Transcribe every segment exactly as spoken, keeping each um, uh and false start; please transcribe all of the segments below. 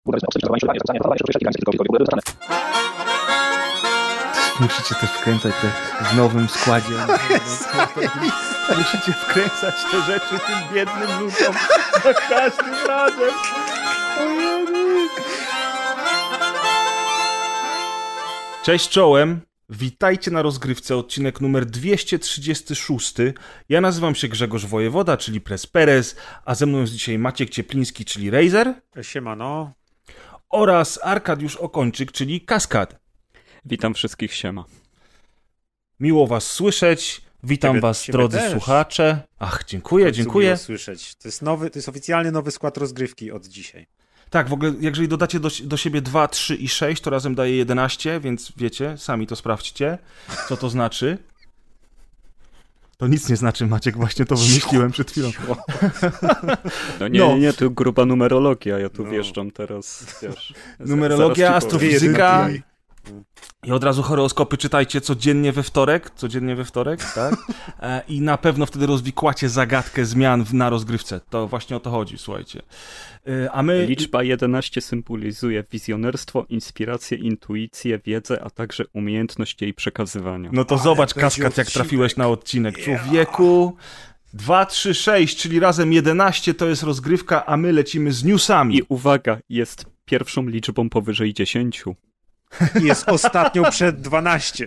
Musicie też wkręcać te w nowym składzie. Musicie wkręcać te rzeczy tym biednym ludziom za każdym razem. Ojej. Cześć czołem. Witajcie na rozgrywce, odcinek numer dwieście trzydziesty szósty. Ja nazywam się Grzegorz Wojewoda, czyli Press Perez, a ze mną jest dzisiaj Maciek Ciepliński, czyli Razer. Siemano. Oraz Arkadiusz Okończyk, czyli Kaskad. Witam wszystkich, siema. Miło was słyszeć. Witam ciebie, was, ciebie drodzy też. Słuchacze. Ach, dziękuję, dziękuję. Miło słyszeć. To jest nowy, to jest oficjalnie nowy skład rozgrywki od dzisiaj. Tak, w ogóle, jeżeli dodacie do, do siebie dwa, trzy i sześć, to razem daje jedenaście, więc wiecie, sami to sprawdźcie, co to znaczy. To nic nie znaczy, Maciek, właśnie to wymyśliłem przed chwilą. No nie, no. nie, nie, to gruba numerologia, ja tu no. wjeżdżam teraz, wiesz. Numerologia, astrofizyka. I od razu horoskopy czytajcie codziennie we wtorek, codziennie we wtorek, tak? E, I na pewno wtedy rozwikłacie zagadkę zmian w, na rozgrywce. To właśnie o to chodzi, słuchajcie. E, a my... Liczba jedenaście symbolizuje wizjonerstwo, inspirację, intuicję, wiedzę, a także umiejętność jej przekazywania. No to Ale zobacz, Kaskad, jak trafiłeś na odcinek. Człowieku, dwa, trzy, sześć, czyli razem jedenaście to jest rozgrywka, a my lecimy z newsami. I uwaga, jest pierwszą liczbą powyżej dziesięciu. Jest ostatnią przed dwanaście.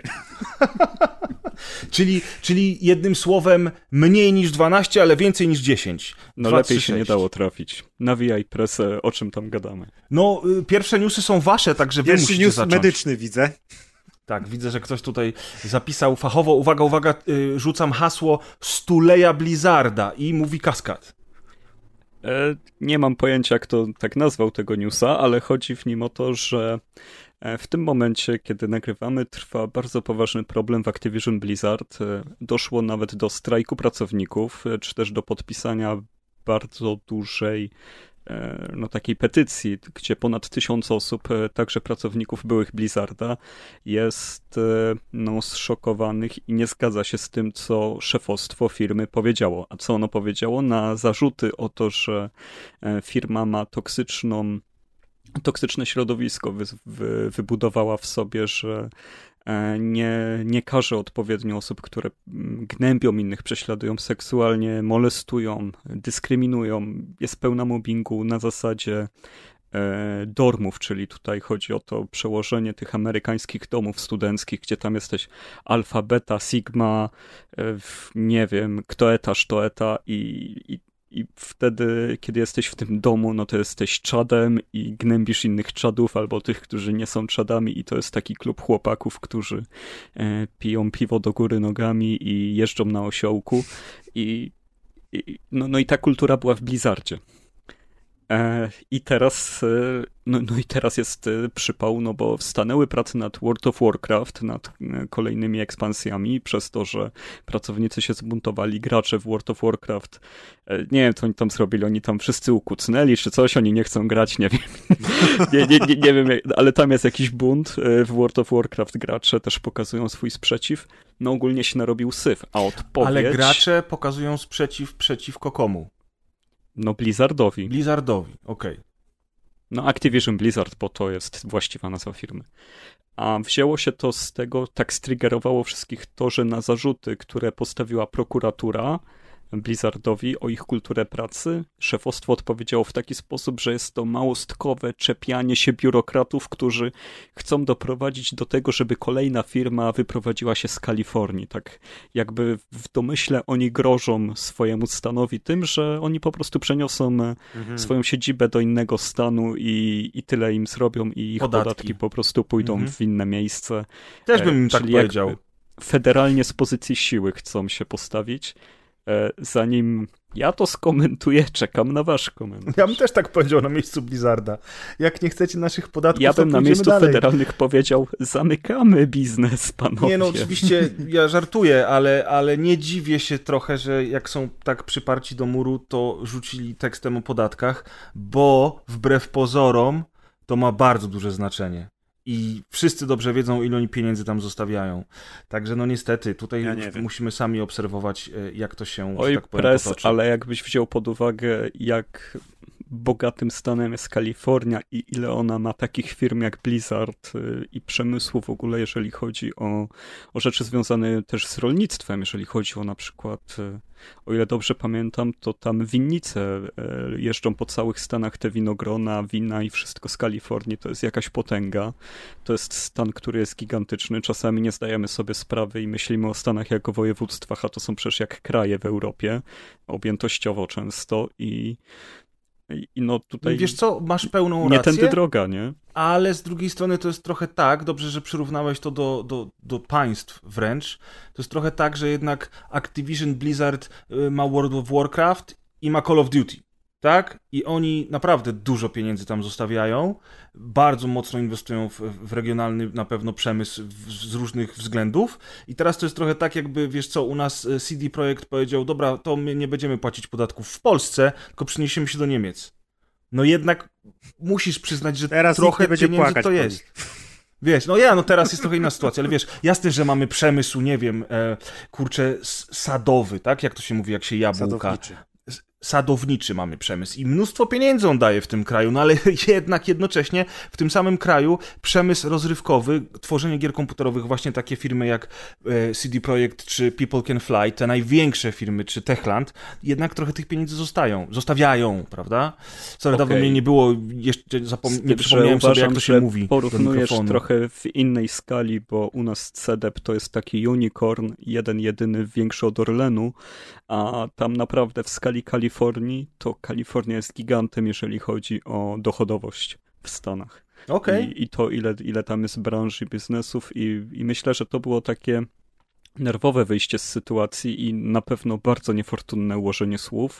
czyli, czyli jednym słowem mniej niż dwanaście, ale więcej niż dziesięć. No dwa, lepiej trzy, się sześć. Nie dało trafić. Nawijaj presę, o czym tam gadamy. No, y, pierwsze newsy są wasze, także wy Pierwszy musicie news zacząć. medyczny widzę. Tak, widzę, że ktoś tutaj zapisał fachowo. Uwaga, uwaga, y, rzucam hasło Stuleja Blizzarda i mówi Kaskad. E, nie mam pojęcia, kto tak nazwał tego newsa, ale chodzi w nim o to, że w tym momencie, kiedy nagrywamy, trwa bardzo poważny problem w Activision Blizzard. Doszło nawet do strajku pracowników, czy też do podpisania bardzo dużej no takiej petycji, gdzie ponad tysiąc osób, także pracowników byłych Blizzarda, jest no, zszokowanych i nie zgadza się z tym, co szefostwo firmy powiedziało. A co ono powiedziało? Na zarzuty o to, że firma ma toksyczną toksyczne środowisko wy, wy, wybudowała w sobie, że nie, nie karze odpowiednio osób, które gnębią innych, prześladują seksualnie, molestują, dyskryminują. Jest pełna mobbingu na zasadzie e, dormów, czyli tutaj chodzi o to przełożenie tych amerykańskich domów studenckich, gdzie tam jesteś alfa, beta, sigma, e, nie wiem, kto etaż, to eta i, i I wtedy, kiedy jesteś w tym domu, no to jesteś czadem i gnębisz innych czadów albo tych, którzy nie są czadami i to jest taki klub chłopaków, którzy e, piją piwo do góry nogami i jeżdżą na osiołku i, i no, no i ta kultura była w Blizzardzie. E, I teraz e, no, no i teraz jest e, przypał, no bo stanęły prace nad World of Warcraft, nad e, kolejnymi ekspansjami, przez to, że pracownicy się zbuntowali, gracze w World of Warcraft, e, nie wiem, co oni tam zrobili, oni tam wszyscy ukucnęli, czy coś, oni nie chcą grać, nie wiem, nie, nie, nie, nie wiem, ale tam jest jakiś bunt e, w World of Warcraft, gracze też pokazują swój sprzeciw, no ogólnie się narobił syf, a odpowiedź... Ale gracze pokazują sprzeciw przeciwko komu? No Blizzardowi. Blizzardowi, okej. Okay. No Activision Blizzard, bo to jest właściwa nazwa firmy. A wzięło się to z tego, tak striggerowało wszystkich to, że na zarzuty, które postawiła prokuratura Blizzardowi o ich kulturę pracy, szefostwo odpowiedziało w taki sposób, że jest to małostkowe czepianie się biurokratów, którzy chcą doprowadzić do tego, żeby kolejna firma wyprowadziła się z Kalifornii. Tak jakby w domyśle oni grożą swojemu stanowi tym, że oni po prostu przeniosą mhm. swoją siedzibę do innego stanu i, i tyle im zrobią i ich podatki, podatki po prostu pójdą mhm. w inne miejsce. Też bym im tak powiedział. Federalnie z pozycji siły chcą się postawić. Zanim ja to skomentuję, czekam na wasz komentarz. Ja bym też tak powiedział na miejscu Blizzarda. Jak nie chcecie naszych podatków, ja to bym na miejscu dalej. federalnych powiedział, zamykamy biznes, panowie. Nie no, oczywiście ja żartuję, ale, ale nie dziwię się trochę, że jak są tak przyparci do muru, to rzucili tekstem o podatkach, bo wbrew pozorom to ma bardzo duże znaczenie. I wszyscy dobrze wiedzą, ile oni pieniędzy tam zostawiają. Także no niestety, tutaj ja musimy sami obserwować, jak to się, Oj, że tak powiem, pres, potoczy. Ale jakbyś wziął pod uwagę, jak bogatym stanem jest Kalifornia i ile ona ma takich firm jak Blizzard i przemysłu w ogóle, jeżeli chodzi o, o rzeczy związane też z rolnictwem, jeżeli chodzi o na przykład, o ile dobrze pamiętam, to tam winnice jeżdżą po całych Stanach, te winogrona, wina i wszystko z Kalifornii, to jest jakaś potęga. To jest stan, który jest gigantyczny. Czasami nie zdajemy sobie sprawy i myślimy o Stanach jako województwach, a to są przecież jak kraje w Europie, objętościowo często i, i no tutaj... Wiesz co, masz pełną nie rację. tędy droga, nie? Ale z drugiej strony to jest trochę tak, dobrze, że przyrównałeś to do, do, do państw wręcz, to jest trochę tak, że jednak Activision Blizzard ma World of Warcraft i ma Call of Duty, tak? I oni naprawdę dużo pieniędzy tam zostawiają, bardzo mocno inwestują w, w regionalny na pewno przemysł w, z różnych względów i teraz to jest trochę tak, jakby, wiesz co, u nas C D Projekt powiedział, dobra, to my nie będziemy płacić podatków w Polsce, tylko przeniesiemy się do Niemiec. No jednak musisz przyznać, że teraz trochę będzie pieniędzy płakać to jest. Wiesz, no ja, no teraz jest trochę inna sytuacja, ale wiesz, jasne, że mamy przemysł, nie wiem, e, kurczę, sadowy, tak? Jak to się mówi, jak się jabłka... Sadowniczy. sadowniczy mamy przemysł i mnóstwo pieniędzy on daje w tym kraju, no ale jednak jednocześnie w tym samym kraju przemysł rozrywkowy, tworzenie gier komputerowych, właśnie takie firmy jak C D Projekt czy People Can Fly, te największe firmy, czy Techland, jednak trochę tych pieniędzy zostają, zostawiają, prawda? Sorry, Okay. dawno mnie nie było, jeszcze zapom- nie przypomniałem uważam, sobie, jak to się że mówi. porównujesz do trochę w innej skali, bo u nas C D E P to jest taki unicorn, jeden jedyny większy od Orlenu, a tam naprawdę w skali Kalifornii, to Kalifornia jest gigantem, jeżeli chodzi o dochodowość w Stanach. Okay. I, I to, ile, ile tam jest branż i biznesów i, i myślę, że to było takie nerwowe wyjście z sytuacji i na pewno bardzo niefortunne ułożenie słów,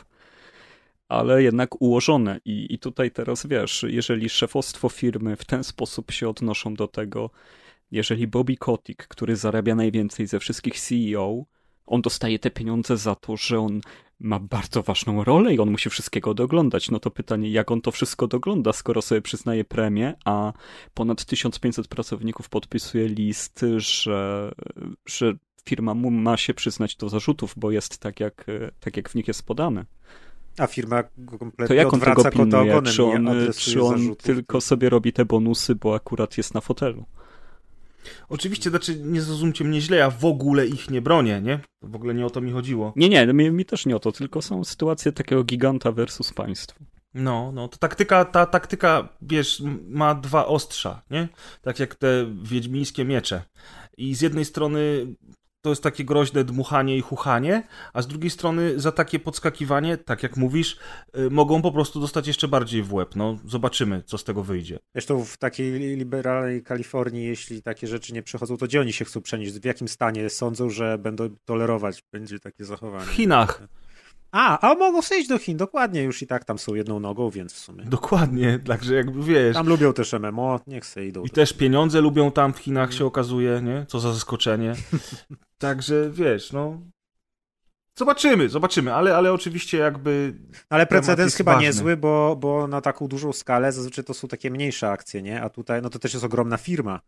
ale jednak ułożone. I, I tutaj teraz wiesz, jeżeli szefostwo firmy w ten sposób się odnoszą do tego, jeżeli Bobby Kotick, który zarabia najwięcej ze wszystkich C E O, on dostaje te pieniądze za to, że on ma bardzo ważną rolę i on musi wszystkiego doglądać. No to pytanie, jak on to wszystko dogląda, skoro sobie przyznaje premię, a ponad tysiąc pięćset pracowników podpisuje list, że, że firma mu ma się przyznać do zarzutów, bo jest tak, jak, tak jak w nich jest podane. A firma go kompletnie to jak on odwraca tego pilnuje? kota ogonem Czy on, i czy on zarzutów. tylko sobie robi te bonusy, bo akurat jest na fotelu? Oczywiście, znaczy nie zrozumcie mnie źle, ja w ogóle ich nie bronię, nie? W ogóle nie o to mi chodziło. Nie, nie, mi, mi też nie o to, tylko są sytuacje takiego giganta versus państwo. No, no, to taktyka, ta taktyka, wiesz, ma dwa ostrza, nie? Tak jak te wiedźmińskie miecze. I z jednej strony to jest takie groźne dmuchanie i chuchanie, a z drugiej strony za takie podskakiwanie, tak jak mówisz, y, mogą po prostu dostać jeszcze bardziej w łeb. No, zobaczymy, co z tego wyjdzie. Zresztą w takiej liberalnej Kalifornii, jeśli takie rzeczy nie przechodzą, to gdzie oni się chcą przenieść? W jakim stanie sądzą, że będą tolerować będzie takie zachowanie? W Chinach. A, a mogą sobie iść do Chin, dokładnie, już i tak tam są jedną nogą, więc w sumie. Dokładnie, także jakby wiesz. Tam lubią też M M O, niech sobie idą. I też pieniądze lubią tam w Chinach, się okazuje, nie? Co za zaskoczenie. Także wiesz, no... Zobaczymy, zobaczymy, ale, ale oczywiście jakby... Ale precedens chyba ważny. niezły, bo, bo na taką dużą skalę zazwyczaj to są takie mniejsze akcje, nie? A tutaj, no to też jest ogromna firma,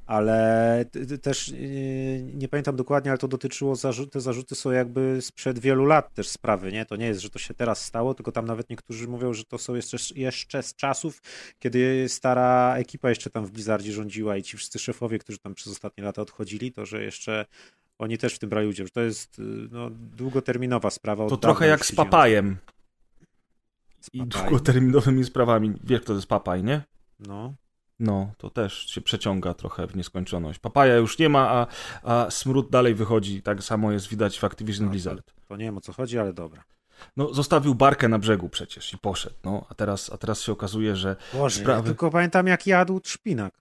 ale t- t- też yy, nie pamiętam dokładnie, ale to dotyczyło, zarzu- te zarzuty są jakby sprzed wielu lat też sprawy, nie? To nie jest, że to się teraz stało, tylko tam nawet niektórzy mówią, że to są jeszcze, jeszcze z czasów, kiedy stara ekipa jeszcze tam w Blizzardzie rządziła i ci wszyscy szefowie, którzy tam przez ostatnie lata odchodzili, to że jeszcze oni też w tym brali udział, że to jest no, długoterminowa sprawa. To trochę jak z Papajem. Z I Papajem. długoterminowymi sprawami. Wiesz, kto to jest Papaj, nie? No. No, to też się przeciąga trochę w nieskończoność. Papaja już nie ma, a, a smród dalej wychodzi. Tak samo jest widać w Activision No, Blizzard. To, to nie wiem, o co chodzi, ale dobra. No, zostawił barkę na brzegu przecież i poszedł. No, a teraz, a teraz się okazuje, że Boże, sprawy... ja tylko pamiętam, jak jadł szpinak.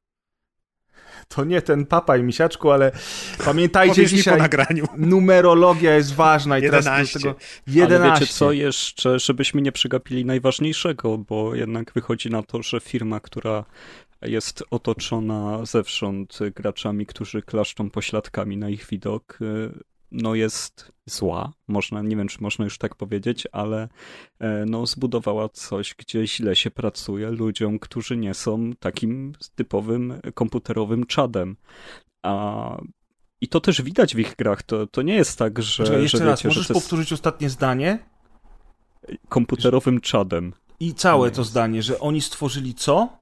To nie ten Papaj, misiaczku, ale pamiętajcie Powiedz mi dzisiaj, po nagraniu. numerologia jest ważna i jedenaście. teraz do tego jedenaście. Ale wiecie jedenaście. co jeszcze, żebyśmy nie przegapili najważniejszego, bo jednak wychodzi na to, że firma, która jest otoczona zewsząd graczami, którzy klaszczą pośladkami na ich widok, no jest zła, można, nie wiem, czy można już tak powiedzieć, ale no zbudowała coś, gdzie źle się pracuje ludziom, którzy nie są takim typowym komputerowym czadem. A i to też widać w ich grach, to, to nie jest tak, że... Poczekaj, jeszcze że raz, wiecie, możesz że to jest powtórzyć ostatnie zdanie? komputerowym czadem. I całe to zdanie, że oni stworzyli co?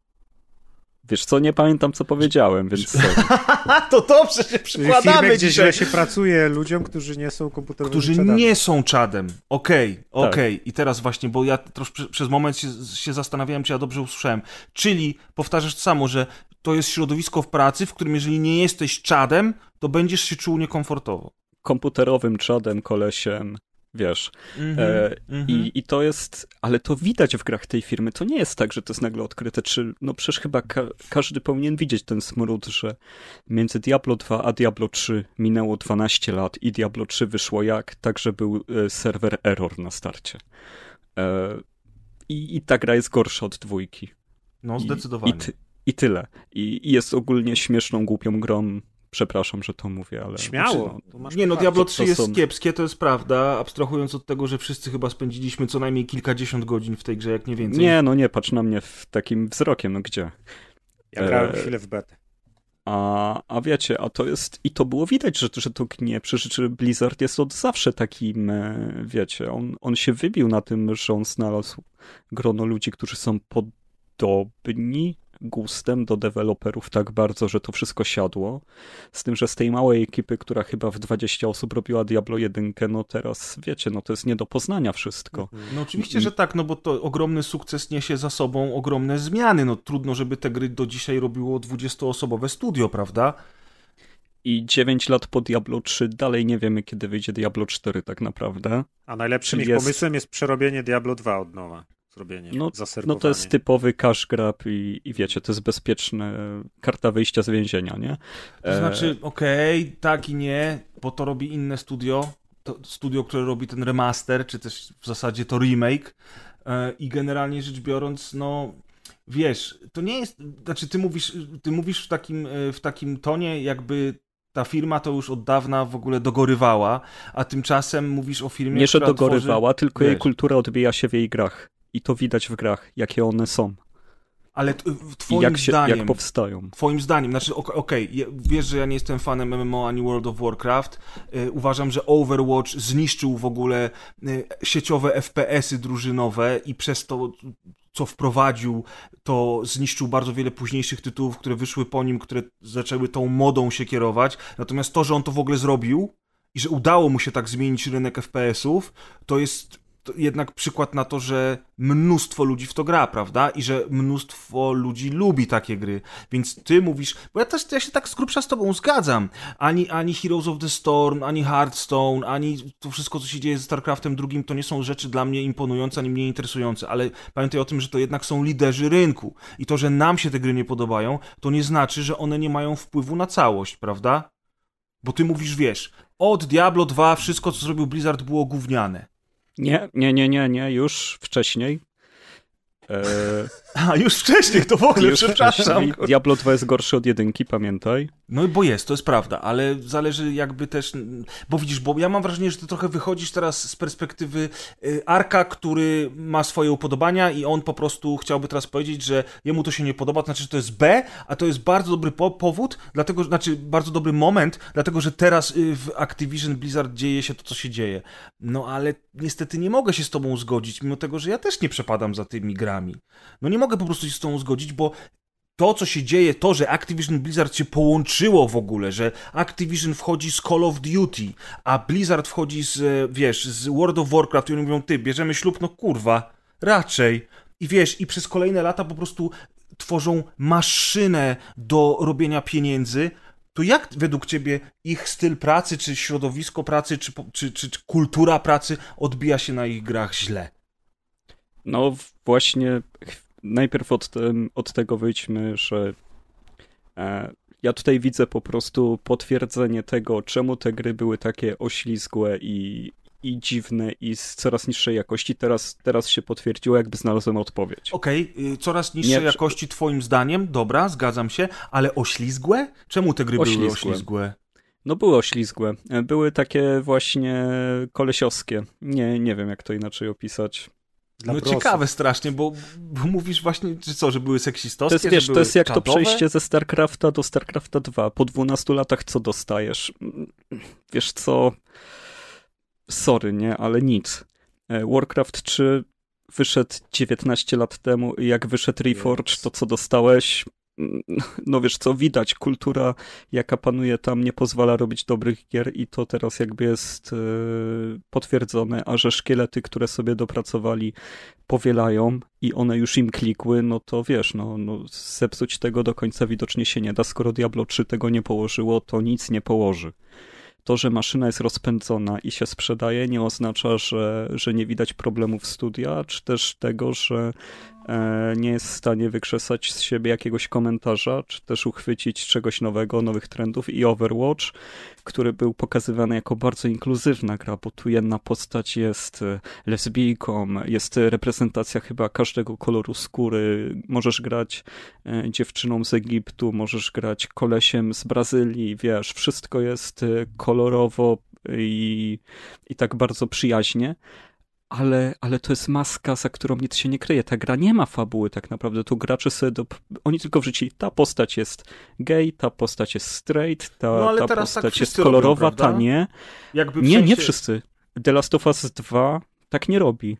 Wiesz co, nie pamiętam co powiedziałem, więc sorry. To dobrze, że przykładamy firmy, gdzie dzisiaj. źle się pracuje ludziom, którzy nie są komputerowymi Którzy czadami. nie są czadem. Okej, okay, okej. Tak. I teraz właśnie, bo ja troszkę przez moment się, się zastanawiałem, czy ja dobrze usłyszałem. Czyli powtarzasz to samo, że to jest środowisko w pracy, w którym jeżeli nie jesteś czadem, to będziesz się czuł niekomfortowo. Komputerowym czadem, kolesiem, wiesz. Mm-hmm, e, mm-hmm. i, I to jest, ale to widać w grach tej firmy. To nie jest tak, że to jest nagle odkryte, czy, no przecież chyba ka- każdy powinien widzieć ten smród, że między Diablo dwa a Diablo trzy minęło dwanaście lat i Diablo trzy wyszło jak? Tak, że był e, serwer error na starcie. E, i, I ta gra jest gorsza od dwójki. No, I, zdecydowanie. I, ty, i tyle. I, I jest ogólnie śmieszną, głupią grą. Przepraszam, że to mówię, ale... Śmiało. Znaczy, To masz Nie no, prawo. Diablo to trzy jest są- kiepskie, to jest prawda, abstrahując od tego, że wszyscy chyba spędziliśmy co najmniej kilkadziesiąt godzin w tej grze, jak nie więcej. Nie, no nie, patrz na mnie w takim wzrokiem, no gdzie? Ja grałem e, chwilę w betę. A, a wiecie, a to jest... I to było widać, że, że to gnie. Przecież Blizzard jest od zawsze takim, e, wiecie, on, on się wybił na tym, że on znalazł grono ludzi, którzy są podobni gustem do deweloperów tak bardzo, że to wszystko siadło. Z tym, że z tej małej ekipy, która chyba w dwadzieścia osób robiła Diablo jeden, no teraz, wiecie, no to jest nie do poznania wszystko. No oczywiście, że tak, no bo to ogromny sukces niesie za sobą ogromne zmiany. No trudno, żeby te gry do dzisiaj robiło dwudziestoosobowe studio, prawda? I dziewięć lat po Diablo trzy dalej nie wiemy, kiedy wyjdzie Diablo cztery tak naprawdę. A najlepszym ich jest- pomysłem jest przerobienie Diablo dwa od nowa. Zrobienie, No, zaserwowanie. no to jest typowy cash grab i, i wiecie, to jest bezpieczna karta wyjścia z więzienia, nie? To znaczy, okej, tak i nie, bo to robi inne studio. To studio, które robi ten remaster, czy też w zasadzie to remake. E, I generalnie rzecz biorąc, no wiesz, to nie jest. Znaczy, ty mówisz, ty mówisz w takim, e, w takim tonie, jakby ta firma to już od dawna w ogóle dogorywała, a tymczasem mówisz o firmie, Nie, że która dogorywała, tworzy, tylko jej wiesz, kultura odbija się w jej grach. I to widać w grach, jakie one są. Ale t- w I twoim jak, się, zdaniem. jak powstają. Twoim zdaniem, znaczy ok- okej, je- wiesz, że ja nie jestem fanem M M O ani World of Warcraft. Y, uważam, że Overwatch zniszczył w ogóle y, sieciowe F P S-y drużynowe i przez to, co wprowadził, to zniszczył bardzo wiele późniejszych tytułów, które wyszły po nim, które zaczęły tą modą się kierować. Natomiast to, że on to w ogóle zrobił i że udało mu się tak zmienić rynek F P S-ów, to jest to jednak przykład na to, że mnóstwo ludzi w to gra, prawda? I że mnóstwo ludzi lubi takie gry. Więc ty mówisz, bo ja też ja się tak z grubsza z tobą zgadzam. Ani, ani Heroes of the Storm, ani Hearthstone, ani to wszystko, co się dzieje ze StarCraftem drugim, to nie są rzeczy dla mnie imponujące, ani mnie interesujące. Ale pamiętaj o tym, że to jednak są liderzy rynku. I to, że nam się te gry nie podobają, to nie znaczy, że one nie mają wpływu na całość, prawda? Bo ty mówisz, wiesz, od Diablo dwa wszystko, co zrobił Blizzard, było gówniane. Nie, nie, nie, nie, nie, już wcześniej. E, A, już wcześniej, to w ogóle, już przepraszam. wcześniej. Diablo dwa jest gorszy od jedynki, pamiętaj. No bo jest, to jest prawda, ale zależy jakby też, bo widzisz, bo ja mam wrażenie, że ty trochę wychodzisz teraz z perspektywy y, Arka, który ma swoje upodobania i on po prostu chciałby teraz powiedzieć, że jemu to się nie podoba, to znaczy, że to jest B, a to jest bardzo dobry po- powód, dlatego, znaczy bardzo dobry moment, dlatego, że teraz y, w Activision Blizzard dzieje się to, co się dzieje. No ale niestety nie mogę się z tobą zgodzić, mimo tego, że ja też nie przepadam za tymi grami. No nie mogę po prostu się z tobą zgodzić, bo to, co się dzieje, to, że Activision Blizzard się połączyło w ogóle, że Activision wchodzi z Call of Duty, a Blizzard wchodzi z, wiesz, z World of Warcraft i oni mówią, ty, bierzemy ślub, no kurwa, raczej. I wiesz, i przez kolejne lata po prostu tworzą maszynę do robienia pieniędzy. To jak według ciebie ich styl pracy, czy środowisko pracy, czy, czy, czy, czy kultura pracy odbija się na ich grach źle? No właśnie, najpierw od, tym, od tego wyjdźmy, że e, ja tutaj widzę po prostu potwierdzenie tego, czemu te gry były takie oślizgłe i, i dziwne i z coraz niższej jakości. Teraz, teraz się potwierdziło, jakby znalazłem odpowiedź. Okej, okay, coraz niższej Nie, jakości twoim zdaniem, dobra, zgadzam się, ale oślizgłe? Czemu te gry Oślizgłe. były oślizgłe? No były oślizgłe. Były takie właśnie kolesiowskie. Nie, nie wiem, jak to inaczej opisać. Dla no brosów. ciekawe strasznie, bo, bo mówisz właśnie, czy co, że były seksistowskie, To jest, wiesz, że to były jest jak to czadowe? przejście ze StarCrafta do StarCrafta dwa. Po dwunastu latach co dostajesz? Wiesz co? Sorry, nie? Ale nic. Warcraft trzy wyszedł dziewiętnaście lat temu i jak wyszedł Reforged, to co dostałeś? No wiesz co, widać, kultura jaka panuje tam nie pozwala robić dobrych gier i to teraz jakby jest yy, potwierdzone, a że szkielety, które sobie dopracowali powielają i one już im klikły, no to wiesz, no, no zepsuć tego do końca widocznie się nie da, skoro Diablo trzy tego nie położyło, to nic nie położy. To, że maszyna jest rozpędzona i się sprzedaje, nie oznacza, że, że nie widać problemów studia, czy też tego, że e, nie jest w stanie wykrzesać z siebie jakiegoś komentarza, czy też uchwycić czegoś nowego, nowych trendów. I Overwatch, który był pokazywany jako bardzo inkluzywna gra, bo tu jedna postać jest lesbijką, jest reprezentacja chyba każdego koloru skóry, możesz grać e, dziewczyną z Egiptu, możesz grać kolesiem z Brazylii, wiesz, wszystko jest kolorowo i, i tak bardzo przyjaźnie, ale, ale to jest maska, za którą nic się nie kryje. Ta gra nie ma fabuły tak naprawdę, tu gracze sobie, do... oni tylko wrzucili, ta postać jest gay, ta postać jest straight, ta, no, ta tak postać jest kolorowa, robią, ta nie. Jakby nie, sensie... nie wszyscy. The Last of Us dwa tak nie robi.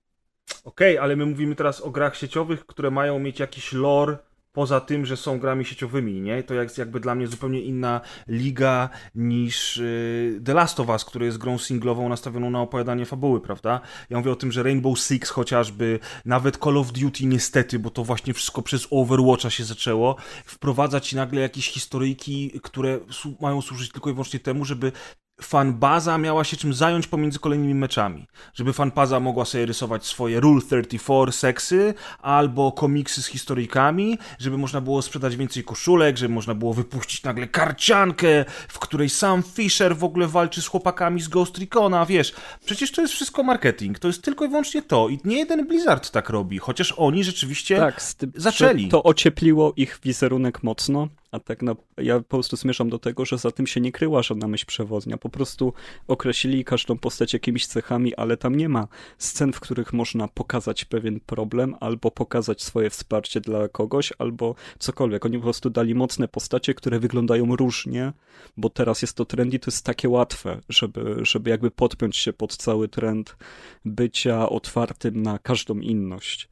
Okej, okay, ale my mówimy teraz o grach sieciowych, które mają mieć jakiś lore poza tym, że są grami sieciowymi, nie? To jest jakby dla mnie zupełnie inna liga niż yy, The Last of Us, który jest grą singlową nastawioną na opowiadanie fabuły, prawda? Ja mówię o tym, że Rainbow Six chociażby, nawet Call of Duty niestety, bo to właśnie wszystko przez Overwatcha się zaczęło, wprowadza ci nagle jakieś historyjki, które su- mają służyć tylko i wyłącznie temu, żeby fanbaza miała się czym zająć pomiędzy kolejnymi meczami. Żeby fanbaza mogła sobie rysować swoje Rule trzydzieści cztery seksy albo komiksy z historyjkami, żeby można było sprzedać więcej koszulek, żeby można było wypuścić nagle karciankę, w której sam Fisher w ogóle walczy z chłopakami z Ghost Recona, wiesz. Przecież to jest wszystko marketing. To jest tylko i wyłącznie to. I nie jeden Blizzard tak robi, chociaż oni rzeczywiście tak, z tym, zaczęli. To ociepliło ich wizerunek mocno. A tak na, ja po prostu zmierzam do tego, że za tym się nie kryła żadna myśl przewodnia. Po prostu określili każdą postać jakimiś cechami, ale tam nie ma scen, w których można pokazać pewien problem, albo pokazać swoje wsparcie dla kogoś, albo cokolwiek. Oni po prostu dali mocne postacie, które wyglądają różnie, bo teraz jest to trend i to jest takie łatwe, żeby, żeby jakby podpiąć się pod cały trend bycia otwartym na każdą inność.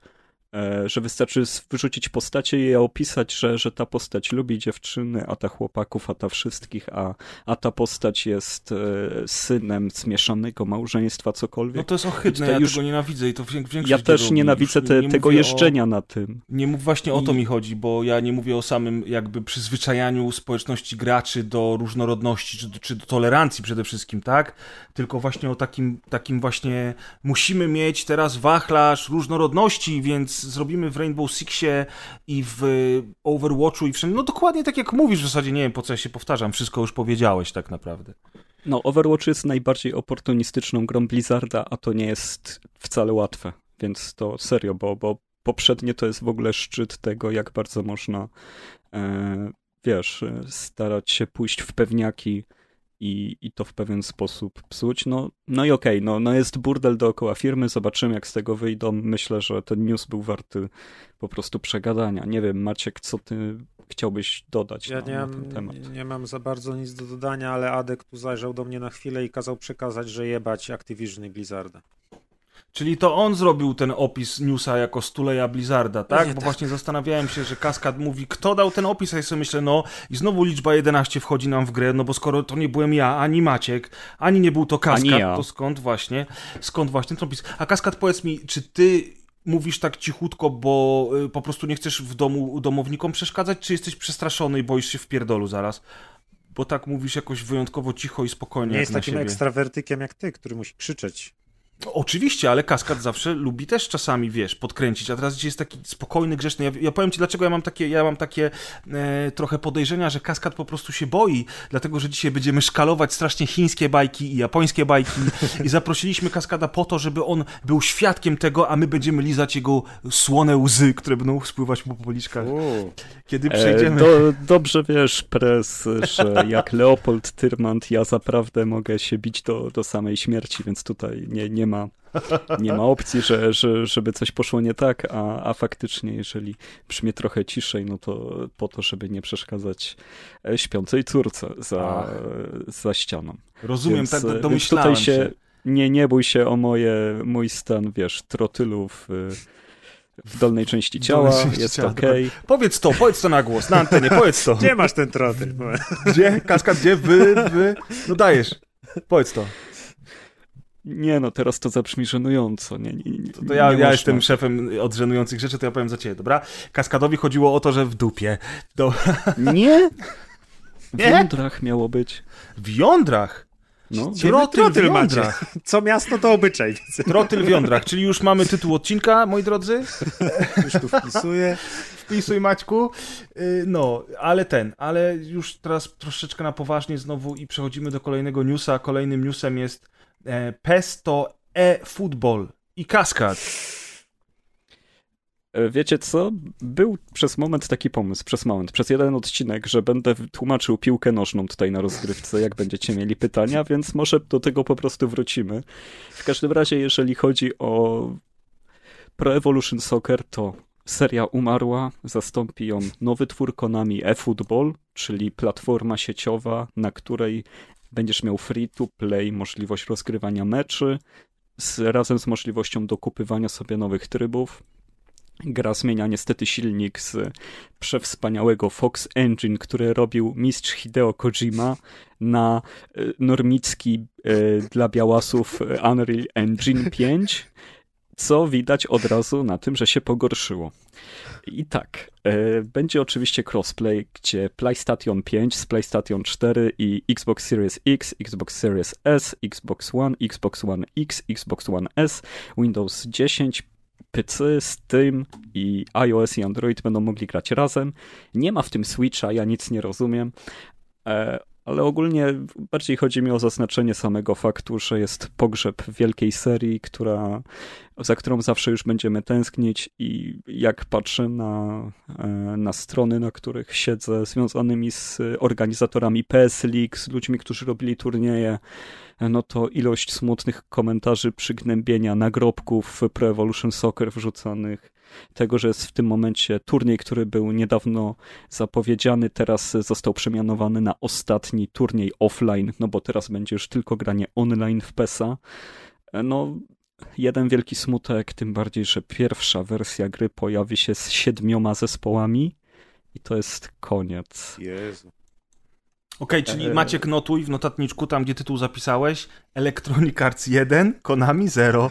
Że wystarczy wyrzucić postacie i je opisać, że, że ta postać lubi dziewczyny, a ta chłopaków, a ta wszystkich, a, a ta postać jest e, synem zmieszanego małżeństwa, cokolwiek. No to jest ohydne, ja już... tego nienawidzę i to większość Ja też robi. nienawidzę te, nie tego jeżdżenia o... na tym. Nie mów, właśnie I... o to mi chodzi, bo ja nie mówię o samym jakby przyzwyczajaniu społeczności graczy do różnorodności, czy do, czy do tolerancji przede wszystkim, tak? Tylko właśnie o takim, takim właśnie musimy mieć teraz wachlarz różnorodności, więc zrobimy w Rainbow Sixie i w Overwatchu i wszędzie. No dokładnie tak jak mówisz, w zasadzie nie wiem po co ja się powtarzam, wszystko już powiedziałeś tak naprawdę. No Overwatch jest najbardziej oportunistyczną grą Blizzarda, a to nie jest wcale łatwe, więc to serio, bo, bo poprzednie to jest w ogóle szczyt tego, jak bardzo można e, wiesz, starać się pójść w pewniaki I, i to w pewien sposób psuć. No, no i okej, okay, no, no jest burdel dookoła firmy, zobaczymy jak z tego wyjdą. Myślę, że ten news był warty po prostu przegadania. Nie wiem, Maciek, co ty chciałbyś dodać ja na, nie na mam, ten temat? Nie, nie mam za bardzo nic do dodania, ale Adek tu zajrzał do mnie na chwilę i kazał przekazać, że jebać Activision i Blizzarda. Czyli to on zrobił ten opis newsa jako stuleja Blizzarda, tak? Nie, Bo tak. właśnie zastanawiałem się, że Kaskad mówi, kto dał ten opis, a ja sobie myślę, no i znowu liczba jedenaście wchodzi nam w grę, no bo skoro to nie byłem ja, ani Maciek, ani nie był to Kaskad, ja. to skąd właśnie, skąd właśnie ten opis? A Kaskad, powiedz mi, czy ty mówisz tak cichutko, bo y, po prostu nie chcesz w domu domownikom przeszkadzać, czy jesteś przestraszony i boisz się w pierdolu zaraz? Bo tak mówisz jakoś wyjątkowo cicho i spokojnie. Nie jak jest na takim siebie. ekstrawertykiem jak ty, który musi krzyczeć. Oczywiście, ale Kaskad zawsze lubi też czasami, wiesz, podkręcić, a teraz dzisiaj jest taki spokojny, grzeczny. Ja, ja powiem ci, dlaczego ja mam takie, ja mam takie e, trochę podejrzenia, że Kaskad po prostu się boi, dlatego, że dzisiaj będziemy szkalować strasznie chińskie bajki i japońskie bajki i zaprosiliśmy Kaskada po to, żeby on był świadkiem tego, a my będziemy lizać jego słone łzy, które będą spływać mu po policzkach. U. Kiedy przejdziemy... E, do, dobrze wiesz, Prez, że jak Leopold Tyrmand, ja zaprawdę mogę się bić do, do samej śmierci, więc tutaj nie, nie ma nie ma opcji, że, że, żeby coś poszło nie tak, a, a faktycznie jeżeli brzmi trochę ciszej, no to po to, żeby nie przeszkadzać śpiącej córce za, za ścianą. Rozumiem, więc, tak więc domyślałem tutaj się. się. nie, nie bój się o moje, mój stan, wiesz, trotylu w, w dolnej części ciała, dolnej części jest ciała, okej. Okay. Powiedz to, powiedz to na głos, na antenie, powiedz to. Gdzie masz ten trotyl? Gdzie? Kaskad, gdzie? Wy, wy? No dajesz, powiedz to. Nie no, teraz to zabrzmi żenująco. Nie, nie, nie, To, to ja, nie ja można. jestem szefem od żenujących rzeczy, to ja powiem za ciebie, dobra? Kaskadowi chodziło o to, że w dupie. Do... Nie? W Nie? jądrach miało być. W jądrach? No. Trotyl w jądrach. Macie. Co miasto, to obyczaj. Trotyl w jądrach, czyli już mamy tytuł odcinka, moi drodzy. Już tu wpisuję. Wpisuj, Maćku. No, ale ten, ale już teraz troszeczkę na poważnie znowu i przechodzimy do kolejnego newsa. Kolejnym newsem jest e, P E S to e-football i kaskad. Wiecie co? Był przez moment taki pomysł, przez moment, przez jeden odcinek, że będę tłumaczył piłkę nożną tutaj na rozgrywce, jak będziecie mieli pytania, więc może do tego po prostu wrócimy. W każdym razie, jeżeli chodzi o Pro Evolution Soccer, to seria umarła, zastąpi ją nowy twór Konami eFootball, czyli platforma sieciowa, na której będziesz miał free-to-play, możliwość rozgrywania meczy, z, razem z możliwością dokupywania sobie nowych trybów. Gra zmienia niestety silnik z przewspaniałego Fox Engine, który robił mistrz Hideo Kojima, na normicki e, dla białasów Unreal Engine pięć, co widać od razu na tym, że się pogorszyło. I tak, e, będzie oczywiście crossplay, gdzie PlayStation pięć z PlayStation cztery i Xbox Series X, Xbox Series S, Xbox One, Xbox One X, Xbox One S, Windows dziesięć, P C, Steam i iOS i Android będą mogli grać razem. Nie ma w tym Switcha, ja nic nie rozumiem, e, ale ogólnie bardziej chodzi mi o zaznaczenie samego faktu, że jest pogrzeb wielkiej serii, która, za którą zawsze już będziemy tęsknić i jak patrzę na, na strony, na których siedzę, związanymi z organizatorami P S League, z ludźmi, którzy robili turnieje, no to ilość smutnych komentarzy, przygnębienia, nagrobków Pro Evolution Soccer wrzucanych, tego, że jest w tym momencie turniej, który był niedawno zapowiedziany, teraz został przemianowany na ostatni turniej offline, no bo teraz będzie już tylko granie online w P E S a. No, jeden wielki smutek, tym bardziej, że pierwsza wersja gry pojawi się z siedmioma zespołami i to jest koniec. Jezu. Okej, okay, czyli Maciek notuj w notatniczku, tam gdzie tytuł zapisałeś, Electronic Arts jeden, Konami zero.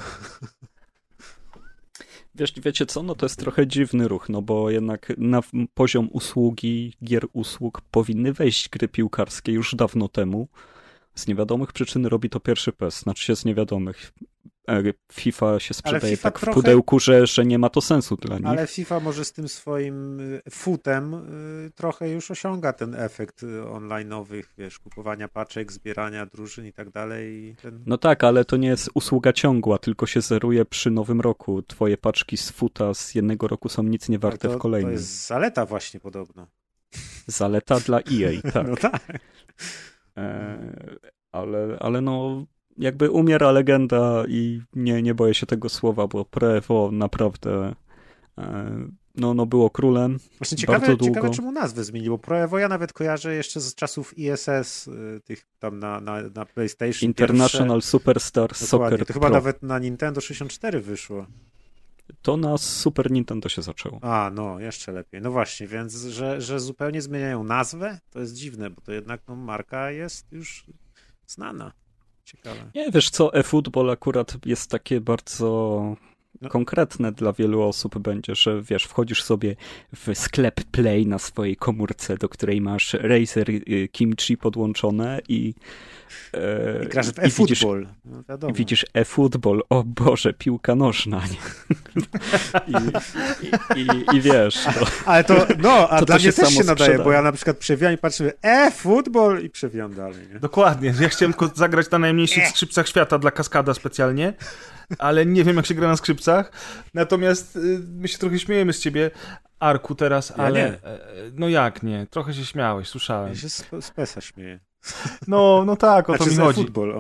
Wiesz, wiecie co, no to jest trochę dziwny ruch, no bo jednak na poziom usługi, gier usług powinny wejść gry piłkarskie już dawno temu. Z niewiadomych przyczyn robi to pierwszy P E S, znaczy się z niewiadomych. FIFA się sprzedaje FIFA tak trochę... w pudełku, że, że nie ma to sensu dla nich. Ale FIFA może z tym swoim footem trochę już osiąga ten efekt online'owych, wiesz, kupowania paczek, zbierania drużyn i tak dalej. Ten... No tak, ale to nie jest usługa ciągła, tylko się zeruje przy nowym roku. Twoje paczki z futa z jednego roku są nic nie warte to, w kolejnym. To jest zaleta właśnie podobno. Zaleta dla E A, tak. No tak. E, ale, ale no... Jakby umiera legenda i nie, nie boję się tego słowa, bo Pro Evo naprawdę e, no, no było królem. Właśnie ciekawe, bardzo długo. ciekawe, czemu nazwę zmieniło. Pro Evo ja nawet kojarzę jeszcze z czasów I S S, tych tam na, na, na PlayStation. International pierwsze. Superstar Dokładnie. Soccer To chyba Pro. nawet na Nintendo sześćdziesiąt cztery wyszło. To na Super Nintendo się zaczęło. A, no, jeszcze lepiej. No właśnie, więc, że, że zupełnie zmieniają nazwę, to jest dziwne, bo to jednak no, marka jest już znana. Ciekawe. Nie, wiesz co, eFootball akurat jest takie bardzo no. konkretne dla wielu osób będzie, że wiesz, wchodzisz sobie w sklep Play na swojej komórce, do której masz Razer Kimchi podłączone i e, I grasz w eFootball. No, wiadomo. I widzisz eFootball, o Boże, piłka nożna. I, i, i, I wiesz. To, ale to, no, a to dla to mnie się też się nadaje, sprzeda. bo ja na przykład przewijam i patrzę, eFootball i przewijam dalej. Nie? Dokładnie, ja chciałem tylko zagrać na najmniejszych skrzypcach świata dla Kaskada specjalnie, ale nie wiem jak się gra na skrzypcach, natomiast y, my się trochę śmiejemy z ciebie, Arku, teraz, ja ale nie. no jak nie, trochę się śmiałeś, słyszałem. Ja się z, z P E S a śmieję. No, no tak, o znaczy to mi chodzi. eFootball, o.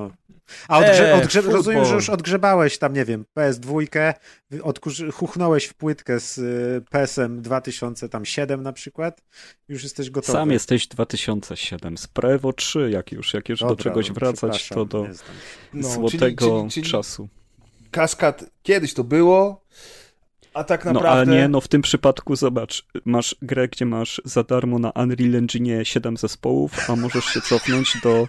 A odgrze- Eee, odgrze- rozumiem, football. że już odgrzebałeś tam, nie wiem, P S dwa, odkurzy- chuchnąłeś w płytkę z y, P S em dwa tysiące siedem na przykład, już jesteś gotowy. Sam jesteś dwa tysiące siedem, z Prevo trzy, jak już, jak już Dobra, do czegoś no, wracać, to do nie znam się. No, złotego czyli- czyli- czyli- czasu. Kaskad kiedyś to było, a tak naprawdę... No ale nie, no w tym przypadku zobacz, masz grę, gdzie masz za darmo na Unreal Engine siedem zespołów, a możesz się cofnąć do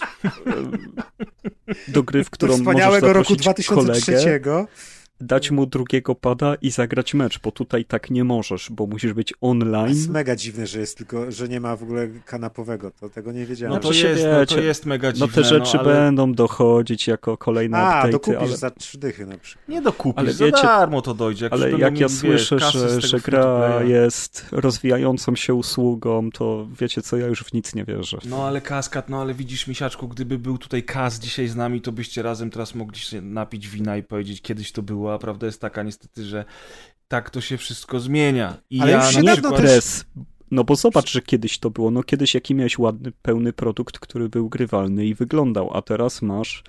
em, do gry, w Do którą możesz wspaniałego roku zaprosić dwa tysiące kolegę, trzeciego. dać mu drugiego pada i zagrać mecz, bo tutaj tak nie możesz, bo musisz być To online. jest mega dziwne, że jest tylko, że nie ma w ogóle kanapowego, to tego nie wiedziałem. No to to, się jest, no to wiecie. jest mega No dziwne. te rzeczy no, ale będą dochodzić jako kolejne A, update'y, dokupisz ale... za trzy dychy na przykład. Nie dokupisz, Ale za wiecie- darmo to dojdzie. Jak Ale już jak będą ja mieli, słyszę, wiesz, kasy z że, tego że free to gra playa. jest rozwijającą się usługą, to wiecie co, ja już w nic nie wierzę. No ale Kaskad, no ale widzisz, Misiaczku, gdyby był tutaj Kaz dzisiaj z nami, to byście razem teraz mogli się napić wina i powiedzieć, kiedyś to było, a prawda jest taka niestety, że tak to się wszystko zmienia. I Ale ja już na niedawno przykład... też- Pres. No bo zobacz, że kiedyś to było. No kiedyś jaki miałeś ładny, pełny produkt, który był grywalny i wyglądał, a teraz masz...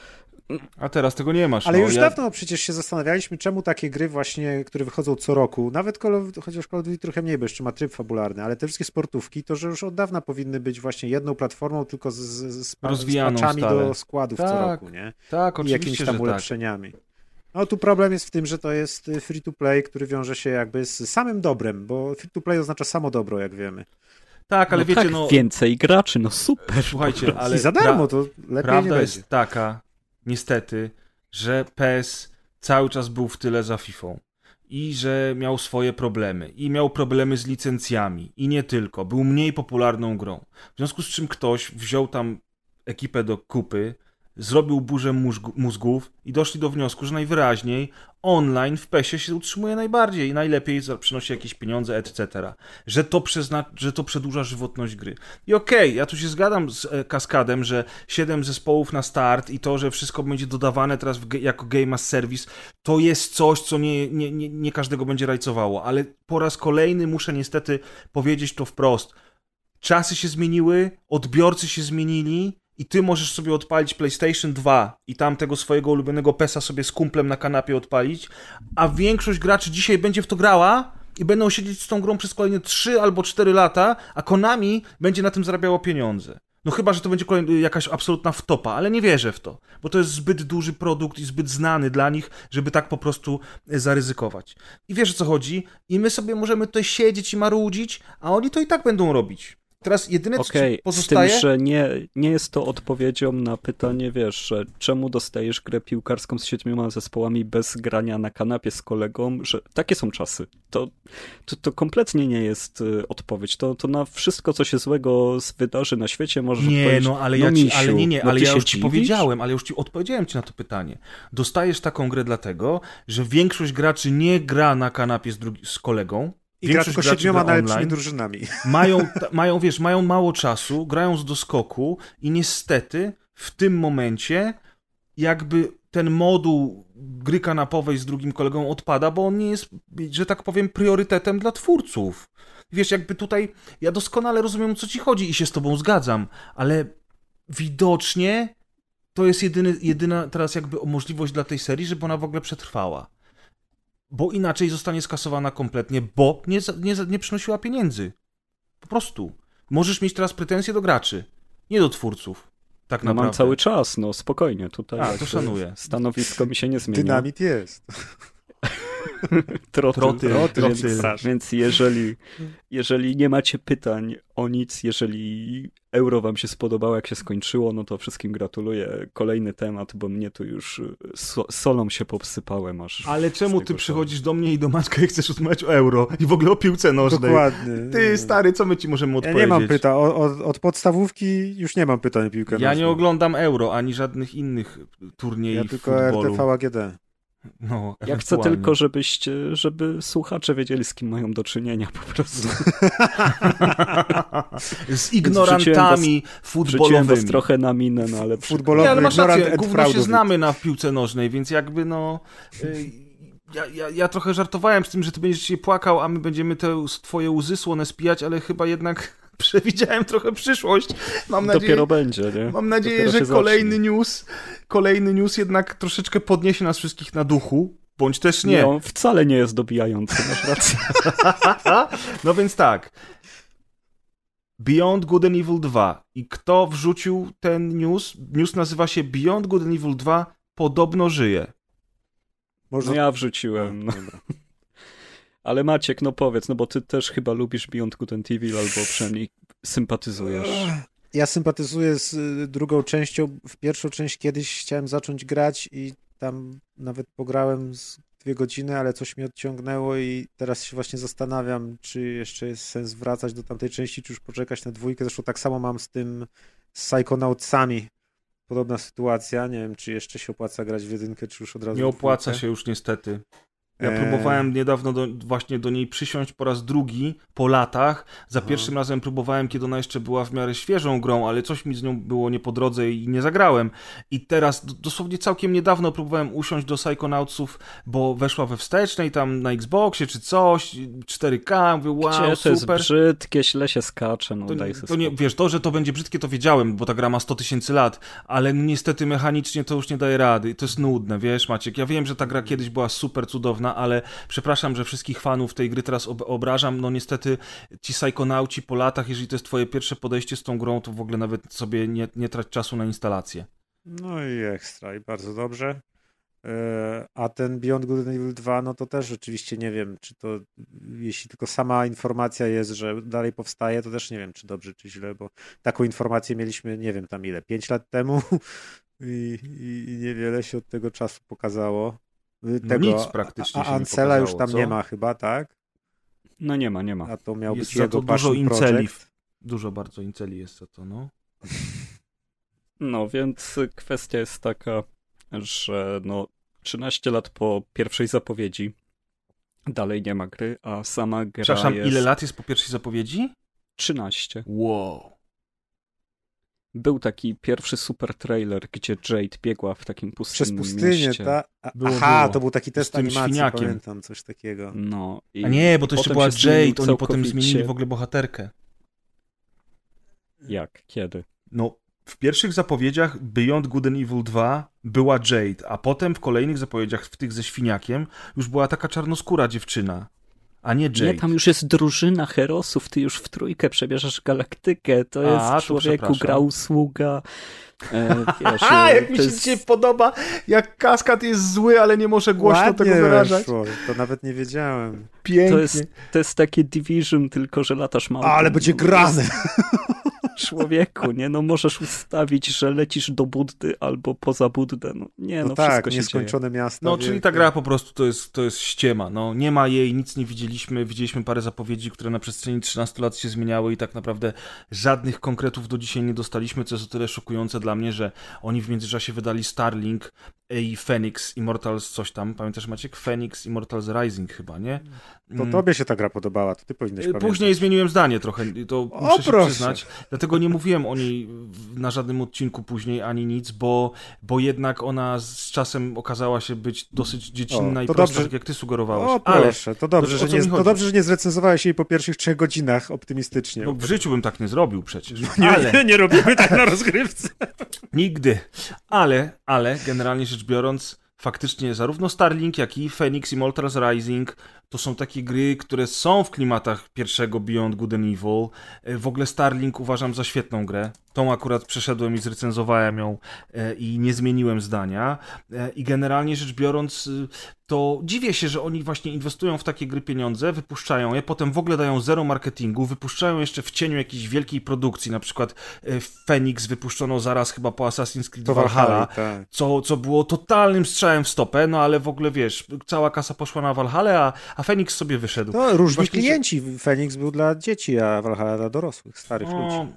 A teraz tego nie masz. Ale no, już ja... dawno przecież się zastanawialiśmy, czemu takie gry właśnie, które wychodzą co roku, nawet Call of, chociaż Call of Duty trochę mniej, bo jeszcze ma tryb fabularny, ale te wszystkie sportówki, to że już od dawna powinny być właśnie jedną platformą, tylko z, z, z, Rozwijaną z patchami stale. do składów co Tak, roku, nie? Tak, I jakimiś oczywiście, tam że tak. ulepszeniami. No tu problem jest w tym, że to jest free to play, który wiąże się jakby z samym dobrem, bo free to play oznacza samo dobro, jak wiemy. Tak, ale no wiecie, tak, no... więcej graczy, no super. Słuchajcie, ale... I za darmo to lepiej Prawda nie jest będzie. taka, niestety, że P E S cały czas był w tyle za Fifą i że miał swoje problemy i miał problemy z licencjami i nie tylko, był mniej popularną grą. W związku z czym ktoś wziął tam ekipę do kupy, zrobił burzę mózgu, mózgów i doszli do wniosku, że najwyraźniej online w P E S ie się utrzymuje najbardziej i najlepiej za- przynosi jakieś pieniądze, et cetera. Że to, przezna- że to przedłuża żywotność gry. I okej, okay, ja tu się zgadzam z e, Kaskadem, że siedem zespołów na start i to, że wszystko będzie dodawane teraz w, ge- jako Game as Service, to jest coś, co nie, nie, nie, nie każdego będzie rajcowało, ale po raz kolejny muszę niestety powiedzieć to wprost. Czasy się zmieniły, odbiorcy się zmienili, i ty możesz sobie odpalić PlayStation dwa i tam tego swojego ulubionego pesa sobie z kumplem na kanapie odpalić, a większość graczy dzisiaj będzie w to grała i będą siedzieć z tą grą przez kolejne trzy albo cztery lata, a Konami będzie na tym zarabiało pieniądze. No chyba, że to będzie kolejny, jakaś absolutna wtopa, ale nie wierzę w to, bo to jest zbyt duży produkt i zbyt znany dla nich, żeby tak po prostu zaryzykować. I wiesz, o co chodzi? I my sobie możemy tutaj siedzieć i marudzić, a oni to i tak będą robić. Teraz jedyne, co Okej, ci pozostaje... z tym, że nie, nie jest to odpowiedzią na pytanie, wiesz, że czemu dostajesz grę piłkarską z siedmioma zespołami bez grania na kanapie z kolegą, że takie są czasy. To, to, to kompletnie nie jest y, odpowiedź. To, to na wszystko, co się złego wydarzy na świecie, możesz Nie, odpowiedzieć, no ale no, ja ci, misiu, ale nie, nie, no ale ty ja się już ci dziwisz? powiedziałem, ale już ci odpowiedziałem ci na to pytanie. Dostajesz taką grę dlatego, że większość graczy nie gra na kanapie z, drugi, z kolegą. I gra Większość tylko graczy siedmioma gra najlepszymi online. drużynami. Mają, ta, mają, wiesz, mają mało czasu, grają z doskoku i niestety w tym momencie jakby ten moduł gry kanapowej z drugim kolegą odpada, bo on nie jest, że tak powiem, priorytetem dla twórców. Wiesz, jakby tutaj, ja doskonale rozumiem, o co ci chodzi i się z tobą zgadzam, ale widocznie to jest jedyny, jedyna teraz jakby możliwość dla tej serii, żeby ona w ogóle przetrwała. Bo inaczej zostanie skasowana kompletnie, bo nie, nie, nie przynosiła pieniędzy. Po prostu. Możesz mieć teraz pretensje do graczy, nie do twórców. Tak No naprawdę. mam cały czas, no spokojnie, tutaj A, to jakby szanuję. stanowisko mi się nie zmienia. Dynamit jest. Trotyl, Trotyl, trotyl, trotyl. Więc, więc jeżeli, jeżeli nie macie pytań o nic, jeżeli euro wam się spodobało, jak się skończyło, no to wszystkim gratuluję. Kolejny temat, bo mnie tu już so, solą się popsypałem aż. Ale czemu z ty tego przychodzisz do mnie i do Maćka i chcesz rozmawiać o euro i w ogóle o piłce nożnej? Dokładnie. Ty, stary, co my ci możemy Ja odpowiedzieć? nie mam pytań. Od, od, od podstawówki już nie mam pytań o piłkę Ja nożną. nie oglądam euro, ani żadnych innych turniejów Ja w tylko futbolu. R T V A G D. No, Ja chcę ewentualnie. tylko, żebyście, żeby słuchacze wiedzieli, z kim mają do czynienia po prostu. Z ignorantami Wrzuciłem futbolowymi. was trochę na minę, no ale Futbolowy Nie, ale masz ignorant rację, and gówno się proud of znamy na piłce nożnej, więc jakby no... y, Ja, ja, ja trochę żartowałem z tym, że ty będziesz się płakał, a my będziemy te twoje łzy słone spijać, ale chyba jednak przewidziałem trochę przyszłość. Mam nadzieję, Dopiero będzie, nie? Mam nadzieję, Dopiero że kolejny zacznie. news, kolejny news jednak troszeczkę podniesie nas wszystkich na duchu, bądź też nie. Nie, on wcale nie jest dobijający, masz rację. No więc tak. Beyond Good and Evil dwa. I kto wrzucił ten news? News nazywa się Beyond Good and Evil dwa podobno żyje. Można... No ja wrzuciłem. No. Dobra. Ale Maciek, no powiedz, no bo ty też chyba lubisz Beyond Good and Evil, albo przynajmniej sympatyzujesz. Ja sympatyzuję z y, drugą częścią. W pierwszą część kiedyś chciałem zacząć grać i tam nawet pograłem z dwie godziny, ale coś mnie odciągnęło i teraz się właśnie zastanawiam, czy jeszcze jest sens wracać do tamtej części, czy już poczekać na dwójkę. Zresztą tak samo mam z tym z Psychonautsami. Podobna sytuacja. Nie wiem, czy jeszcze się opłaca grać w jedynkę, czy już od razu Nie w opłaca dwójkę. się już niestety. Ja Eee. próbowałem niedawno do, właśnie do niej przysiąść po raz drugi, po latach. Za Aha. pierwszym razem próbowałem, kiedy ona jeszcze była w miarę świeżą grą, ale coś mi z nią było nie po drodze i nie zagrałem. I teraz d- dosłownie całkiem niedawno próbowałem usiąść do Psychonautsów, bo weszła we wstecznej tam na Xboxie czy coś, cztery K, mówię wow, Gdzie to jest super. brzydkie, źle się skacze, no To, daj nie, sobie to nie, spokój. wiesz, to, że to będzie brzydkie, to wiedziałem, bo ta gra ma sto tysięcy lat, ale niestety mechanicznie to już nie daje rady. To jest nudne, wiesz, Maciek. Ja wiem, że ta gra kiedyś była super cudowna, ale przepraszam, że wszystkich fanów tej gry teraz ob- obrażam. No niestety ci Psychonauci po latach, jeżeli to jest twoje pierwsze podejście z tą grą, to w ogóle nawet sobie nie, nie trać czasu na instalację. No i ekstra, i bardzo dobrze. E, A ten Beyond Good and Evil dwa, no to też rzeczywiście nie wiem, czy to, jeśli tylko sama informacja jest, że dalej powstaje, to też nie wiem, czy dobrze, czy źle, bo taką informację mieliśmy, nie wiem tam ile, pięć lat temu i, i, i niewiele się od tego czasu pokazało. Tego, nic praktycznie a, się a nie Ancela już pokazało, tam co? nie ma chyba, tak? No nie ma, nie ma. A to miał Jest być za jego to dużo passion inceli. project. Dużo bardzo inceli jest za to, no. No więc kwestia jest taka, że no trzynaście lat po pierwszej zapowiedzi dalej nie ma gry, a sama gra Przepraszam, jest... ile lat jest po pierwszej zapowiedzi? trzynaście. Wow. Był taki pierwszy super trailer, gdzie Jade biegła w takim Przez pustynnym pustynię, mieście. ta? A, Było, aha, było. to był taki test tym animacji, świniakiem. pamiętam, coś takiego. No, i, A nie, bo i to jeszcze potem była się zmienił Jade, oni potem całkowicie. zmienili w ogóle bohaterkę. Jak? Kiedy? No, w pierwszych zapowiedziach Beyond Good and Evil dwa była Jade, a potem w kolejnych zapowiedziach, w tych ze świniakiem, już była taka czarnoskóra dziewczyna, a nie Jade. Nie, tam już jest drużyna herosów, ty już w trójkę przebierzesz galaktykę, to jest A, to człowieku, przepraszam. gra usługa. E, wiesz, A, e, jak mi to się jest- dzisiaj podoba, jak Kaskad jest zły, ale nie może głośno Ładnie tego wyrażać. weszło, to nawet nie wiedziałem. Pięknie. To jest, to jest takie Division, tylko że latasz małpą. Ale będzie No, grane! Człowieku, nie? No możesz ustawić, że lecisz do Buddy albo poza Buddę. No nie, no, No, tak, wszystko się dzieje. nieskończone miasta. No, czyli wielkie. ta gra po prostu to jest, to jest ściema. No, nie ma jej, nic nie widzieliśmy. Widzieliśmy parę zapowiedzi, które na przestrzeni trzynastu lat się zmieniały i tak naprawdę żadnych konkretów do dzisiaj nie dostaliśmy, co jest o tyle szokujące dla mnie, że oni w międzyczasie wydali Starlink i Phoenix Immortals coś tam. Pamiętasz, Maciek? Phoenix Immortals Rising chyba, nie? To Mm. tobie się ta gra podobała, to ty powinieneś pamiętać. Później zmieniłem zdanie trochę, to O, muszę się proszę. przyznać. Dlatego nie mówiłem o niej w- na żadnym odcinku później ani nic, bo, bo jednak ona z czasem okazała się być dosyć dziecinna O, i to prosta, dobrze. tak jak ty sugerowałeś. O Ale proszę, to dobrze, to o że co nie, mi to chodzi? dobrze, że nie zrecenzowałeś jej po pierwszych trzech godzinach optymistycznie. no, w życiu bym tak nie zrobił przecież. nie, Ale nie, nie robimy tak na rozgrywce. nigdy. Ale, ale generalnie rzecz biorąc, faktycznie zarówno Starlink, jak i Phoenix Immortals Rising to są takie gry, które są w klimatach pierwszego Beyond Good and Evil. W ogóle Starlink uważam za świetną grę. Tą akurat przeszedłem i zrecenzowałem ją e, i nie zmieniłem zdania. E, I generalnie rzecz biorąc, y, to dziwię się, że oni właśnie inwestują w takie gry pieniądze, wypuszczają je, potem w ogóle dają zero marketingu, wypuszczają jeszcze w cieniu jakiejś wielkiej produkcji, na przykład e, Phoenix wypuszczono zaraz chyba po Assassin's Creed To Valhalla, Valhalla, tak. co, co było totalnym strzałem w stopę, no ale w ogóle wiesz, cała kasa poszła na Valhalla, a, a Phoenix sobie wyszedł. No, różni Właśnie, klienci. Phoenix był dla dzieci, a Valhalla dla dorosłych, starych O, ludzi.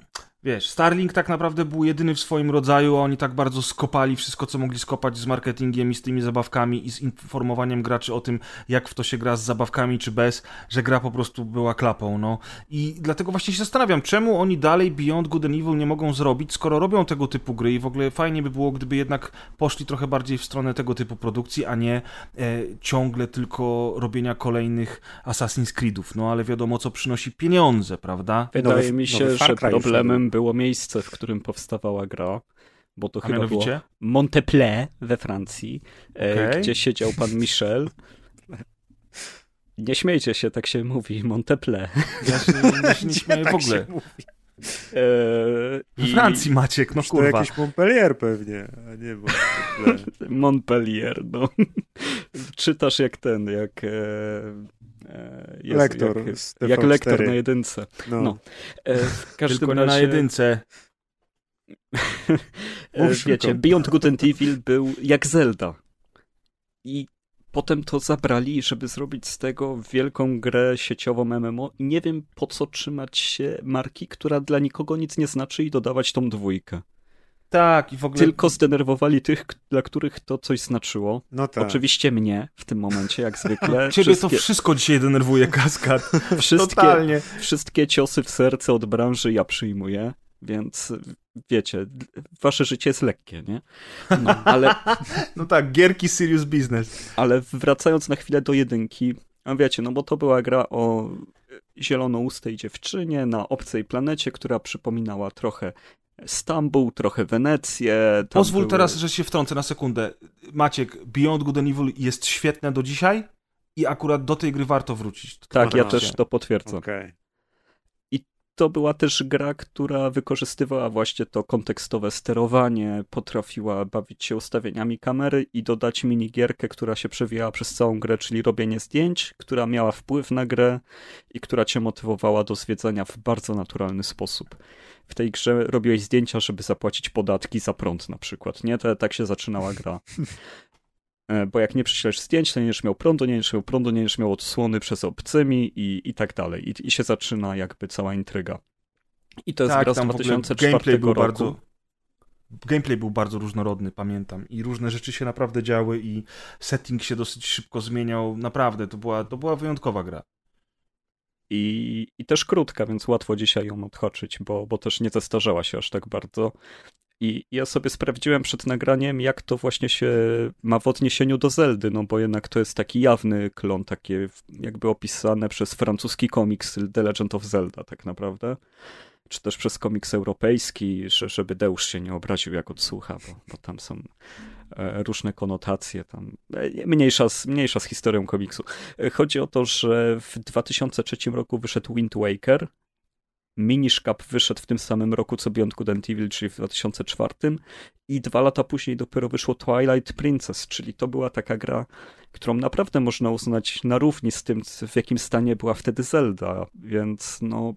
Wiesz, Starlink tak naprawdę był jedyny w swoim rodzaju, a oni tak bardzo skopali wszystko, co mogli skopać z marketingiem i z tymi zabawkami i z informowaniem graczy o tym, jak w to się gra z zabawkami czy bez, że gra po prostu była klapą, no. I dlatego właśnie się zastanawiam, czemu oni dalej Beyond Good and Evil nie mogą zrobić, skoro robią tego typu gry i w ogóle fajnie by było, gdyby jednak poszli trochę bardziej w stronę tego typu produkcji, a nie e, ciągle tylko robienia kolejnych Assassin's Creedów, no ale wiadomo, co przynosi pieniądze, prawda? Wydaje Nowy- mi się, nowy Far że Cry już problemem było miejsce, w którym powstawała gra, bo to A chyba mianowicie? było Monteplé we Francji, e, Okej. gdzie siedział pan Michel. Nie śmiejcie się, tak się mówi, Monteplé. Ja się, ja się nie śmieję w Tak ogóle. się mówi. E, We Francji, Maciek, no To kurwa. jakiś Montpellier pewnie, a nie bo. Montpellier, no. Czytasz jak ten, jak... E, e, Jezu, Lektor Jak, z jak T V lektor cztery. na jedynce. No. No. E, w każdym Tylko nie razie... na jedynce. E, Mów Wiecie, szybko. Beyond Good and Evil był jak Zelda. I potem to zabrali, żeby zrobić z tego wielką grę sieciową M M O i nie wiem po co trzymać się marki, która dla nikogo nic nie znaczy i dodawać tą dwójkę. Tak, i w ogóle... Tylko zdenerwowali tych, k- dla których to coś znaczyło. No tak. Oczywiście mnie w tym momencie, jak zwykle. Ciebie wszystkie, to wszystko dzisiaj denerwuje, Kaskad. wszystkie, Totalnie. wszystkie ciosy w serce od branży ja przyjmuję, więc wiecie, wasze życie jest lekkie, nie? No, ale, No tak, gierki serious business. ale wracając na chwilę do jedynki, a wiecie, no bo to była gra o zielonoustej dziewczynie na obcej planecie, która przypominała trochę Stambuł, trochę Wenecję. tam Pozwól były- teraz, że się wtrącę na sekundę. Maciek, Beyond Good and Evil jest świetne do dzisiaj i akurat do tej gry warto wrócić. Tak, ja Aha. też to potwierdzam. Okej. To była też gra, która wykorzystywała właśnie to kontekstowe sterowanie, potrafiła bawić się ustawieniami kamery i dodać minigierkę, która się przewijała przez całą grę, czyli robienie zdjęć, która miała wpływ na grę i która cię motywowała do zwiedzania w bardzo naturalny sposób. W tej grze robiłeś zdjęcia, żeby zapłacić podatki za prąd na przykład, nie? To, tak się zaczynała gra. E, Bo jak nie prześlesz zdjęć, to nie będziesz miał prądu, nie będziesz miał prądu, nie będziesz miał odsłony przez obcymi i, i tak dalej. I, I się zaczyna jakby cała intryga. I to jest gra z tam w ogóle dwa tysiące czwartego gameplay był roku. bardzo... Gameplay był bardzo różnorodny, pamiętam. I różne rzeczy się naprawdę działy i setting się dosyć szybko zmieniał. Naprawdę, to była, to była wyjątkowa gra. I, I też krótka, więc łatwo dzisiaj ją odhaczyć, bo, bo też nie zestarzała się aż tak bardzo. I ja sobie sprawdziłem przed nagraniem, jak to właśnie się ma w odniesieniu do Zeldy, no bo jednak to jest taki jawny klon, takie jakby opisane przez francuski komiks The Legend of Zelda tak naprawdę, czy też przez komiks europejski, że, żeby Deusz się nie obraził jak odsłucha, bo, bo tam są e, różne konotacje, tam e, mniejsza, z- mniejsza z historią komiksu. E, Chodzi o to, że w dwa tysiące trzecim roku wyszedł Wind Waker, Minish Cap wyszedł w tym samym roku co Beyond Good and Evil, czyli w dwa tysiące czwartym i dwa lata później dopiero wyszło Twilight Princess, czyli to była taka gra, którą naprawdę można uznać na równi z tym, w jakim stanie była wtedy Zelda, więc no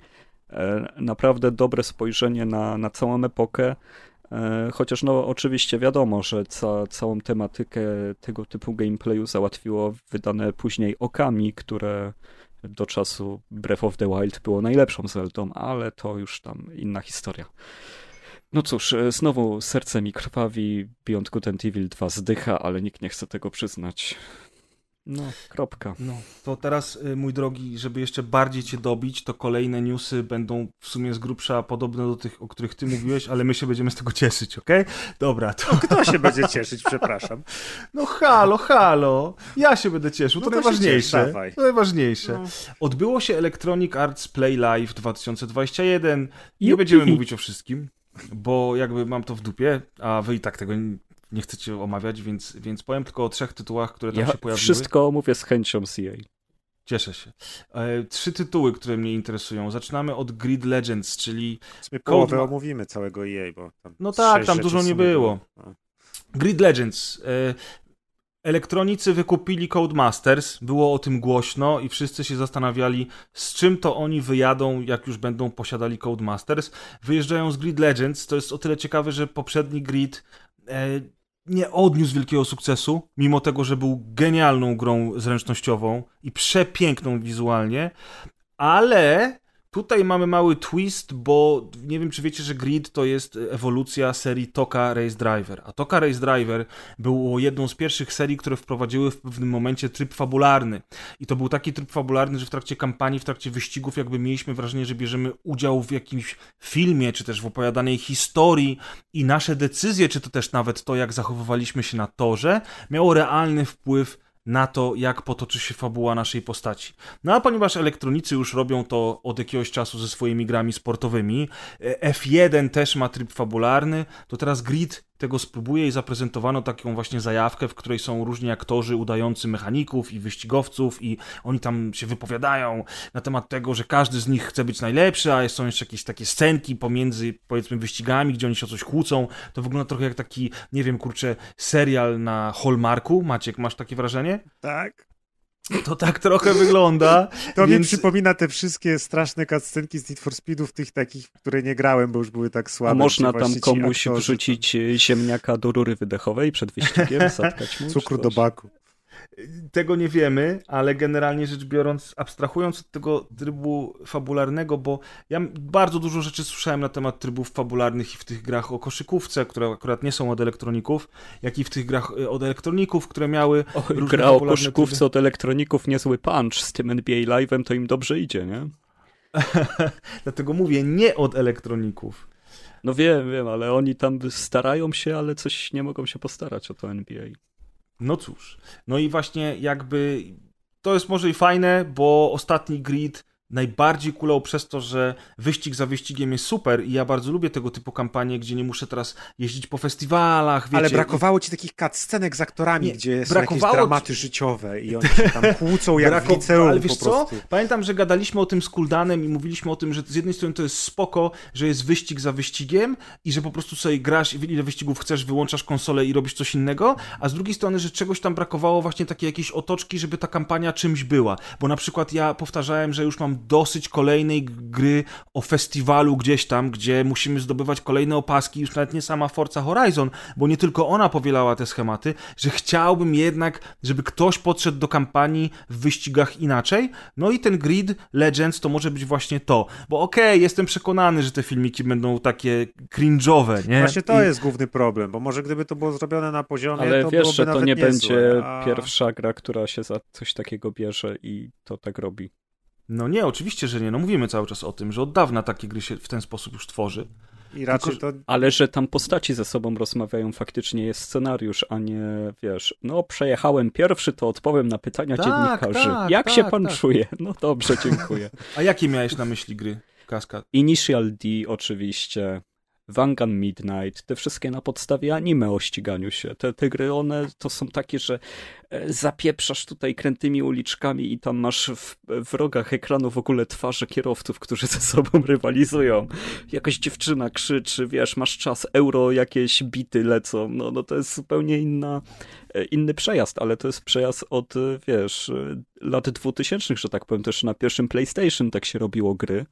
e, naprawdę dobre spojrzenie na, na całą epokę, e, chociaż no oczywiście wiadomo, że ca, całą tematykę tego typu gameplayu załatwiło wydane później Okami, które do czasu Breath of the Wild było najlepszą Zeldą, ale to już tam inna historia. No cóż, e, znowu serce mi krwawi, Beyond Good and Evil dwa zdycha, ale nikt nie chce tego przyznać. No, kropka. No, to teraz, y, mój drogi, żeby jeszcze bardziej cię dobić, to kolejne newsy będą w sumie z grubsza podobne do tych, o których ty mówiłeś, ale my się będziemy z tego cieszyć, okej? Dobra, to... Kto się będzie cieszyć, przepraszam. No halo, halo! Ja się będę cieszył, to No to się najważniejsze. ciesz, dawaj. To najważniejsze. No. Odbyło się Electronic Arts Play Live dwa tysiące dwudziesty pierwszy. Nie Jupi. będziemy mówić o wszystkim, bo jakby mam to w dupie, a wy i tak tego nie, nie chcecie omawiać, więc, więc powiem tylko o trzech tytułach, które tam Ja się pojawiły. wszystko omówię z chęcią C A. Cieszę się. E, trzy tytuły, które mnie interesują. Zaczynamy od Grid Legends, czyli W sumie połowę Code- omówimy całego E A, bo tam No tak, sześć tam rzeczy dużo w nie sumie było. No. Grid Legends. E, Elektronicy wykupili Codemasters, było o tym głośno i wszyscy się zastanawiali, z czym to oni wyjadą, jak już będą posiadali Codemasters. Wyjeżdżają z Grid Legends, to jest o tyle ciekawe, że poprzedni Grid e, nie odniósł wielkiego sukcesu, mimo tego, że był genialną grą zręcznościową i przepiękną wizualnie, ale Tutaj mamy mały twist, bo nie wiem, czy wiecie, że Grid to jest ewolucja serii Toka Race Driver. A Toka Race Driver było jedną z pierwszych serii, które wprowadziły w pewnym momencie tryb fabularny. I to był taki tryb fabularny, że w trakcie kampanii, w trakcie wyścigów jakby mieliśmy wrażenie, że bierzemy udział w jakimś filmie, czy też w opowiadanej historii i nasze decyzje, czy to też nawet to, jak zachowywaliśmy się na torze, miało realny wpływ na to, jak potoczy się fabuła naszej postaci. No a ponieważ elektronicy już robią to od jakiegoś czasu ze swoimi grami sportowymi, F jeden też ma tryb fabularny, to teraz Grid tego spróbuje i zaprezentowano taką właśnie zajawkę, w której są różni aktorzy udający mechaników i wyścigowców i oni tam się wypowiadają na temat tego, że każdy z nich chce być najlepszy, a są jeszcze jakieś takie scenki pomiędzy, powiedzmy, wyścigami, gdzie oni się o coś kłócą. To wygląda trochę jak taki, nie wiem, kurczę, serial na Hallmarku. Maciek, masz takie wrażenie? Tak. To tak trochę wygląda. To więc... mi przypomina te wszystkie straszne cutscenki z Need for Speedów, tych takich, w które nie grałem, bo już były tak słabe. A można tam komuś aktorzy, wrzucić tam... ziemniaka do rury wydechowej przed wyścigiem, zatkać mu? Cukru do baku. Tego nie wiemy, ale generalnie rzecz biorąc, abstrahując od tego trybu fabularnego, bo ja bardzo dużo rzeczy słyszałem na temat trybów fabularnych i w tych grach o koszykówce, które akurat nie są od elektroników, jak i w tych grach od elektroników, które miały o, różne gra o koszykówce tryby. Od elektroników niezły punch z tym N B A Live'em, to im dobrze idzie, nie? Dlatego mówię, nie od elektroników. No wiem, wiem, ale oni tam starają się, ale coś nie mogą się postarać o to N B A. No cóż, no i właśnie jakby to jest może i fajne, bo ostatni Grid najbardziej kulał przez to, że wyścig za wyścigiem jest super i ja bardzo lubię tego typu kampanie, gdzie nie muszę teraz jeździć po festiwalach, wiecie. Ale brakowało ci takich cutscenek z aktorami, nie, gdzie są brakowało... jakieś dramaty życiowe i oni się tam kłócą jak Brako... w liceum. Ale wiesz po prostu. co? Pamiętam, że gadaliśmy o tym z Kuldanem i mówiliśmy o tym, że z jednej strony to jest spoko, że jest wyścig za wyścigiem i że po prostu sobie grasz, ile wyścigów chcesz, wyłączasz konsolę i robisz coś innego, a z drugiej strony, że czegoś tam brakowało właśnie takiej jakiejś otoczki, żeby ta kampania czymś była. Bo na przykład ja powtarzałem, że już mam dosyć kolejnej gry o festiwalu gdzieś tam, gdzie musimy zdobywać kolejne opaski, już nawet nie sama Forza Horizon, bo nie tylko ona powielała te schematy, że chciałbym jednak, żeby ktoś podszedł do kampanii w wyścigach inaczej. No i ten Grid Legends to może być właśnie to. Bo okej, okay, jestem przekonany, że te filmiki będą takie cringe'owe, nie? Właśnie to I... jest główny problem, bo może gdyby to było zrobione na poziomie, ale to wiesz, że to nie niezłe, będzie a... pierwsza gra, która się za coś takiego bierze i to tak robi. No nie, oczywiście, że nie. No mówimy cały czas o tym, że od dawna takie gry się w ten sposób już tworzy. I raczej to... Ale że tam postaci ze sobą rozmawiają, faktycznie jest scenariusz, a nie, wiesz, no przejechałem pierwszy, to odpowiem na pytania tak, dziennikarzy. Tak, Jak tak, się pan tak. czuje? No dobrze, dziękuję. A jakie miałeś na myśli gry, Kaskad? Initial D oczywiście, Wangan Midnight, te wszystkie na podstawie anime o ściganiu się. Te, te gry, one to są takie, że zapieprzasz tutaj krętymi uliczkami i tam masz w, w rogach ekranu w ogóle twarze kierowców, którzy ze sobą rywalizują. Jakaś dziewczyna krzyczy, wiesz, masz czas, euro, jakieś bity lecą. No, no to jest zupełnie inna, inny przejazd, ale to jest przejazd od, wiesz, lat dwutysięcznych, że tak powiem, też na pierwszym PlayStation tak się robiło gry.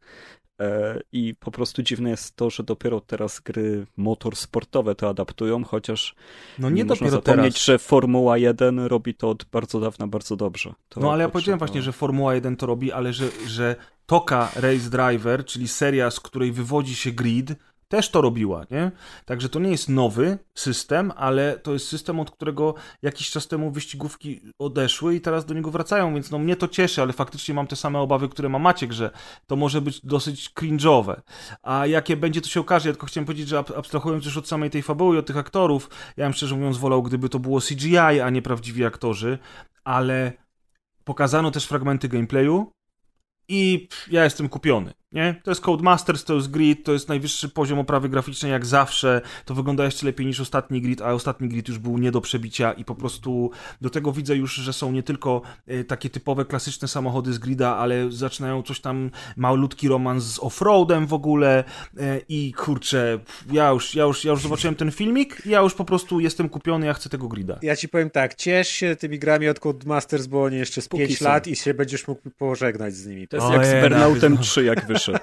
I po prostu dziwne jest to, że dopiero teraz gry motorsportowe to adaptują, chociaż no nie, nie można dopiero zapomnieć, teraz. że Formuła jeden robi to od bardzo dawna bardzo dobrze. To no ale ja potrzeba... powiedziałem właśnie, że Formuła jeden to robi, ale że, że Toka Race Driver, czyli seria, z której wywodzi się Grid, też to robiła, nie? Także to nie jest nowy system, ale to jest system, od którego jakiś czas temu wyścigówki odeszły i teraz do niego wracają, więc no mnie to cieszy, ale faktycznie mam te same obawy, które ma Maciek, że to może być dosyć cringe'owe. A jakie będzie, to się okaże. Ja tylko chciałem powiedzieć, że abstrahując już od samej tej fabuły i od tych aktorów, ja bym szczerze mówiąc wolał, gdyby to było C G I, a nie prawdziwi aktorzy, ale pokazano też fragmenty gameplayu i ja jestem kupiony, nie? To jest Codemasters, to jest Grid, to jest najwyższy poziom oprawy graficznej jak zawsze, to wygląda jeszcze lepiej niż ostatni Grid, a ostatni Grid już był nie do przebicia i po prostu do tego widzę już, że są nie tylko e, takie typowe, klasyczne samochody z Grida, ale zaczynają coś tam, malutki romans z offroadem w ogóle e, i kurczę, ja już, ja, już, ja już zobaczyłem ten filmik i ja już po prostu jestem kupiony, ja chcę tego Grida. Ja ci powiem tak, ciesz się tymi grami od Codemasters, bo oni jeszcze z pięć lat i się będziesz mógł pożegnać z nimi. To jest o jak je, z Burnoutem trzy, jak wyszło. przyszedł.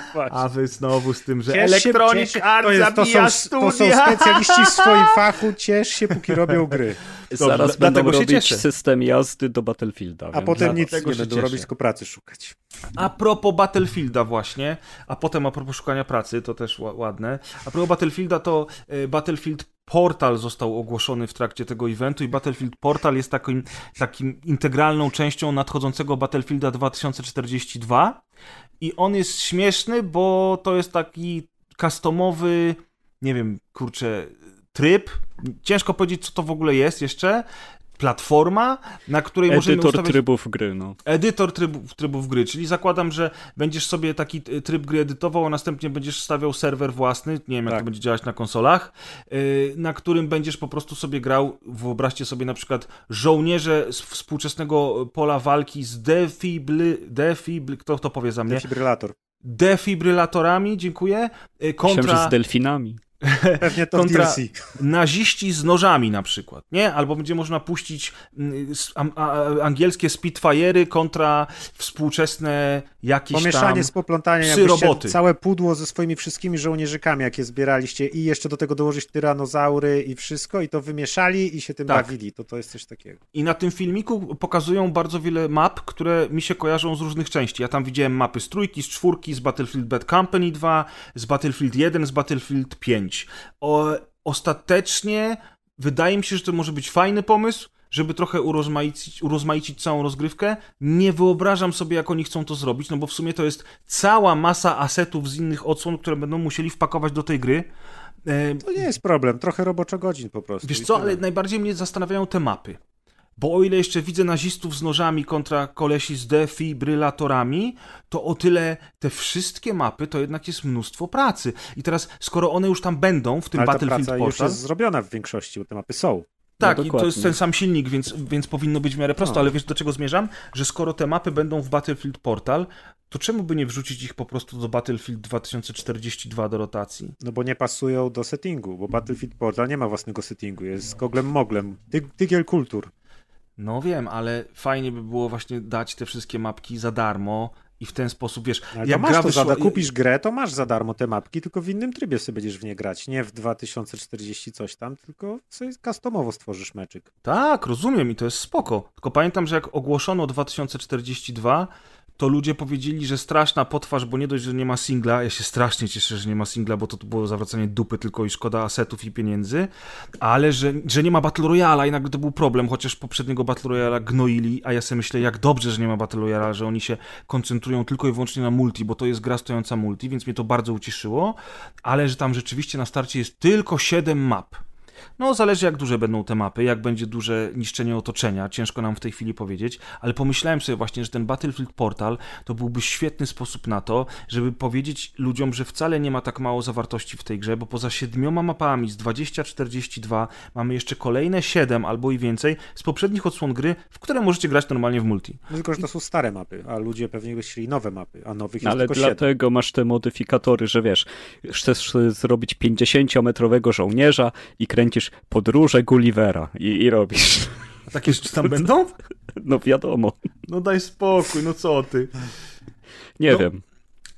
A wy znowu z tym, że Ciesz się, Electronic ciesz, Arts to, jest, to, zabija są, to są studia. specjaliści w swoim fachu, ciesz się, póki robią gry. Zaraz dla- będą dlatego się robić cieszę. system jazdy do Battlefielda. A więc- potem nic dlatego nie się będą cieszę. robić, tylko pracy szukać. A propos Battlefielda właśnie, a potem a propos szukania pracy, to też ła- ładne. A propos Battlefielda, to y, Battlefield Portal został ogłoszony w trakcie tego eventu i Battlefield Portal jest takim, takim integralną częścią nadchodzącego Battlefielda dwa tysiące czterdzieści dwa i on jest śmieszny, bo to jest taki customowy, nie wiem, kurczę, tryb. Ciężko powiedzieć, co to w ogóle jest jeszcze. Platforma, na której możemy Edytor ustawiać... trybów gry, no. Edytor trybów, trybów gry, czyli zakładam, że będziesz sobie taki y, tryb gry edytował, a następnie będziesz stawiał serwer własny, nie wiem jak Tak. to będzie działać na konsolach, y, na którym będziesz po prostu sobie grał, wyobraźcie sobie na przykład żołnierze z współczesnego pola walki z defibry, defibry, kto to powie za mnie? Defibrylator. Defibrylatorami, dziękuję, y, Myślałem, że kontra z delfinami. Pewnie to kontra- w D L C. naziści z nożami na przykład, nie? Albo będzie można puścić mm, s- a, a, angielskie Spitfire'y kontra współczesne jakieś Pomieszanie tam z poplątaniem, psy jakbyście roboty. całe pudło ze swoimi wszystkimi żołnierzykami, jakie zbieraliście i jeszcze do tego dołożyć tyranozaury i wszystko i to wymieszali i się tym Tak. bawili. To to jest coś takiego. I na tym filmiku pokazują bardzo wiele map, które mi się kojarzą z różnych części. Ja tam widziałem mapy z trójki, z czwórki, z Battlefield Bad Company dwa, z Battlefield jeden, z Battlefield pięć. O, ostatecznie wydaje mi się, że to może być fajny pomysł, żeby trochę urozmaicić, urozmaicić całą rozgrywkę. Nie wyobrażam sobie, jak oni chcą to zrobić, no bo w sumie to jest cała masa asetów z innych odsłon, które będą musieli wpakować do tej gry. E, To nie jest problem. Trochę roboczo godzin po prostu. Wiesz i co, tyle. ale najbardziej mnie zastanawiają te mapy. Bo o ile jeszcze widzę nazistów z nożami kontra kolesi z defibrylatorami, to o tyle te wszystkie mapy to jednak jest mnóstwo pracy. I teraz, skoro one już tam będą w tym Ale ta Battlefield praca już Portal... jest zrobiona w większości, bo te mapy są. Tak, No i to dokładnie. jest ten sam silnik, więc, więc powinno być w miarę prosto, No. ale wiesz do czego zmierzam? Że skoro te mapy będą w Battlefield Portal, to czemu by nie wrzucić ich po prostu do Battlefield dwa tysiące czterdzieści dwa do rotacji? No bo nie pasują do settingu, bo Battlefield Portal nie ma własnego settingu, jest z goglem moglem. Ty, tygiel kultur. No wiem, ale fajnie by było właśnie dać te wszystkie mapki za darmo i w ten sposób, wiesz, Ale jak to masz gra to wyszła... za, kupisz grę, to masz za darmo te mapki, tylko w innym trybie sobie będziesz w nie grać. Nie w dwa tysiące czterdzieści coś tam, tylko sobie customowo stworzysz meczyk. Tak, rozumiem i to jest spoko. Tylko pamiętam, że jak ogłoszono dwa tysiące czterdzieści dwa, to ludzie powiedzieli, że straszna potwarz, bo nie dość, że nie ma singla, ja się strasznie cieszę, że nie ma singla, bo to, to było zawracanie dupy tylko i szkoda asetów i pieniędzy, ale że, że nie ma Battle Royale'a i nagle to był problem, chociaż poprzedniego Battle Royale'a gnoili, a ja sobie myślę, jak dobrze, że nie ma Battle Royale'a, że oni się koncentrują tylko i wyłącznie na multi, bo to jest gra stojąca multi, więc mnie to bardzo ucieszyło, ale że tam rzeczywiście na starcie jest tylko siedem map. No, zależy jak duże będą te mapy, jak będzie duże niszczenie otoczenia, ciężko nam w tej chwili powiedzieć, ale pomyślałem sobie właśnie, że ten Battlefield Portal to byłby świetny sposób na to, żeby powiedzieć ludziom, że wcale nie ma tak mało zawartości w tej grze, bo poza siedmioma mapami z dwadzieścia czterdzieści dwa mamy jeszcze kolejne siedem albo i więcej z poprzednich odsłon gry, w które możecie grać normalnie w multi. No tylko, że to są stare mapy, a ludzie pewnie by chcieli nowe mapy, a nowych jest Ale tylko siedem. dlatego masz te modyfikatory, że wiesz, chcesz y, zrobić pięćdziesięciometrowego żołnierza i kręcisz podróże Gullivera i, i robisz. A takie rzeczy tam będą? No wiadomo. No daj spokój, no co ty. Nie No, wiem.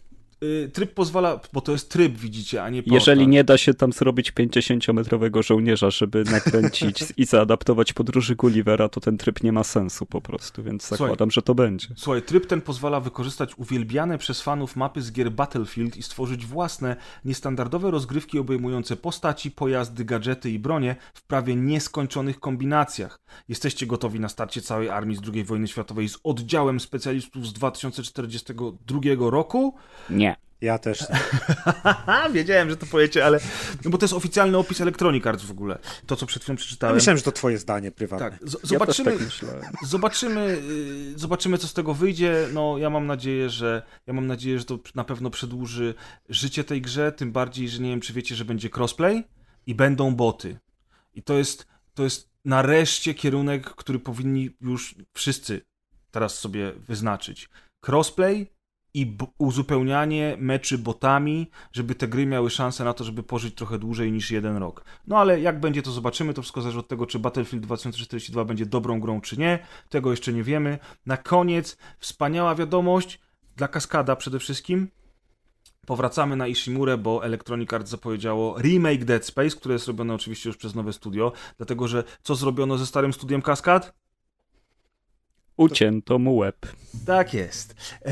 Y, tryb pozwala, bo to jest tryb, widzicie, a nie portal. Jeżeli nie da się tam zrobić pięćdziesięciometrowego żołnierza, żeby nakręcić i zaadaptować podróży Gullivera, to ten tryb nie ma sensu po prostu, więc Słuchaj. zakładam, że to będzie. Słuchaj, tryb ten pozwala wykorzystać uwielbiane przez fanów mapy z gier Battlefield i stworzyć własne, niestandardowe rozgrywki obejmujące postaci, pojazdy, gadżety i bronie w prawie nieskończonych kombinacjach. Jesteście gotowi na starcie całej armii z drugiej wojny światowej z oddziałem specjalistów z dwa tysiące czterdziestego drugiego roku? Nie. Ja też. Haha, wiedziałem, że to powiecie, ale... No bo to jest oficjalny opis Electronic Arts w ogóle. To, co przed chwilą Ja przeczytałem. myślałem, że to twoje zdanie prywatne. Tak, z- Ja zobaczymy... też tak myślałem. Zobaczymy, y, zobaczymy, co z tego wyjdzie. No, ja mam nadzieję, że ja mam nadzieję, że to na pewno przedłuży życie tej grze, tym bardziej, że nie wiem, czy wiecie, że będzie crossplay i będą boty. I to jest, to jest nareszcie kierunek, który powinni już wszyscy teraz sobie wyznaczyć. Crossplay i b- uzupełnianie meczy botami, żeby te gry miały szansę na to, żeby pożyć trochę dłużej niż jeden rok. No ale jak będzie, to zobaczymy. To wszystko zależy od tego, czy Battlefield dwa tysiące czterdzieści dwa będzie dobrą grą, czy nie. Tego jeszcze nie wiemy. Na koniec wspaniała wiadomość dla Kaskada przede wszystkim. powracamy na Ishimurę, bo Electronic Arts zapowiedziało remake Dead Space, które jest robione oczywiście już przez nowe studio, dlatego że co zrobiono ze starym studiem Cascade? Ucięto mu łeb. Tak jest.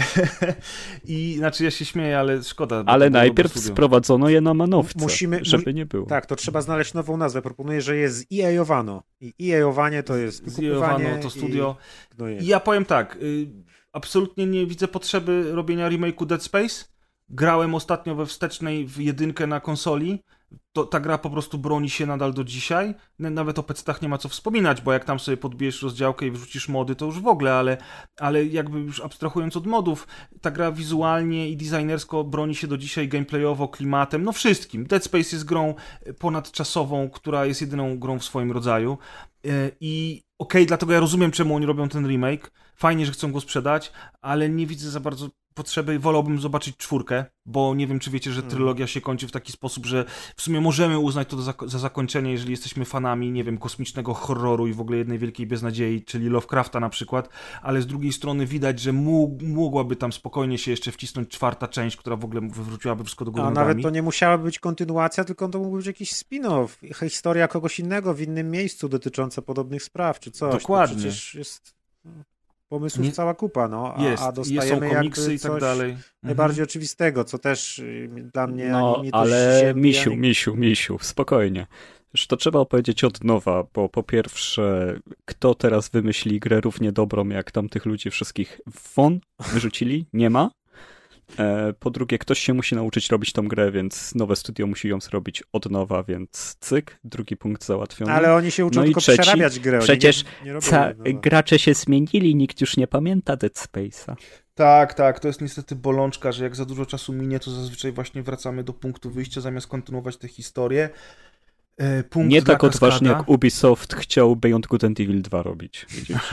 I znaczy ja się śmieję, ale szkoda. Ale najpierw sprowadzono je na manowce, Musimy, żeby nie było. Tak, to trzeba znaleźć nową nazwę. Proponuję, że jest E A-owano. I E A-owanie to jest wykupywanie to studio. I, no I ja powiem tak, y, absolutnie nie widzę potrzeby robienia remake'u Dead Space. Grałem ostatnio we wstecznej w jedynkę na konsoli. To, ta gra po prostu broni się nadal do dzisiaj. Nawet o pecetach nie ma co wspominać, bo jak tam sobie podbijesz rozdziałkę i wrzucisz mody, to już w ogóle, ale, ale jakby już abstrahując od modów, ta gra wizualnie i designersko broni się do dzisiaj gameplayowo, klimatem, no wszystkim. Dead Space jest grą ponadczasową, która jest jedyną grą w swoim rodzaju. I okej, okay, dlatego ja rozumiem, czemu oni robią ten remake. Fajnie, że chcą go sprzedać, ale nie widzę za bardzo potrzeby. Wolałbym zobaczyć czwórkę, bo nie wiem, czy wiecie, że trylogia się kończy w taki sposób, że w sumie możemy uznać to za, za zakończenie, jeżeli jesteśmy fanami, nie wiem, kosmicznego horroru i w ogóle jednej wielkiej beznadziei, czyli Lovecrafta na przykład, ale z drugiej strony widać, że mógł, mogłaby tam spokojnie się jeszcze wcisnąć czwarta część, która w ogóle wywróciłaby wszystko do góry A nogami. nawet to nie musiała być kontynuacja, tylko to mógł być jakiś spin-off, historia kogoś innego w innym miejscu dotycząca podobnych spraw, czy coś. Dokładnie. To przecież jest... Pomysłów nie, cała kupa, no, a, jest, a dostajemy są komiksy i tak dalej. Najbardziej mhm. oczywistego, co też y, dla mnie no, ani ale ziemi, misiu, ani... misiu, misiu, spokojnie. Już to trzeba opowiedzieć od nowa, bo po pierwsze, kto teraz wymyśli grę równie dobrą, jak tamtych ludzi wszystkich won wyrzucili? Nie ma. Po drugie, ktoś się musi nauczyć robić tą grę, więc nowe studio musi ją zrobić od nowa, więc cyk, drugi punkt załatwiony. Ale oni się uczą no tylko trzeci, przerabiać grę. Przecież nie, nie ca- gracze się zmienili, nikt już nie pamięta Dead Space'a. Tak, tak, to jest niestety bolączka, że jak za dużo czasu minie, to zazwyczaj właśnie wracamy do punktu wyjścia, zamiast kontynuować tę historię. Punkt nie tak Cascada. Odważnie jak Ubisoft chciał Beyond Good and Evil dwa robić.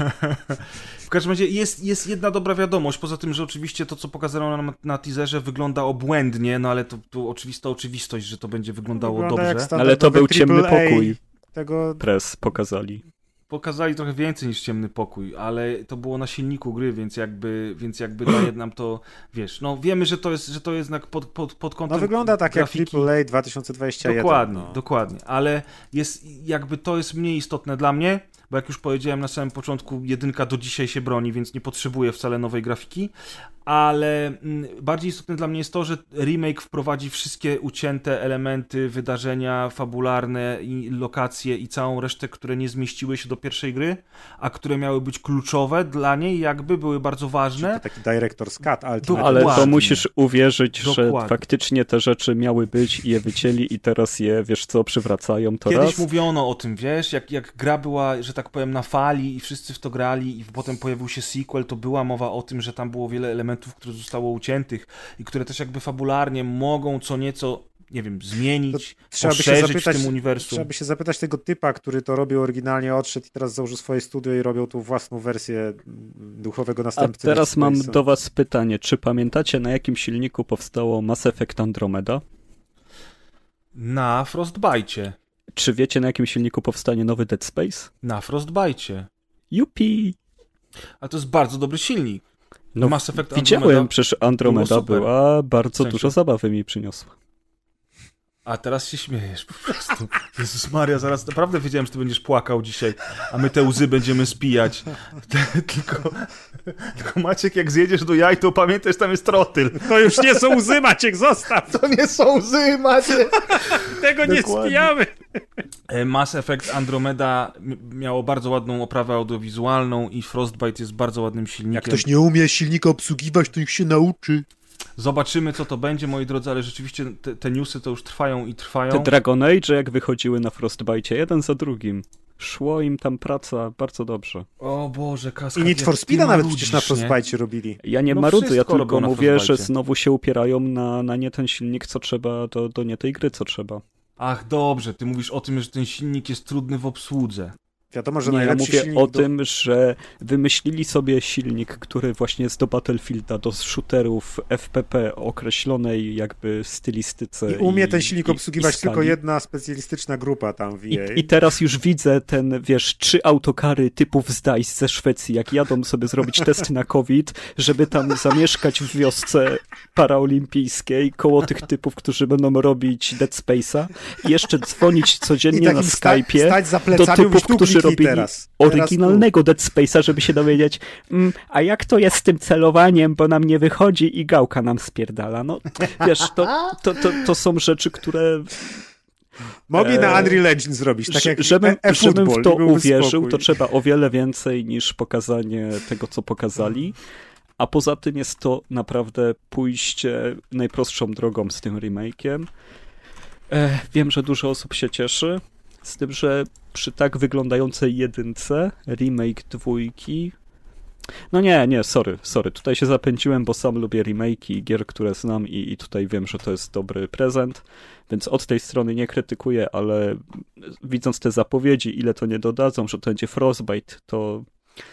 W każdym razie jest, jest jedna dobra wiadomość, poza tym, że oczywiście to, co pokazano nam na teaserze, wygląda obłędnie, no ale to, to oczywista oczywistość, że to będzie wyglądało Wygląda dobrze. Ale to był ciemny pokój. Tego... Press pokazali. Pokazali trochę więcej niż ciemny pokój, ale to było na silniku gry, więc jakby, więc jakby daje nam to, wiesz, no wiemy, że to jest, że to jest jednak pod, pod, pod kątem No wygląda tak grafiki. jak triple A dwa tysiące dwudziesty pierwszy. Dokładnie, no. dokładnie, ale jest, jakby to jest mniej istotne dla mnie, bo jak już powiedziałem na samym początku, jedynka do dzisiaj się broni, więc nie potrzebuje wcale nowej grafiki, ale mm, bardziej istotne dla mnie jest to, że remake wprowadzi wszystkie ucięte elementy, wydarzenia fabularne i lokacje i całą resztę, które nie zmieściły się do pierwszej gry, a które miały być kluczowe dla niej, jakby były bardzo ważne. To taki director's cut, ultimate. Ale to musisz uwierzyć, Dokładnie. że faktycznie te rzeczy miały być i je wycięli i teraz je, wiesz co, przywracają to Kiedyś raz. mówiono o tym, wiesz, jak, jak gra była, że tak powiem, na fali i wszyscy w to grali i potem pojawił się sequel, to była mowa o tym, że tam było wiele elementów, które zostało uciętych i które też jakby fabularnie mogą co nieco, nie wiem, zmienić, trzeba by się poszerzyć zapytać, w tym uniwersum. Trzeba by się zapytać tego typa, który to robił oryginalnie, odszedł i teraz założył swoje studio i robią tu własną wersję duchowego następcy. A teraz mam do was pytanie, czy pamiętacie, na jakim silniku powstało Mass Effect Andromeda? Na Frostbite. Czy wiecie, na jakim silniku powstanie nowy Dead Space? Na Frostbite. Jupi! A to jest bardzo dobry silnik. No, Mass Effect widziałem, Andromeda przecież Andromeda było była, bardzo W sensie? dużo zabawy mi przyniosła. A teraz się śmiejesz po prostu. Jezus Maria, zaraz naprawdę wiedziałem, że ty będziesz płakał dzisiaj, a my te łzy będziemy spijać. Tylko, tylko Maciek, jak zjedziesz do jaj, to pamiętaj, że tam jest trotyl. To już nie są łzy, Maciek, zostaw! To nie są łzy, Maciek! Tego nie Dokładnie. spijamy! Mass Effect Andromeda miało bardzo ładną oprawę audiowizualną i Frostbite jest bardzo ładnym silnikiem. Jak ktoś nie umie silnika obsługiwać, to niech się nauczy. Zobaczymy, co to będzie, moi drodzy, ale rzeczywiście te, te newsy to już trwają i trwają. Te Dragon Age, jak wychodziły na Frostbite, jeden za drugim. Szło im tam praca bardzo dobrze. O Boże, Kaskad. I Need for Speed'a nawet przecież na Frostbite robili. Ja nie No marudzę, ja wszystko tylko robią na mówię, że Frostbite. znowu się upierają na, na nie ten silnik, co trzeba, do, do nie tej gry, co trzeba. Ach, dobrze, ty mówisz o tym, że ten silnik jest trudny w obsłudze. Wiadomo, że Nie, ja najlepszy mówię silnik o do... tym, że wymyślili sobie silnik, który właśnie jest do Battlefielda, do shooterów F P P określonej jakby stylistyce. I umie i, ten silnik i, obsługiwać i tylko jedna specjalistyczna grupa tam w I, E A. I teraz już widzę ten, wiesz, trzy autokary typów z DICE ze Szwecji, jak jadą sobie zrobić testy na COVID, żeby tam zamieszkać w wiosce paraolimpijskiej koło tych typów, którzy będą robić Dead Space'a i jeszcze dzwonić codziennie na Skype'ie stać za do typów, którzy robili teraz. oryginalnego Dead Space'a, żeby się dowiedzieć, mm, a jak to jest z tym celowaniem, bo nam nie wychodzi i gałka nam spierdala. No, wiesz, to, to, to, to są rzeczy, które... Mogli na Unreal Engine zrobić, tak jak żebym, e- żebym w to uwierzył, spokój. to trzeba o wiele więcej niż pokazanie tego, co pokazali. A poza tym jest to naprawdę pójście najprostszą drogą z tym remake'iem. E, wiem, że dużo osób się cieszy, z tym, że przy tak wyglądającej jedynce remake dwójki... No nie, nie, sorry, sorry. Tutaj się zapędziłem, bo sam lubię remake'i gier, które znam i, i tutaj wiem, że to jest dobry prezent, więc od tej strony nie krytykuję, ale widząc te zapowiedzi, ile to nie dodadzą, że to będzie Frostbite, to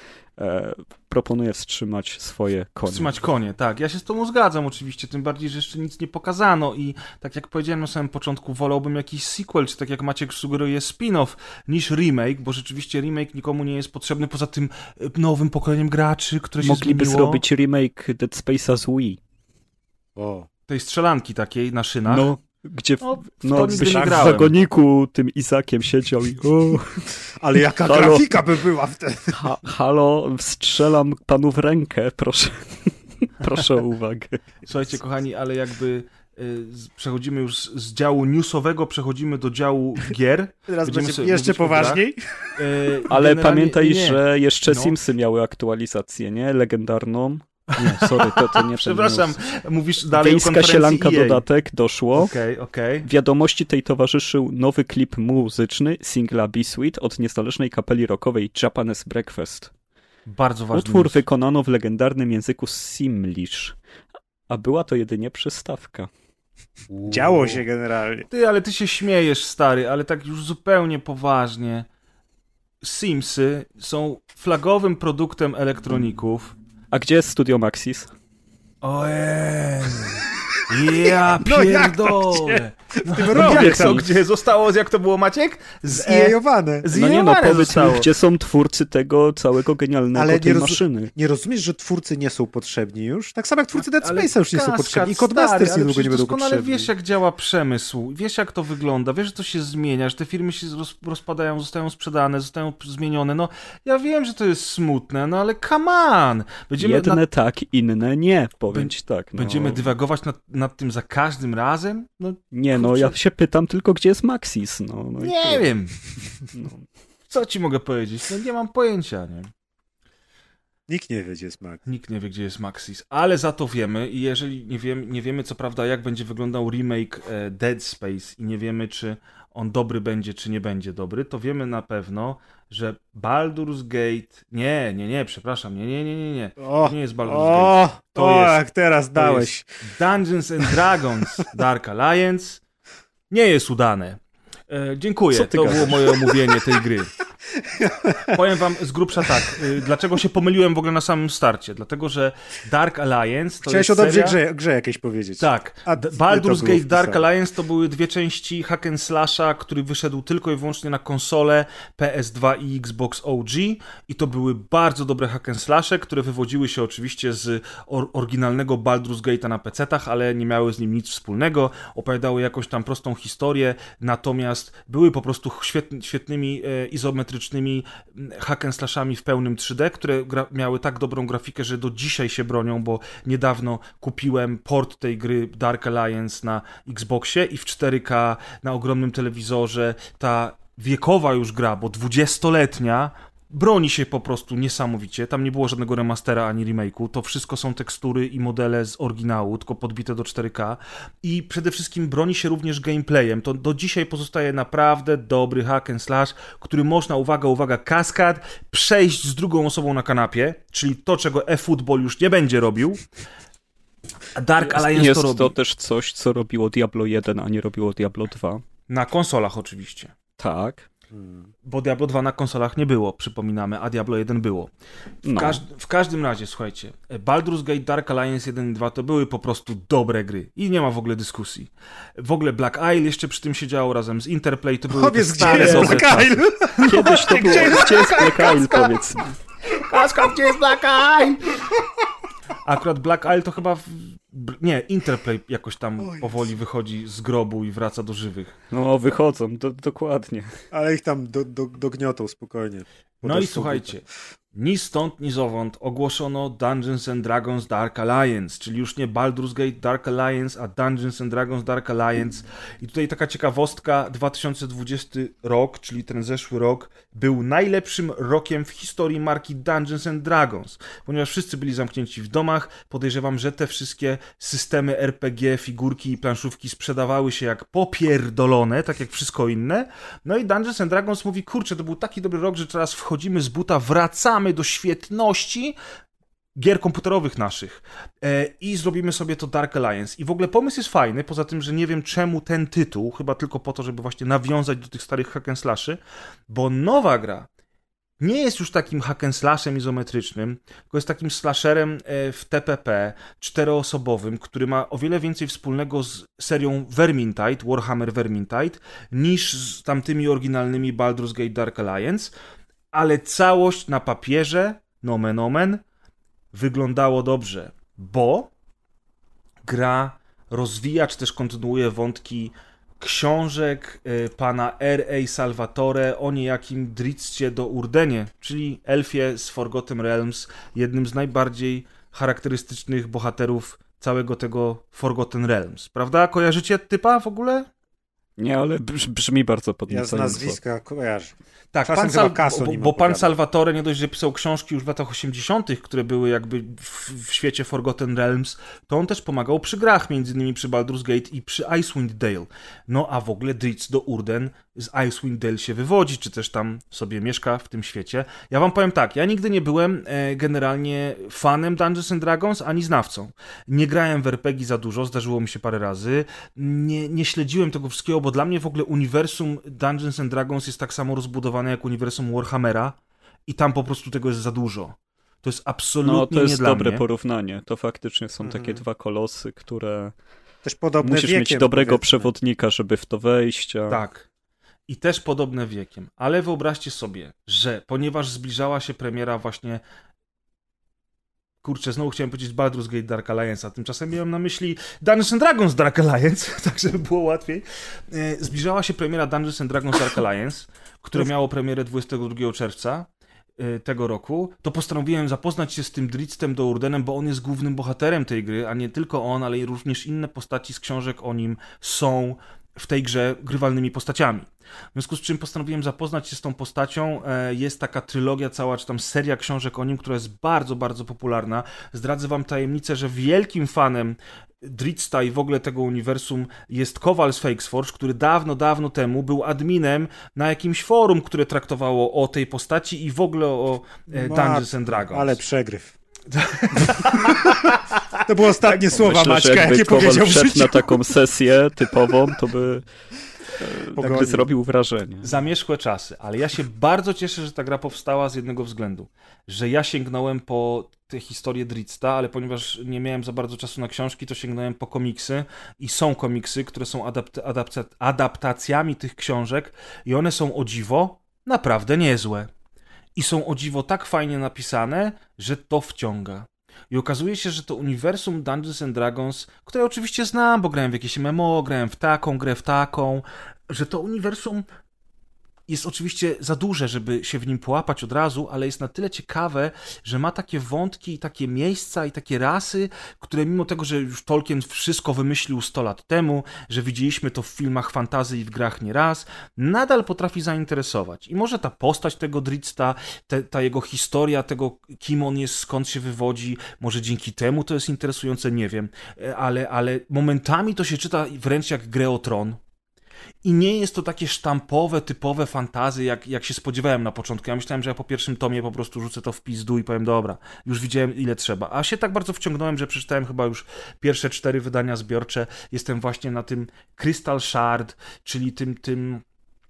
e, proponuję wstrzymać swoje konie. Wstrzymać konie, tak. Ja się z tobą zgadzam oczywiście, tym bardziej, że jeszcze nic nie pokazano i tak jak powiedziałem na samym początku, wolałbym jakiś sequel, czy tak jak Maciek sugeruje spin-off, niż remake, bo rzeczywiście remake nikomu nie jest potrzebny poza tym nowym pokoleniem graczy, które się Mogliby zmieniło. zrobić remake Dead Space'a z Wii. O. Tej strzelanki takiej na szynach. No, gdzie w, No, w no, to nigdy byś nie w grałem. wagoniku tym Izakiem siedział i o, Ale jaka Halo. grafika by była wtedy. ha, halo, strzelam panu w rękę, proszę. Proszę o uwagę. Słuchajcie, kochani, ale jakby y, z- przechodzimy już z, z działu newsowego, przechodzimy do działu gier. Teraz Będziemy będzie sobie jeszcze mówić o grach. poważniej. Y, Ale generalnie- pamiętaj, nie. że jeszcze No. Simsy miały aktualizację, nie? Legendarną. Nie, sorry, to, to nie ten Przepraszam, news. mówisz dalej Wiejska o konferencji sielanka E A. dodatek doszło. Okej, okej. Wiadomości tej towarzyszył nowy klip muzyczny singla B-Sweet od niezależnej kapeli rockowej Japanese Breakfast. Bardzo ważny Utwór news. wykonano w legendarnym języku Simlish, a była to jedynie przystawka. Działo się generalnie. Ty, ale ty się śmiejesz, stary, ale tak już zupełnie poważnie. Simsy są flagowym produktem elektroników. A gdzie jest Studio Maxis? Ojej. Ja No jak to pierdolę. W tym No, roku jak to, tam gdzie zostało, jak to było, Maciek? Z E. zjejowane. No nie no, powiedz mi, zostało. gdzie są twórcy tego całego genialnego Ale nie tej rozu- maszyny. Nie rozumiesz, że twórcy nie są potrzebni już? Tak samo jak twórcy Dead Ale Space'a już nie są kaskad, potrzebni. I stary, Codemasters ale niedługo nie przecież będą doskonale potrzebni. wiesz, jak działa przemysł, wiesz, jak to wygląda, wiesz, że to się zmienia, że te firmy się roz, rozpadają, zostają sprzedane, zostają zmienione. No, ja wiem, że to jest smutne, no ale come on! Będziemy, Jedne nad, tak, inne nie, powiem ci tak. No. będziemy dywagować nad, nad tym za każdym razem? No, Nie no, kurczę. ja się pytam tylko, gdzie jest Maxis. No, no i nie tyle. wiem. No. Co ci mogę powiedzieć? No, nie mam pojęcia, nie? Nikt nie wie, gdzie jest Mac. Nikt nie wie, gdzie jest Maxis, ale za to wiemy i jeżeli nie, wiem, nie wiemy, co prawda, jak będzie wyglądał remake e, Dead Space i nie wiemy, czy on dobry będzie, czy nie będzie dobry, to wiemy na pewno, że Baldur's Gate... Nie, nie, nie, przepraszam, nie, nie, nie, nie, nie. O, To nie jest Baldur's Gate. o, To o jest- jak teraz To dałeś. jest Dungeons and Dragons Dark Alliance. Nie jest udane. E, dziękuję, Co ty to gadasz? było moje omówienie tej gry. Powiem wam z grubsza tak, y, dlaczego się pomyliłem w ogóle na samym starcie. Dlatego, że Dark Alliance to Chciałeś jest o dobrze seria... grze, grze jakieś powiedzieć. Tak, A D- to Baldur's było Gate Dark wpisane. Alliance to były dwie części hack and slasha, który wyszedł tylko i wyłącznie na konsolę P S dwa i Xbox O G i to były bardzo dobre hack and slashe, które wywodziły się oczywiście z or- oryginalnego Baldur's Gate'a na pecetach, ale nie miały z nim nic wspólnego, opowiadały jakąś tam prostą historię, natomiast były po prostu świetny, świetnymi e, izometrycznymi m, hack and slashami w pełnym trzy D, które gra- miały tak dobrą grafikę, że do dzisiaj się bronią, bo niedawno kupiłem port tej gry Dark Alliance na Xboxie i w cztery K na ogromnym telewizorze ta wiekowa już gra, bo dwudziestoletnia, broni się po prostu niesamowicie. Tam nie było żadnego remastera ani remake'u. To wszystko są tekstury i modele z oryginału, tylko podbite do cztery K. I przede wszystkim broni się również gameplayem. To do dzisiaj pozostaje naprawdę dobry hack and slash, który można, uwaga, uwaga, kaskad, przejść z drugą osobą na kanapie, czyli to, czego eFootball już nie będzie robił. A Dark Alliance Jest to robi. to też coś, co robiło Diablo jeden, a nie robiło Diablo dwa. Na konsolach oczywiście. Tak. Hmm. Bo Diablo dwa na konsolach nie było, przypominamy, a Diablo jeden było. W, No. każ- w każdym razie, słuchajcie, Baldur's Gate Dark Alliance jeden i dwa to były po prostu dobre gry i nie ma w ogóle dyskusji. W ogóle Black Isle jeszcze przy tym siedziało razem z Interplay, to były Powiedz, te gdzie stare, jest dobre Black czasy. Isle? Kiedyś to było, gdzie jest Black Isle, powiedz mi. Kaska, gdzie jest Black Isle? Akurat Black Isle to chyba... W... Nie, Interplay jakoś tam O powoli wychodzi z grobu i wraca do żywych. No, wychodzą, do, dokładnie. Ale ich tam do, do, dogniotą spokojnie. No i Podeszło słuchajcie, ni stąd, ni zowąd ogłoszono Dungeons and Dragons Dark Alliance, czyli już nie Baldur's Gate Dark Alliance, a Dungeons and Dragons Dark Alliance. I tutaj taka ciekawostka, dwa tysiące dwudziesty rok, czyli ten zeszły rok, był najlepszym rokiem w historii marki Dungeons and Dragons, ponieważ wszyscy byli zamknięci w domach. Podejrzewam, że te wszystkie systemy R P G, figurki i planszówki sprzedawały się jak popierdolone, tak jak wszystko inne. No i Dungeons and Dragons mówi, kurczę, to był taki dobry rok, że teraz wchodzimy z buta, wracamy do świetności gier komputerowych naszych e, i zrobimy sobie to Dark Alliance. I w ogóle pomysł jest fajny, poza tym, że nie wiem czemu ten tytuł, chyba tylko po to, żeby właśnie nawiązać do tych starych hack and slashy, bo nowa gra nie jest już takim hack and slashem izometrycznym, tylko jest takim slasherem w T P P czteroosobowym, który ma o wiele więcej wspólnego z serią Vermintide, Warhammer Vermintide, niż z tamtymi oryginalnymi Baldur's Gate Dark Alliance, ale całość na papierze, nomen omen, wyglądało dobrze, bo gra rozwija, czy też kontynuuje wątki książek y, pana R A Salvatore o niejakim Drizcie do Urdenie, czyli elfie z Forgotten Realms, jednym z najbardziej charakterystycznych bohaterów całego tego Forgotten Realms. Prawda? Kojarzycie typa w ogóle? Nie, ale brz, brzmi bardzo Ja z podniecająco. nazwiska kojarzę. Tak, Czasem pan chyba Sal- Kaso bo, nim bo pan opowiada. Salvatore nie dość, że pisał książki już w latach osiemdziesiątych, które były jakby w, w świecie Forgotten Realms, to on też pomagał przy grach, między innymi przy Baldur's Gate i przy Icewind Dale. No a w ogóle Drizzt do Urden z Icewind Dale się wywodzi, czy też tam sobie mieszka w tym świecie. Ja wam powiem tak, ja nigdy nie byłem e, generalnie fanem Dungeons and Dragons, ani znawcą. Nie grałem w er pe gie za dużo, zdarzyło mi się parę razy. Nie, nie śledziłem tego wszystkiego, bo dla mnie w ogóle uniwersum Dungeons and Dragons jest tak samo rozbudowane jak uniwersum Warhammera i tam po prostu tego jest za dużo. To jest absolutnie No, to nie jest dla dobre mnie. porównanie. To faktycznie są Mhm. takie dwa kolosy, które... Też podobne Musisz wiekiem, mieć dobrego powiedzmy. przewodnika, żeby w to wejść. A... Tak. I też podobne wiekiem. Ale wyobraźcie sobie, że ponieważ zbliżała się premiera właśnie kurczę, znowu chciałem powiedzieć Baldur's Gate Dark Alliance, a tymczasem miałem na myśli Dungeons and Dragons Dark Alliance, tak żeby było łatwiej. E, Zbliżała się premiera Dungeons and Dragons Dark Alliance, które miało premierę dwudziestego drugiego czerwca e, tego roku. To postanowiłem zapoznać się z tym Dritztem do Urdenem, bo on jest głównym bohaterem tej gry, a nie tylko on, ale i również inne postaci z książek o nim są w tej grze grywalnymi postaciami. W związku z czym postanowiłem zapoznać się z tą postacią. Jest taka trylogia cała, czy tam seria książek o nim, która jest bardzo, bardzo popularna. Zdradzę wam tajemnicę, że wielkim fanem Dritzta i w ogóle tego uniwersum jest Kowal z Fakesforge, który dawno, dawno temu był adminem na jakimś forum, które traktowało o tej postaci i w ogóle o e, Dungeons and Dragons. Ale przegryw. To były ostatnie słowa Myślę, Maćka, że jakby jakie Kowal powiedział w wszedł życiu. na taką sesję typową, to by tak Pogodnie. by zrobił wrażenie. Zamierzchłe czasy, ale ja się bardzo cieszę, że ta gra powstała z jednego względu, że ja sięgnąłem po tę historię Dritzta, ale ponieważ nie miałem za bardzo czasu na książki, to sięgnąłem po komiksy i są komiksy, które są adapt- adapta- adaptacjami tych książek i one są o dziwo naprawdę niezłe. I są o dziwo tak fajnie napisane, że to wciąga. I okazuje się, że to uniwersum Dungeons and Dragons, które oczywiście znam, bo grałem w jakieś M M O, grałem w taką, grę w taką, że to uniwersum jest oczywiście za duże, żeby się w nim połapać od razu, ale jest na tyle ciekawe, że ma takie wątki i takie miejsca i takie rasy, które mimo tego, że już Tolkien wszystko wymyślił sto lat temu, że widzieliśmy to w filmach fantasy i w grach nieraz, nadal potrafi zainteresować. I może ta postać tego Dritzta, te, ta jego historia, tego kim on jest, skąd się wywodzi, może dzięki temu to jest interesujące, nie wiem, ale, ale momentami to się czyta wręcz jak grę o tron. I nie jest to takie sztampowe, typowe fantazy, jak, jak się spodziewałem na początku. Ja myślałem, że ja po pierwszym tomie po prostu rzucę to w pizdu i powiem, dobra, już widziałem ile trzeba. A się tak bardzo wciągnąłem, że przeczytałem chyba już pierwsze cztery wydania zbiorcze. Jestem właśnie na tym Crystal Shard, czyli tym, tym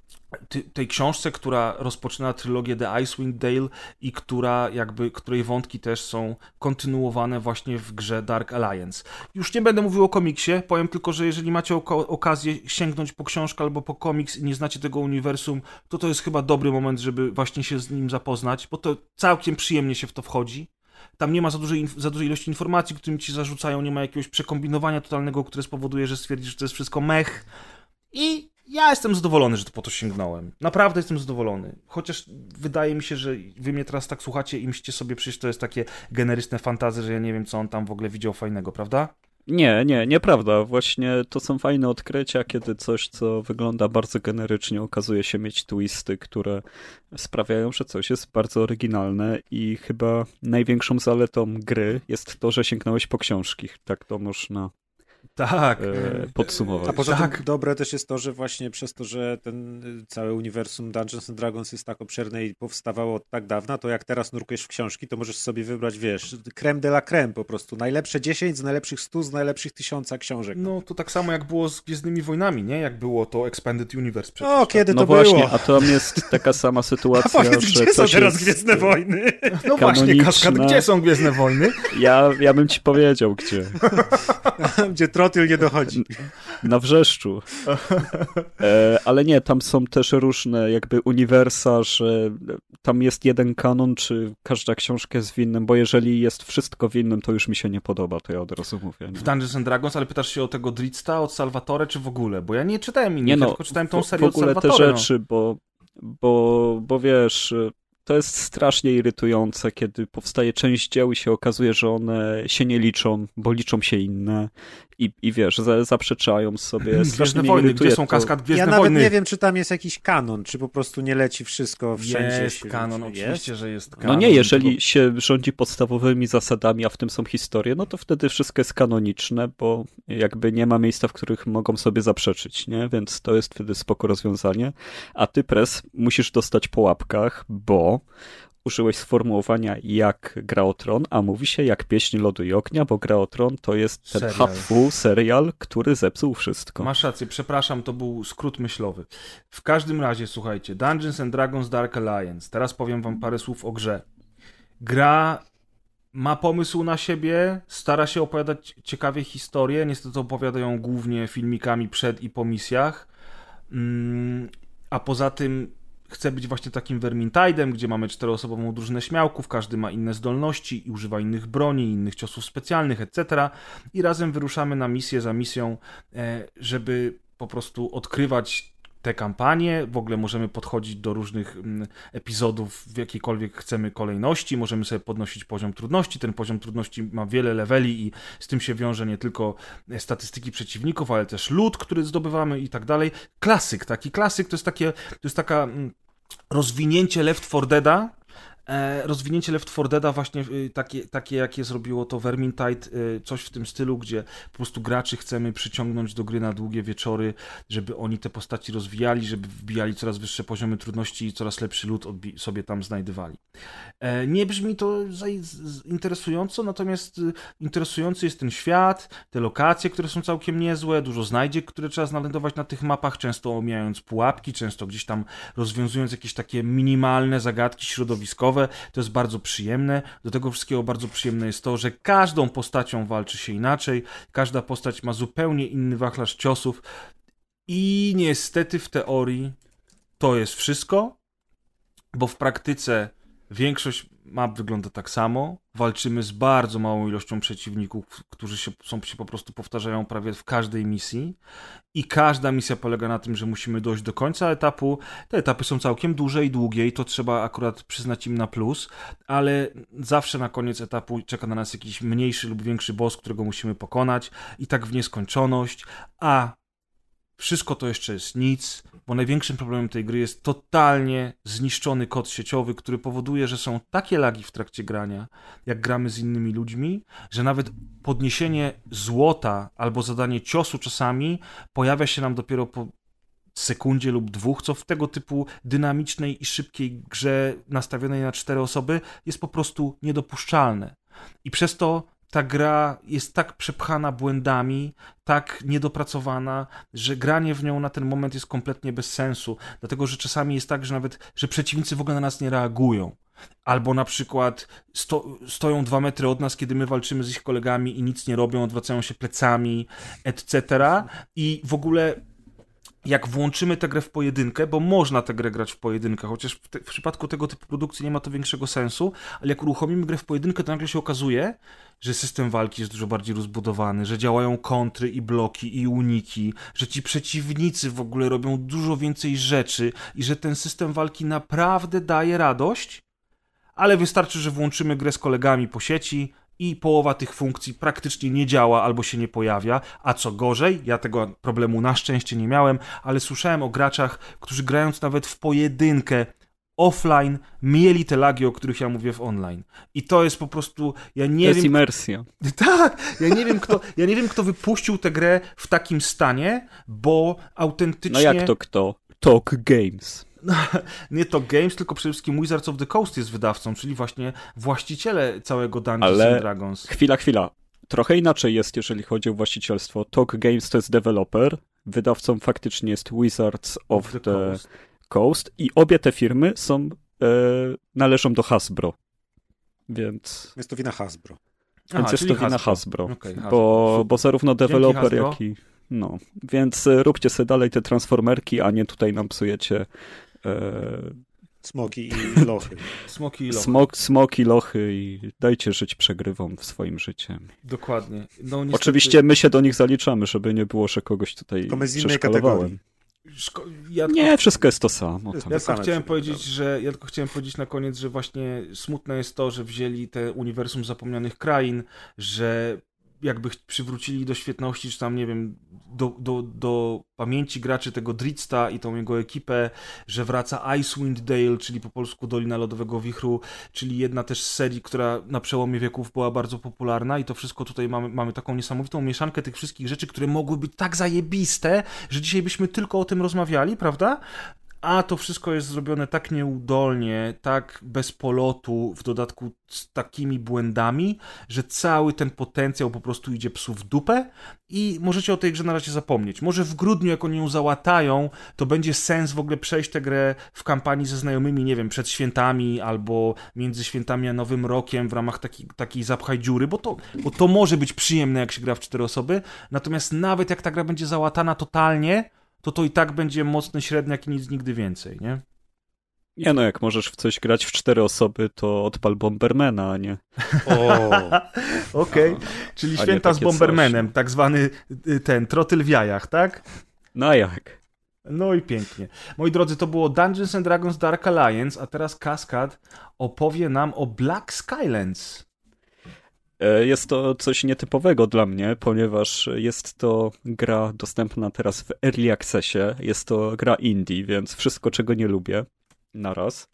ty, tej książce, która rozpoczyna trylogię The Icewind Dale i która jakby, której wątki też są kontynuowane właśnie w grze Dark Alliance. Już nie będę mówił o komiksie, powiem tylko, że jeżeli macie oko- okazję sięgnąć po książkę albo po komiks i nie znacie tego uniwersum, to to jest chyba dobry moment, żeby właśnie się z nim zapoznać, bo to całkiem przyjemnie się w to wchodzi. Tam nie ma za dużej, za dużej ilości informacji, którymi ci zarzucają, nie ma jakiegoś przekombinowania totalnego, które spowoduje, że stwierdzisz, że to jest wszystko mech. I ja jestem zadowolony, że to po to sięgnąłem. Naprawdę jestem zadowolony. Chociaż wydaje mi się, że wy mnie teraz tak słuchacie i myślicie sobie, przecież to jest takie generyczne fantazy, że ja nie wiem, co on tam w ogóle widział fajnego, prawda? Nie, nie, nieprawda. Właśnie to są fajne odkrycia, kiedy coś, co wygląda bardzo generycznie, okazuje się mieć twisty, które sprawiają, że coś jest bardzo oryginalne i chyba największą zaletą gry jest to, że sięgnąłeś po książki. Tak to można Tak. e, podsumować. A poza Tak. tym dobre też jest to, że właśnie przez to, że ten cały uniwersum Dungeons and Dragons jest tak obszerne i powstawało od tak dawna, to jak teraz nurkujesz w książki, to możesz sobie wybrać, wiesz, creme de la creme po prostu. Najlepsze dziesięć z najlepszych stu, z najlepszych tysiąca książek. No to tak samo jak było z Gwiezdnymi Wojnami, nie? Jak było to Expanded Universe przecież. O, kiedy No to właśnie, było? a tam jest taka sama A sytuacja, powiedz, że gdzie są coś teraz jest... Gwiezdne Wojny? No właśnie, kanoniczna. Kaskad, gdzie są Gwiezdne Wojny? Ja, ja bym ci powiedział, gdzie. Gdzie trotyl nie dochodzi. Na Wrzeszczu. E, ale nie, tam są też różne jakby uniwersa, że tam jest jeden kanon, czy każda książka jest w innym, bo jeżeli jest wszystko w innym, to już mi się nie podoba, to ja od razu mówię. Nie? W Dungeons and Dragons, ale pytasz się o tego Dritsta od Salvatore, czy w ogóle? Bo ja nie czytałem innych, Nie no, ja tylko czytałem tą w, serię w ogóle od te Salvatore. rzeczy, bo, bo, bo wiesz, to jest strasznie irytujące, kiedy powstaje część dzieł i się okazuje, że one się nie liczą, bo liczą się inne i, i wiesz, za, zaprzeczają sobie. No. Strasznie Gwiezdne mnie Wojny, irytuje gdzie są to. Kaskad Gwiezdne Ja nawet Wojny? nie wiem, czy tam jest jakiś kanon, czy po prostu nie leci wszystko wszędzie. Jest się kanon, rzuci. oczywiście, Jest? że jest No kanon. nie, jeżeli tylko- się rządzi podstawowymi zasadami, a w tym są historie, no to wtedy wszystko jest kanoniczne, bo jakby nie ma miejsca, w których mogą sobie zaprzeczyć, nie? Więc to jest wtedy spoko rozwiązanie. A ty, Pres, musisz dostać po łapkach, bo użyłeś sformułowania jak Gra o Tron, a mówi się jak Pieśń Lodu i Ognia, bo Gra o Tron to jest ten Serial. hatfu serial, który zepsuł wszystko. Masz rację, przepraszam, to był skrót myślowy. W każdym razie, słuchajcie, Dungeons and Dragons Dark Alliance. Teraz powiem wam parę słów o grze. Gra ma pomysł na siebie, stara się opowiadać ciekawie historię, niestety opowiadają głównie filmikami przed i po misjach. Mm, a poza tym chce być właśnie takim Vermintide'em, gdzie mamy czteroosobową drużynę śmiałków, każdy ma inne zdolności i używa innych broni, innych ciosów specjalnych, et cetera. I razem wyruszamy na misję za misją, e, żeby po prostu odkrywać te kampanie. W ogóle możemy podchodzić do różnych mm, epizodów w jakiejkolwiek chcemy kolejności, możemy sobie podnosić poziom trudności. Ten poziom trudności ma wiele leveli i z tym się wiąże nie tylko statystyki przeciwników, ale też loot, który zdobywamy i tak dalej. Klasyk, taki klasyk to jest takie, to jest taka mm, rozwinięcie Left four Deada, e, rozwinięcie Left four Deada właśnie y, takie, takie, jakie zrobiło to Vermintide, y, coś w tym stylu, gdzie po prostu graczy chcemy przyciągnąć do gry na długie wieczory, żeby oni te postaci rozwijali, żeby wbijali coraz wyższe poziomy trudności i coraz lepszy loot odbi- sobie tam znajdywali. E, nie brzmi to za- z- interesująco, natomiast y, interesujący jest ten świat, te lokacje, które są całkiem niezłe, dużo znajdziek, które trzeba znajdować na tych mapach, często omijając pułapki, często gdzieś tam rozwiązując jakieś takie minimalne zagadki środowiskowe. To jest bardzo przyjemne. Do tego wszystkiego bardzo przyjemne jest to, że każdą postacią walczy się inaczej, każda postać ma zupełnie inny wachlarz ciosów i niestety w teorii to jest wszystko, bo w praktyce większość map wygląda tak samo. Walczymy z bardzo małą ilością przeciwników, którzy się, są, się po prostu powtarzają prawie w każdej misji. I każda misja polega na tym, że musimy dojść do końca etapu. Te etapy są całkiem duże i długie i to trzeba akurat przyznać im na plus, ale zawsze na koniec etapu czeka na nas jakiś mniejszy lub większy boss, którego musimy pokonać i tak w nieskończoność. A wszystko to jeszcze jest nic, bo największym problemem tej gry jest totalnie zniszczony kod sieciowy, który powoduje, że są takie lagi w trakcie grania, jak gramy z innymi ludźmi, że nawet podniesienie złota albo zadanie ciosu czasami pojawia się nam dopiero po sekundzie lub dwóch, co w tego typu dynamicznej i szybkiej grze nastawionej na cztery osoby jest po prostu niedopuszczalne. I przez to ta gra jest tak przepchana błędami, tak niedopracowana, że granie w nią na ten moment jest kompletnie bez sensu. Dlatego, że czasami jest tak, że nawet, że przeciwnicy w ogóle na nas nie reagują. Albo na przykład sto, stoją dwa metry od nas, kiedy my walczymy z ich kolegami i nic nie robią, odwracają się plecami, et cetera. I w ogóle jak włączymy tę grę w pojedynkę, bo można tę grę grać w pojedynkę, chociaż w, te, w przypadku tego typu produkcji nie ma to większego sensu, ale jak uruchomimy grę w pojedynkę, to nagle się okazuje, że system walki jest dużo bardziej rozbudowany, że działają kontry i bloki i uniki, że ci przeciwnicy w ogóle robią dużo więcej rzeczy i że ten system walki naprawdę daje radość, ale wystarczy, że włączymy grę z kolegami po sieci i połowa tych funkcji praktycznie nie działa albo się nie pojawia, a co gorzej, ja tego problemu na szczęście nie miałem, ale słyszałem o graczach, którzy grając nawet w pojedynkę offline, mieli te lagi, o których ja mówię w online. I to jest po prostu, ja nie to wiem... jest imersja. Tak, ja nie wiem, kto, ja nie wiem, kto wypuścił tę grę w takim stanie, bo autentycznie... No jak to kto? Talk Games. Nie to Games, tylko przede wszystkim Wizards of the Coast jest wydawcą, czyli właśnie właściciele całego Dungeons Ale and Dragons. Chwila, chwila. Trochę inaczej jest, jeżeli chodzi o właścicielstwo. Talk Games to jest deweloper, wydawcą faktycznie jest Wizards of, of the, the Coast. Coast i obie te firmy są, e, należą do Hasbro. Więc... Jest to wina Hasbro. Więc Aha, jest to wina Hasbro. Hasbro, Okay, Hasbro. Bo, bo zarówno deweloper, Hasbro. jak i... No, więc róbcie sobie dalej te transformerki, a nie tutaj nam psujecie... E... Smoki i lochy. Smoki i lochy. Smok, smoki, lochy i dajcie żyć przegrywom w swoim życiu. Dokładnie. No, niestety... Oczywiście my się do nich zaliczamy, żeby nie było, że kogoś tutaj Tylko my z innej przeszkalowałem. kategorii. Szko... Ja Nie, tylko... wszystko jest to samo. Ja tylko chciałem powiedzieć, że ja tylko chciałem powiedzieć na koniec, że właśnie smutne jest to, że wzięli te uniwersum zapomnianych krain, że jakby przywrócili do świetności, czy tam, nie wiem, do, do, do pamięci graczy tego Dritsta i tą jego ekipę, że wraca Icewind Dale, czyli po polsku Dolina Lodowego Wichru, czyli jedna też z serii, która na przełomie wieków była bardzo popularna i to wszystko tutaj mamy, mamy taką niesamowitą mieszankę tych wszystkich rzeczy, które mogły być tak zajebiste, że dzisiaj byśmy tylko o tym rozmawiali, prawda? A to wszystko jest zrobione tak nieudolnie, tak bez polotu, w dodatku z takimi błędami, że cały ten potencjał po prostu idzie psu w dupę i możecie o tej grze na razie zapomnieć. Może w grudniu, jak oni ją załatają, to będzie sens w ogóle przejść tę grę w kampanii ze znajomymi, nie wiem, przed świętami albo między świętami a Nowym Rokiem w ramach taki, takiej zapchaj dziury, bo to, bo to może być przyjemne, jak się gra w cztery osoby, natomiast nawet jak ta gra będzie załatana totalnie, to to i tak będzie mocny średniak i nic nigdy więcej, nie? Nie no, jak możesz w coś grać w cztery osoby, to odpal Bombermana, a nie... Okej, okay. Czyli a święta z Bombermanem, coś. tak zwany ten, trotyl w jajach, tak? No jak? No i pięknie. Moi drodzy, to było Dungeons and Dragons Dark Alliance, a teraz Kaskad opowie nam o Black Skylands. Jest to coś nietypowego dla mnie, ponieważ jest to gra dostępna teraz w Early Accessie. Jest to gra indie, więc wszystko, czego nie lubię, naraz.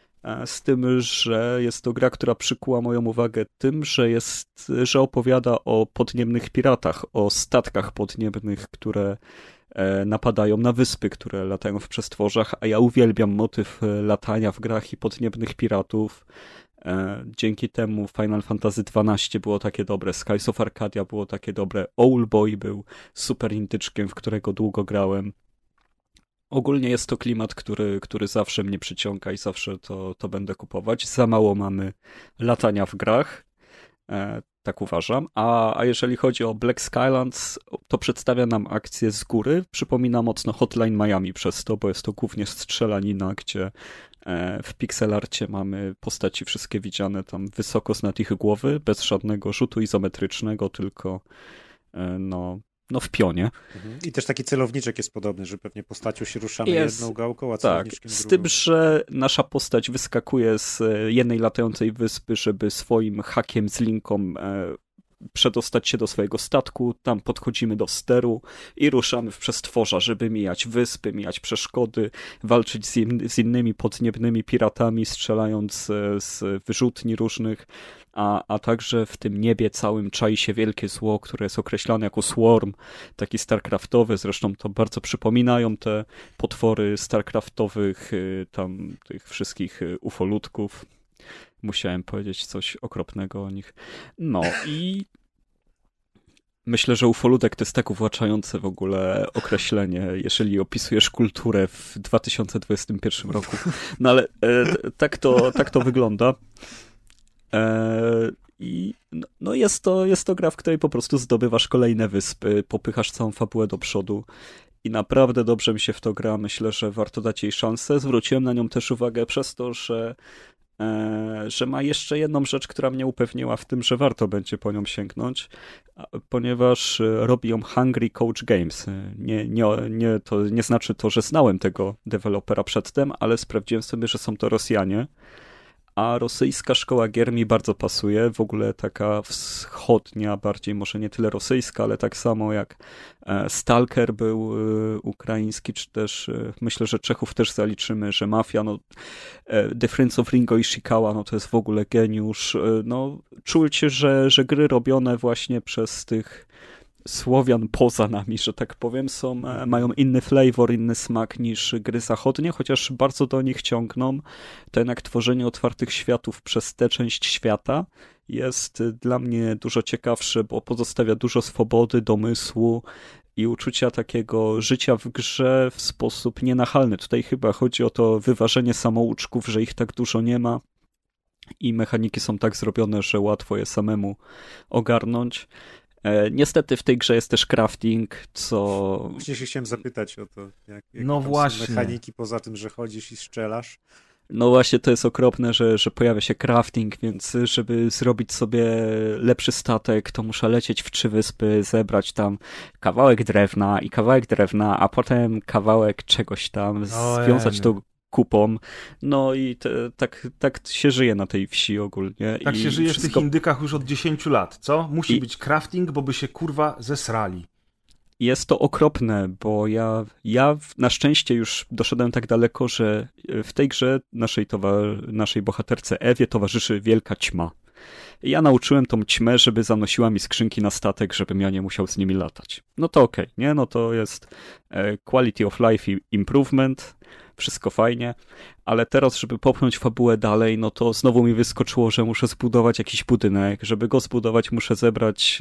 Z tym, że jest to gra, która przykuła moją uwagę tym, że jest, że opowiada o podniebnych piratach, o statkach podniebnych, które napadają na wyspy, które latają w przestworzach, a ja uwielbiam motyw latania w grach i podniebnych piratów. Dzięki temu Final Fantasy dwanaście było takie dobre, Skies of Arcadia było takie dobre, Owlboy był super indyczkiem, w którego długo grałem. Ogólnie jest to klimat, który, który zawsze mnie przyciąga i zawsze to, to będę kupować. Za mało mamy latania w grach, e, tak uważam. A, a jeżeli chodzi o Black Skylands, to przedstawia nam akcję z góry. Przypomina mocno Hotline Miami przez to, bo jest to głównie strzelanina, gdzie w pixelarcie mamy postaci wszystkie widziane tam wysoko z nad ich głowy, bez żadnego rzutu izometrycznego, tylko no, no w pionie. I też taki celowniczek jest podobny, że pewnie postacią się ruszamy jest, jedną gałką, a tak, celowniczkiem z drugą. tym, że nasza postać wyskakuje z jednej latającej wyspy, żeby swoim hakiem z linką e, przedostać się do swojego statku, tam podchodzimy do steru i ruszamy w przestworza, żeby mijać wyspy, mijać przeszkody, walczyć z, in, z innymi podniebnymi piratami, strzelając z, z wyrzutni różnych, a, a także w tym niebie całym czai się wielkie zło, które jest określane jako Swarm, taki starcraftowy, zresztą to bardzo przypominają te potwory starcraftowych, tam tych wszystkich ufolutków. musiałem powiedzieć coś okropnego o nich. No i myślę, że ufoludek to jest tak uwłaczające w ogóle określenie, jeżeli opisujesz kulturę w dwa tysiące dwudziestym pierwszym roku. No ale e, tak, to, tak to wygląda. E, I no, no jest, to, jest to gra, w której po prostu zdobywasz kolejne wyspy, popychasz całą fabułę do przodu i naprawdę dobrze mi się w to gra. Myślę, że warto dać jej szansę. Zwróciłem na nią też uwagę przez to, że że ma jeszcze jedną rzecz, która mnie upewniła w tym, że warto będzie po nią sięgnąć, ponieważ robi ją Hungry Coach Games. Nie, nie, nie, to nie znaczy to, że znałem tego dewelopera przedtem, ale sprawdziłem sobie, że są to Rosjanie, a rosyjska szkoła gier mi bardzo pasuje, w ogóle taka wschodnia, bardziej może nie tyle rosyjska, ale tak samo jak Stalker był ukraiński, czy też myślę, że Czechów też zaliczymy, że Mafia, no The Friends of Ringo Ishikawa, no to jest w ogóle geniusz, no czuć, że, że gry robione właśnie przez tych Słowian poza nami, że tak powiem, są, mają inny flavor, inny smak niż gry zachodnie, chociaż bardzo do nich ciągną. To jednak tworzenie otwartych światów przez tę część świata jest dla mnie dużo ciekawsze, bo pozostawia dużo swobody, domysłu i uczucia takiego życia w grze w sposób nienachalny. Tutaj chyba chodzi o to wyważenie samouczków, że ich tak dużo nie ma i mechaniki są tak zrobione, że łatwo je samemu ogarnąć. E, niestety w tej grze jest też crafting, co... Właśnie się chciałem zapytać o to, jak, jak no właśnie. są mechaniki poza tym, że chodzisz i strzelasz. No właśnie, to jest okropne, że, że pojawia się crafting, więc żeby zrobić sobie lepszy statek, to muszę lecieć w trzy wyspy, zebrać tam kawałek drewna i kawałek drewna, a potem kawałek czegoś tam, związać Ojej. to kupą. No i te, tak, tak się żyje na tej wsi ogólnie. Tak I się żyje wszystko... w tych indykach już od dziesięciu lat, co? Musi I... być crafting, bo by się kurwa zesrali. Jest to okropne, bo ja, ja na szczęście już doszedłem tak daleko, że w tej grze naszej, towar- naszej bohaterce Ewie towarzyszy wielka ćma. I ja nauczyłem tą ćmę, żeby zanosiła mi skrzynki na statek, żebym ja nie musiał z nimi latać. No to okej, okay, nie? No to jest quality of life improvement, wszystko fajnie, ale teraz, żeby popchnąć fabułę dalej, no to znowu mi wyskoczyło, że muszę zbudować jakiś budynek. Żeby go zbudować, muszę zebrać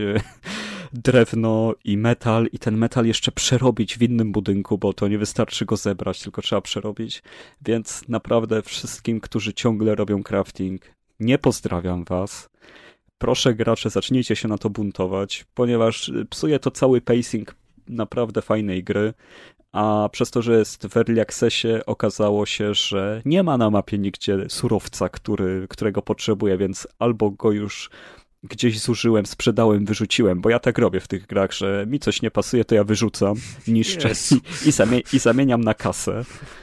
drewno i metal i ten metal jeszcze przerobić w innym budynku, bo to nie wystarczy go zebrać, tylko trzeba przerobić. Więc naprawdę wszystkim, którzy ciągle robią crafting, nie pozdrawiam was. Proszę gracze, zacznijcie się na to buntować, ponieważ psuje to cały pacing naprawdę fajnej gry, a przez to, że jest w Early Accessie, okazało się, że nie ma na mapie nigdzie surowca, który, którego potrzebuję, więc albo go już gdzieś zużyłem, sprzedałem, wyrzuciłem, bo ja tak robię w tych grach, że mi coś nie pasuje, to ja wyrzucam, niszczę i, i, zamie- i zamieniam na kasę.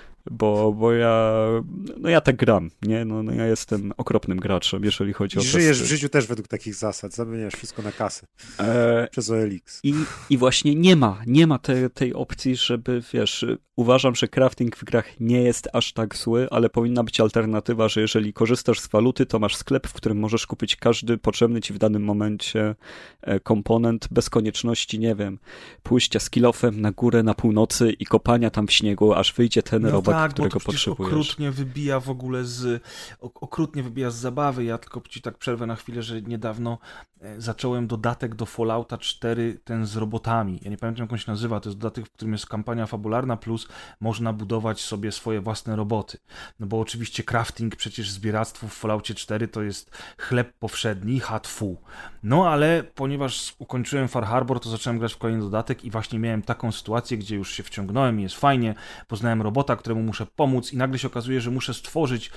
Bo, bo ja, no ja tak gram, nie? No, no ja jestem okropnym graczem, jeżeli chodzi I o żyjesz testy. w życiu też według takich zasad, zamieniasz wszystko na kasę E... przez O L X. I, I właśnie nie ma, nie ma te, tej opcji, żeby, wiesz, uważam, że crafting w grach nie jest aż tak zły, ale powinna być alternatywa, że jeżeli korzystasz z waluty, to masz sklep, w którym możesz kupić każdy potrzebny ci w danym momencie komponent bez konieczności, nie wiem, pójścia z kilofem na górę na północy i kopania tam w śniegu, aż wyjdzie ten no robak, tak, którego bo to potrzebujesz. okrutnie wybija w ogóle z okrutnie wybija z zabawy. Ja tylko ci tak przerwę na chwilę, że niedawno zacząłem dodatek do Fallouta cztery, ten z robotami. Ja nie pamiętam, jak on się nazywa, to jest dodatek, w którym jest kampania fabularna, plus można budować sobie swoje własne roboty. No bo oczywiście crafting, przecież zbieractwo w Falloutie cztery to jest chleb powszedni, hatfu. No ale ponieważ ukończyłem Far Harbor, to zacząłem grać w kolejny dodatek i właśnie miałem taką sytuację, gdzie już się wciągnąłem i jest fajnie, poznałem robota, któremu muszę pomóc i nagle się okazuje, że muszę stworzyć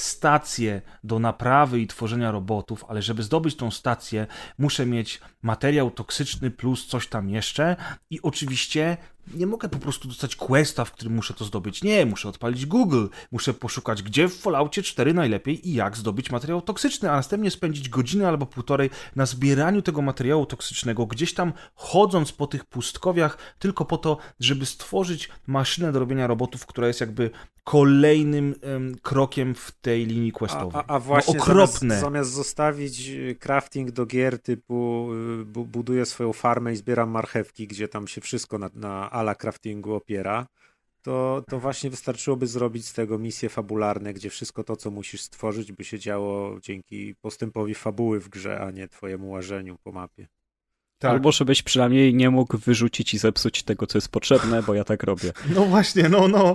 stację do naprawy i tworzenia robotów, ale żeby zdobyć tą stację, muszę mieć materiał toksyczny plus coś tam jeszcze i oczywiście nie mogę po prostu dostać questa, w którym muszę to zdobyć. Nie, muszę odpalić Google, muszę poszukać, gdzie w Falloutie cztery najlepiej i jak zdobyć materiał toksyczny, a następnie spędzić godzinę albo półtorej na zbieraniu tego materiału toksycznego, gdzieś tam chodząc po tych pustkowiach, tylko po to, żeby stworzyć maszynę do robienia robotów, która jest jakby kolejnym um, krokiem w tej linii questowej. A, a, a właśnie no, okropne. Zamiast, zamiast zostawić crafting do gier typu bu, buduję swoją farmę i zbieram marchewki, gdzie tam się wszystko na, na ala craftingu opiera, to, to właśnie wystarczyłoby zrobić z tego misje fabularne, gdzie wszystko to, co musisz stworzyć, by się działo dzięki postępowi fabuły w grze, a nie twojemu łażeniu po mapie. Tak. Albo żebyś przynajmniej nie mógł wyrzucić i zepsuć tego, co jest potrzebne, bo ja tak robię. No właśnie, no, no.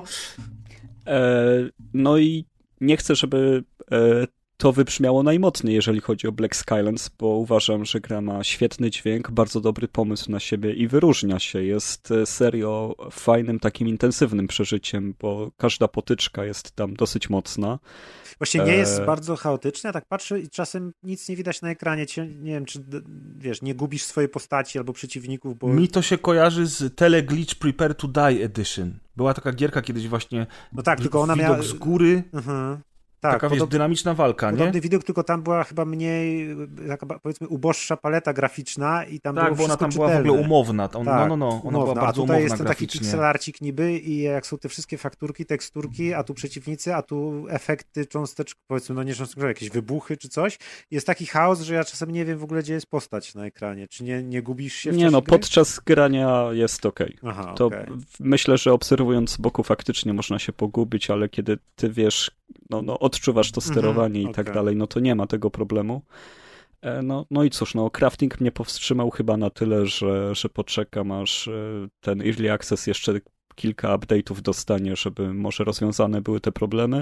E, no i nie chcę, żeby e, to wybrzmiało najmocniej, jeżeli chodzi o Black Skylands, bo uważam, że gra ma świetny dźwięk, bardzo dobry pomysł na siebie i wyróżnia się. Jest serio fajnym, takim intensywnym przeżyciem, bo każda potyczka jest tam dosyć mocna. Właśnie nie jest e... bardzo chaotyczne, ja tak patrzę i czasem nic nie widać na ekranie. Nie wiem, czy wiesz, nie gubisz swojej postaci albo przeciwników, bo... Mi to się kojarzy z Teleglitch Prepare to Die Edition. Była taka gierka kiedyś właśnie, no tak, tylko ona widok miała... z góry. Mhm. Tak, taka wiesz, dynamiczna walka, nie? Podobny widok, tylko tam była chyba mniej, taka, powiedzmy, uboższa paleta graficzna i tam tak, było bo ona tam czytelne. była w ogóle umowna. On, tak, no, no, no, ona umowna. była bardzo a tutaj umowna jest ten graficznie. taki pixelarcik niby i jak są te wszystkie fakturki, teksturki, a tu przeciwnicy, a tu efekty cząsteczek, powiedzmy, no nie cząsteczek, jakieś wybuchy czy coś. Jest taki chaos, że ja czasem nie wiem w ogóle, gdzie jest postać na ekranie. Czy nie, nie gubisz się w Nie no, gry? podczas grania jest okej. Aha, to okay. Myślę, że obserwując z boku faktycznie można się pogubić, ale kiedy ty wiesz, no, no odczuwasz to sterowanie mm-hmm, i tak okay. dalej, no to nie ma tego problemu. No, no i cóż, no crafting mnie powstrzymał chyba na tyle, że, że poczekam, aż ten Early Access jeszcze kilka update'ów dostanie, żeby może rozwiązane były te problemy.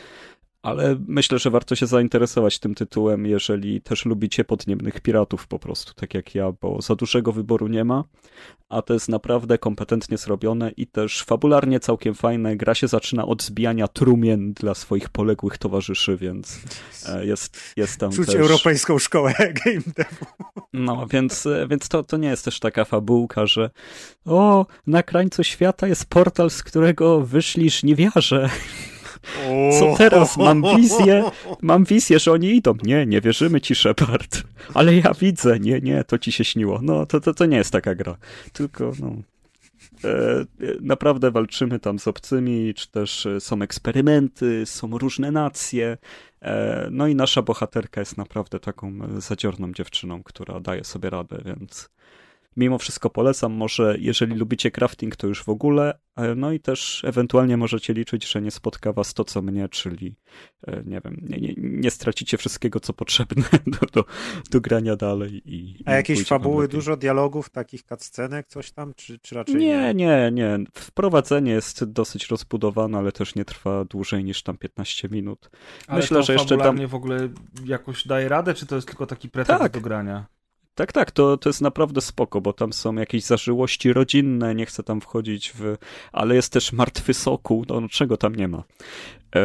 Ale myślę, że warto się zainteresować tym tytułem, jeżeli też lubicie podniebnych piratów po prostu, tak jak ja, bo za dużego wyboru nie ma, a to jest naprawdę kompetentnie zrobione i też fabularnie całkiem fajne. Gra się zaczyna od zbijania trumien dla swoich poległych towarzyszy, więc jest, jest tam Czuć też... europejską szkołę game devu. No, więc, więc to, to nie jest też taka fabułka, że o, na krańcu świata jest portal, z którego wyszli żniwiarze. Co teraz? Mam wizję, mam wizję, że oni idą. Nie, nie wierzymy ci, Shepard. Ale ja widzę. Nie, nie, to ci się śniło. No, to, to, to nie jest taka gra. Tylko, no... E, naprawdę walczymy tam z obcymi, czy też są eksperymenty, są różne nacje. E, no i nasza bohaterka jest naprawdę taką zadziorną dziewczyną, która daje sobie radę, więc... Mimo wszystko polecam, może jeżeli lubicie crafting, to już w ogóle, no i też ewentualnie możecie liczyć, że nie spotka was to, co mnie, czyli nie wiem, nie, nie, nie stracicie wszystkiego, co potrzebne do, do, do grania dalej. I, A i jakieś fabuły, dużo dialogów, takich cutscenek, coś tam, czy, czy raczej nie? Nie, nie, nie. Wprowadzenie jest dosyć rozbudowane, ale też nie trwa dłużej niż tam piętnaście minut. Ale Myślę, to że jeszcze tam... w ogóle jakoś daje radę, czy to jest tylko taki pretekst tak. do grania? Tak, tak, to, to jest naprawdę spoko, bo tam są jakieś zażyłości rodzinne, nie chcę tam wchodzić w... Ale jest też martwy sokół, no czego tam nie ma. E,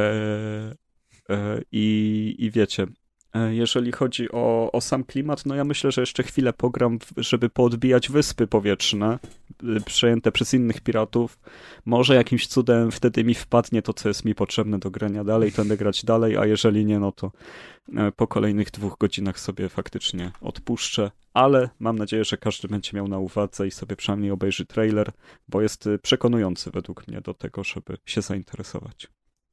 e, i, I wiecie, jeżeli chodzi o, o sam klimat, no ja myślę, że jeszcze chwilę pogram, żeby poodbijać wyspy powietrzne przejęte przez innych piratów. Może jakimś cudem wtedy mi wpadnie to, co jest mi potrzebne do grania dalej, to będę grać dalej, a jeżeli nie, no to po kolejnych dwóch godzinach sobie faktycznie odpuszczę, ale mam nadzieję, że każdy będzie miał na uwadze i sobie przynajmniej obejrzy trailer, bo jest przekonujący według mnie do tego, żeby się zainteresować.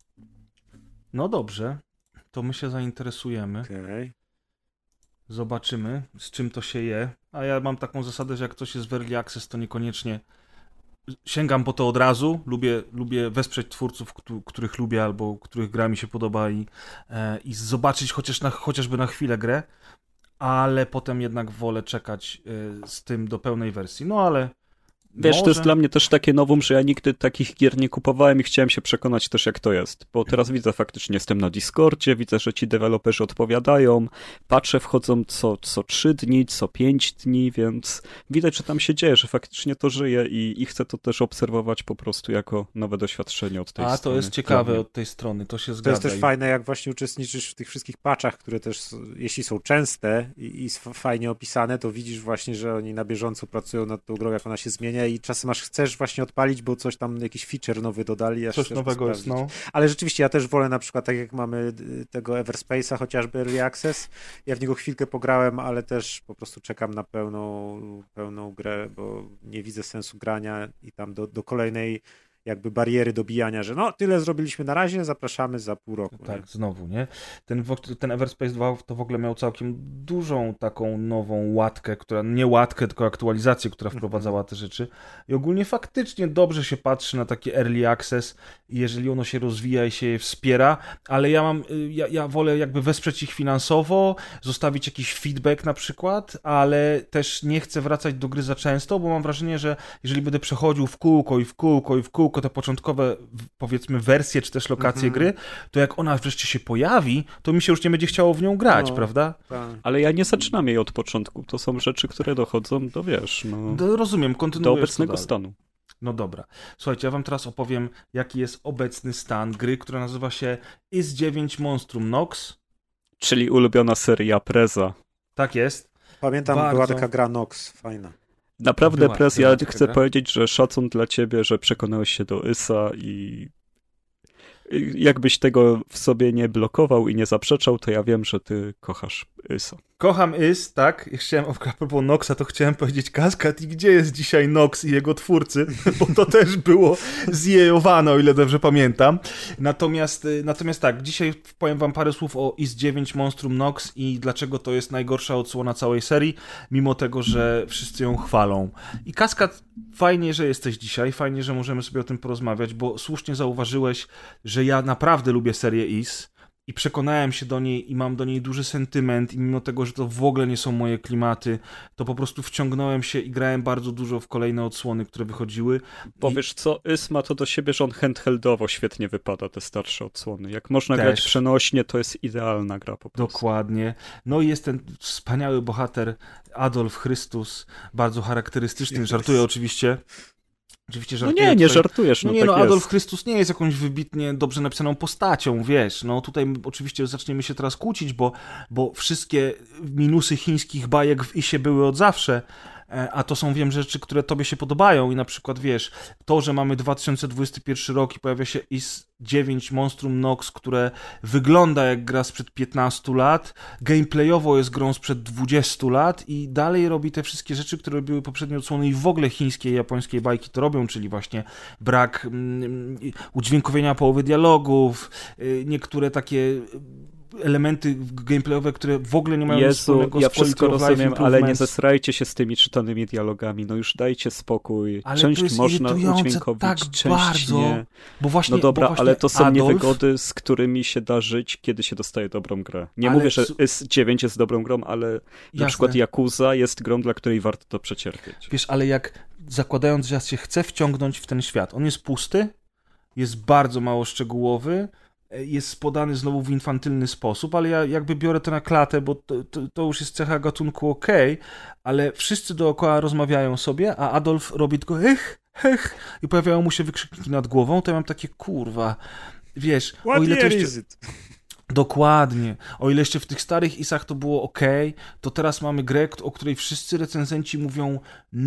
No dobrze, to my się zainteresujemy. Okay. Zobaczymy, z czym to się je. A ja mam taką zasadę, że jak ktoś jest w Early Access, to niekoniecznie sięgam po to od razu. Lubię, lubię wesprzeć twórców, których lubię albo których gra mi się podoba i, e, i zobaczyć chociaż na, chociażby na chwilę grę, ale potem jednak wolę czekać e, z tym do pełnej wersji. No ale Wiesz, może... to jest dla mnie też takie nowum, że ja nigdy takich gier nie kupowałem i chciałem się przekonać też, jak to jest. Bo teraz widzę faktycznie, jestem na Discordzie, widzę, że ci deweloperzy odpowiadają, patrzę, wchodzą co, co trzy dni, co pięć dni, więc widać, że tam się dzieje, że faktycznie to żyje i, i chcę to też obserwować po prostu jako nowe doświadczenie od tej A, strony. A, to jest ciekawe od tej strony, to się zgadza. To jest też fajne, jak właśnie uczestniczysz w tych wszystkich patchach, które też, jeśli są częste i, i fajnie opisane, to widzisz właśnie, że oni na bieżąco pracują nad tą grą, jak ona się zmienia i czasem aż chcesz właśnie odpalić, bo coś tam, jakiś feature nowy dodali. Aż coś nowego jest, no. Ale rzeczywiście ja też wolę na przykład, tak jak mamy tego Everspace'a, chociażby Early Access, ja w niego chwilkę pograłem, ale też po prostu czekam na pełną, pełną grę, bo nie widzę sensu grania i tam do, do kolejnej jakby bariery dobijania, że no tyle zrobiliśmy na razie, zapraszamy za pół roku. Tak, nie? znowu, nie? Ten, ten Everspace dwa to w ogóle miał całkiem dużą taką nową łatkę, która, nie łatkę, tylko aktualizację, która wprowadzała te rzeczy i ogólnie faktycznie dobrze się patrzy na taki early access, jeżeli ono się rozwija i się je wspiera, ale ja mam, ja, ja wolę jakby wesprzeć ich finansowo, zostawić jakiś feedback na przykład, ale też nie chcę wracać do gry za często, bo mam wrażenie, że jeżeli będę przechodził w kółko i w kółko i w kółko te początkowe, powiedzmy, wersje czy też lokacje gry, to jak ona wreszcie się pojawi, to mi się już nie będzie chciało w nią grać, No, prawda? tak. Ale ja nie zaczynam jej od początku. To są rzeczy, które dochodzą do, wiesz, no, Do, rozumiem, do kontynuujesz obecnego to dalej. stanu. No dobra. Słuchajcie, ja wam teraz opowiem, jaki jest obecny stan gry, która nazywa się I S dziewięć Monstrum Nox. Czyli ulubiona seria Preza. Tak jest. Pamiętam, Bardzo. była taka gra Nox, fajna. Naprawdę, Była, Prez, była ja taka chcę gra. powiedzieć, że szacun dla ciebie, że przekonałeś się do Ysa i i jakbyś tego w sobie nie blokował i nie zaprzeczał, to ja wiem, że ty kochasz Ysa. Kocham I S, tak? I chciałem, a propos Noxa, to chciałem powiedzieć Kaskad i gdzie jest dzisiaj Nox i jego twórcy, bo to też było zjejowane, o ile dobrze pamiętam. Natomiast, y, natomiast tak, dzisiaj powiem wam parę słów o I S dziewięć Monstrum Nox i dlaczego to jest najgorsza odsłona całej serii, mimo tego, że wszyscy ją chwalą. I Kaskad, fajnie, że jesteś dzisiaj, fajnie, że możemy sobie o tym porozmawiać, bo słusznie zauważyłeś, że ja naprawdę lubię serię I S. I przekonałem się do niej i mam do niej duży sentyment i mimo tego, że to w ogóle nie są moje klimaty, to po prostu wciągnąłem się i grałem bardzo dużo w kolejne odsłony, które wychodziły. Bo I wiesz co, Ys ma to do siebie, że on handheldowo świetnie wypada, te starsze odsłony. Jak można Też. grać przenośnie, to jest idealna gra po prostu. Dokładnie. No i jest ten wspaniały bohater Adolf Chrystus, bardzo charakterystyczny, żartuję oczywiście. Oczywiście No żartuję nie, nie tutaj. żartujesz, no, No nie, tak no jest. Adolf Chrystus nie jest jakąś wybitnie dobrze napisaną postacią, wiesz, no tutaj oczywiście zaczniemy się teraz kłócić, bo, bo wszystkie minusy chińskich bajek w Isie były od zawsze, a to są, wiem, rzeczy, które tobie się podobają i na przykład, wiesz, to, że mamy dwa tysiące dwudziesty pierwszy rok i pojawia się I S dziewięć Monstrum Nox, które wygląda jak gra sprzed piętnastu lat, gameplayowo jest grą sprzed dwudziestu lat i dalej robi te wszystkie rzeczy, które robiły poprzednie odsłony i w ogóle chińskie i japońskie bajki to robią, czyli właśnie brak mm, udźwiękowienia połowy dialogów, y, niektóre takie elementy gameplayowe, które w ogóle nie mają nic Jezu, wspólnego ja z Quality wszystko of Life rozumiem, ale nie Improvements. zesrajcie się z tymi czytanymi dialogami. No już dajcie spokój. Ale to Część jest można irytujące udźwiękowić, tak część bardzo, nie. Bo właśnie, No dobra, bo właśnie ale to są Adolf, niewygody, z którymi się da żyć, kiedy się dostaje dobrą grę. Nie Ale mówię, że su- Ys dziewięć jest dobrą grą, ale na Jasne. przykład Yakuza jest grą, dla której warto to przecierpieć. Wiesz, ale jak zakładając, że ja się chcę wciągnąć w ten świat, on jest pusty, jest bardzo mało szczegółowy, jest podany znowu w infantylny sposób, ale ja jakby biorę to na klatę, bo to, to, to już jest cecha gatunku okej, ale wszyscy dookoła rozmawiają sobie, a Adolf robi tylko hech, hech i pojawiają mu się wykrzykniki nad głową, to ja mam takie kurwa, wiesz, What o ile to year jeszcze... is it? Dokładnie. O ile jeszcze w tych starych Isach to było ok, to teraz mamy grę, o której wszyscy recenzenci mówią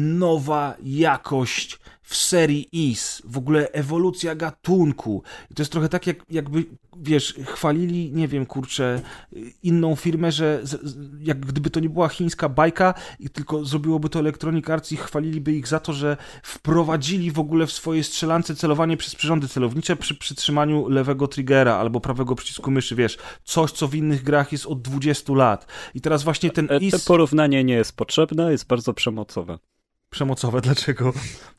nowa jakość w serii Is, w ogóle ewolucja gatunku. I to jest trochę tak, jak, jakby, wiesz, chwalili, nie wiem, kurczę, inną firmę, że z, z, jak gdyby to nie była chińska bajka i tylko zrobiłoby to Electronic Arts i chwaliliby ich za to, że wprowadzili w ogóle w swojej strzelance celowanie przez przyrządy celownicze przy przytrzymaniu lewego triggera albo prawego przycisku myszy, wiesz, coś, co w innych grach jest od dwudziestu lat. I teraz właśnie ten E, Is... Te porównanie nie jest potrzebne, jest bardzo przemocowe. Przemocowe, dlaczego?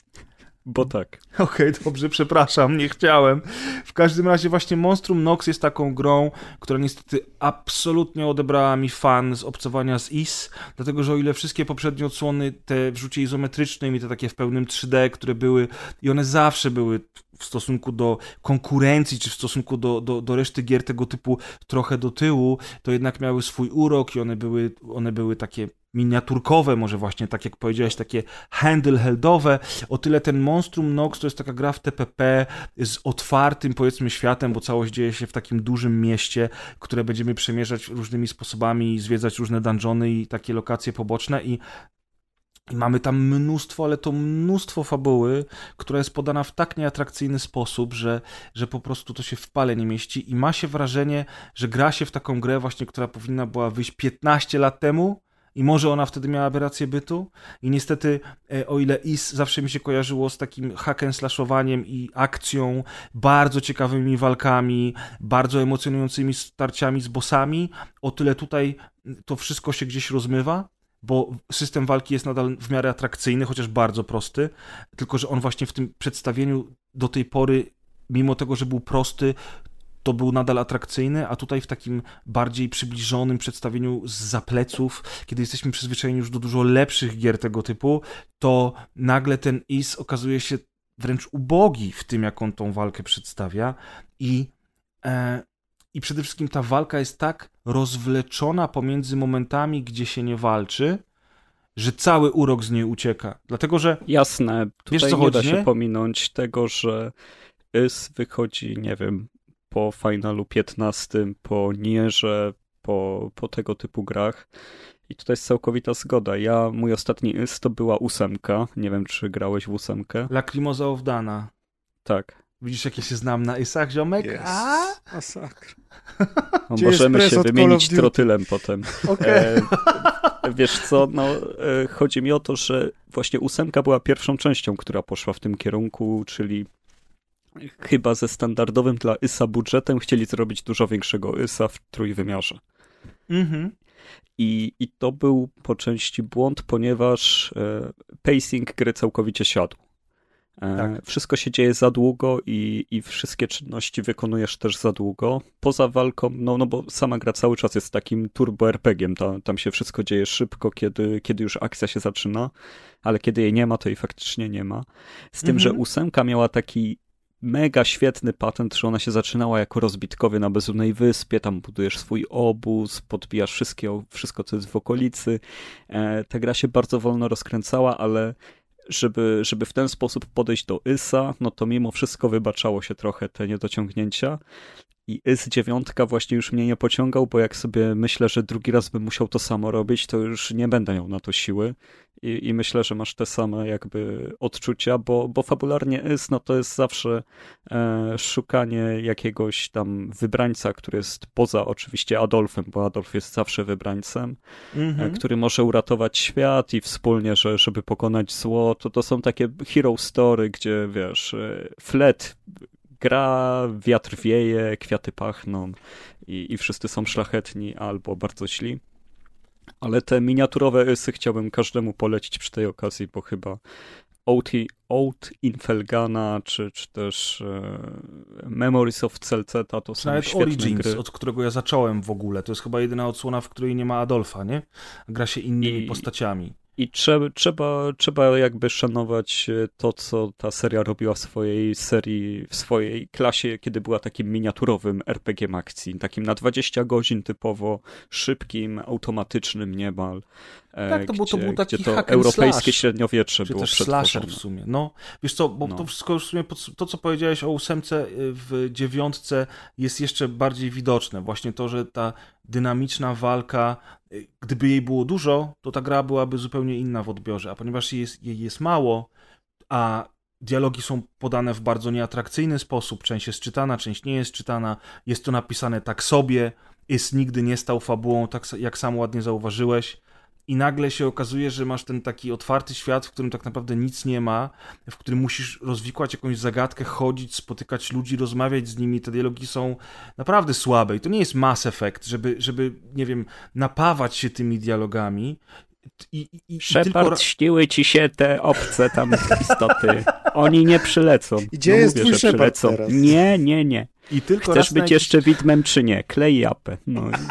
Bo tak. Okej, okay, dobrze, przepraszam, nie chciałem. W każdym razie właśnie Monstrum Nox jest taką grą, która niestety absolutnie odebrała mi fan z obcowania z Is, dlatego, że o ile wszystkie poprzednie odsłony, te w rzucie izometrycznym i te takie w pełnym trzy D, które były, i one zawsze były w stosunku do konkurencji, czy w stosunku do, do, do reszty gier tego typu trochę do tyłu, to jednak miały swój urok i one były, one były takie miniaturkowe, może właśnie tak jak powiedziałeś, takie handheldowe. O tyle ten Monstrum Nox to jest taka gra w T P P z otwartym, powiedzmy, światem, bo całość dzieje się w takim dużym mieście, które będziemy przemierzać różnymi sposobami, zwiedzać różne dungeony i takie lokacje poboczne i I mamy tam mnóstwo, ale to mnóstwo fabuły, która jest podana w tak nieatrakcyjny sposób, że, że po prostu to się w pale nie mieści i ma się wrażenie, że gra się w taką grę właśnie, która powinna była wyjść piętnaście lat temu, i może ona wtedy miała aberrację bytu i niestety o ile Is zawsze mi się kojarzyło z takim hack and slashowaniem i akcją, bardzo ciekawymi walkami, bardzo emocjonującymi starciami z bossami, o tyle tutaj to wszystko się gdzieś rozmywa, bo system walki jest nadal w miarę atrakcyjny, chociaż bardzo prosty, tylko że on właśnie w tym przedstawieniu do tej pory, mimo tego, że był prosty, to był nadal atrakcyjny, a tutaj w takim bardziej przybliżonym przedstawieniu z zapleców, kiedy jesteśmy przyzwyczajeni już do dużo lepszych gier tego typu, to nagle ten Is okazuje się wręcz ubogi w tym, jak on tą walkę przedstawia i, e, i przede wszystkim ta walka jest tak rozwleczona pomiędzy momentami, gdzie się nie walczy, że cały urok z niej ucieka. Dlatego, że... Jasne, tutaj wiesz, co nie chodzi, da się nie? pominąć tego, że Is wychodzi, nie wiem, po Finalu piętnastym, po Nierze, po, po tego typu grach. I tutaj jest całkowita zgoda. Ja, mój ostatni Is to była ósemka. Nie wiem, czy grałeś w ósemkę. Lacrimosa of Dana. Tak. Widzisz, jak ja się znam na Isach, ziomek? Yes. A? Masakra. No, Gdzie możemy jest się press od wymienić Call of Duty? trotylem potem. Okej. E, wiesz co, no e, chodzi mi o to, że właśnie ósemka była pierwszą częścią, która poszła w tym kierunku, czyli chyba ze standardowym dla Isa budżetem chcieli zrobić dużo większego Isa w trójwymiarze. Mhm. I, I to był po części błąd, ponieważ e, pacing gry całkowicie siadł. E, Tak. Wszystko się dzieje za długo i, i wszystkie czynności wykonujesz też za długo. Poza walką, no, no bo sama gra cały czas jest takim turbo er pe gie em, tam, tam się wszystko dzieje szybko, kiedy, kiedy już akcja się zaczyna, ale kiedy jej nie ma, to jej faktycznie nie ma. Z tym, Mhm. że ósemka miała taki mega świetny patent, że ona się zaczynała jako rozbitkowie na bezludnej wyspie, tam budujesz swój obóz, podbijasz wszystkie, wszystko, co jest w okolicy. E, ta gra się bardzo wolno rozkręcała, ale żeby, żeby w ten sposób podejść do Isa, no to mimo wszystko wybaczało się trochę te niedociągnięcia. I Is dziewięć właśnie już mnie nie pociągał, bo jak sobie myślę, że drugi raz bym musiał to samo robić, to już nie będę miał na to siły. I, i myślę, że masz te same jakby odczucia, bo, bo fabularnie Is, no to jest zawsze e, szukanie jakiegoś tam wybrańca, który jest poza oczywiście Adolfem, bo Adolf jest zawsze wybrańcem, Mhm. e, który może uratować świat i wspólnie, że, żeby pokonać zło. To, to są takie hero story, gdzie wiesz, e, Fled gra, wiatr wieje, kwiaty pachną i, i wszyscy są szlachetni albo bardzo źli. Ale te miniaturowe Isy chciałbym każdemu polecić przy tej okazji, bo chyba Old Infelgana, czy, czy też e, Memories of Celceta to są Nawet świetne Origins, gry. od którego ja zacząłem w ogóle. To jest chyba jedyna odsłona, w której nie ma Adolfa, nie? Gra się innymi I- postaciami. I trzeba, trzeba, trzeba jakby szanować to, co ta seria robiła w swojej serii, w swojej klasie, kiedy była takim miniaturowym er pe gie em akcji, takim na dwadzieścia godzin typowo, szybkim, automatycznym niemal. e, Tak, to był- to gdzie, był taki gdzie to hack and europejskie slash. średniowiecze Czy było też slasher w przetworzone. sumie. No, wiesz co, bo No. to wszystko już w sumie, pod- to co powiedziałeś o ósemce y, w dziewiątce jest jeszcze bardziej widoczne. Właśnie to, że ta dynamiczna walka, y, gdyby jej było dużo, to ta gra byłaby zupełnie inna w odbiorze, a ponieważ jej jest, jej jest mało, a dialogi są podane w bardzo nieatrakcyjny sposób, część jest czytana, część nie jest czytana, jest to napisane tak sobie, jest nigdy nie stał fabułą, tak sa- jak sam ładnie zauważyłeś, i nagle się okazuje, że masz ten taki otwarty świat, w którym tak naprawdę nic nie ma, w którym musisz rozwikłać jakąś zagadkę, chodzić, spotykać ludzi, rozmawiać z nimi. Te dialogi są naprawdę słabe i to nie jest Mass Effect, żeby, żeby nie wiem, napawać się tymi dialogami. I, i, i, i tylko... Shepard, śniły ci się te obce tam istoty. Oni nie przylecą. I gdzie no jest mówię, twój że Shepard przylecą. teraz? Nie, nie, nie. I tylko Chcesz raz na być jakiś... jeszcze widmem czy nie? Klej japę. No. i-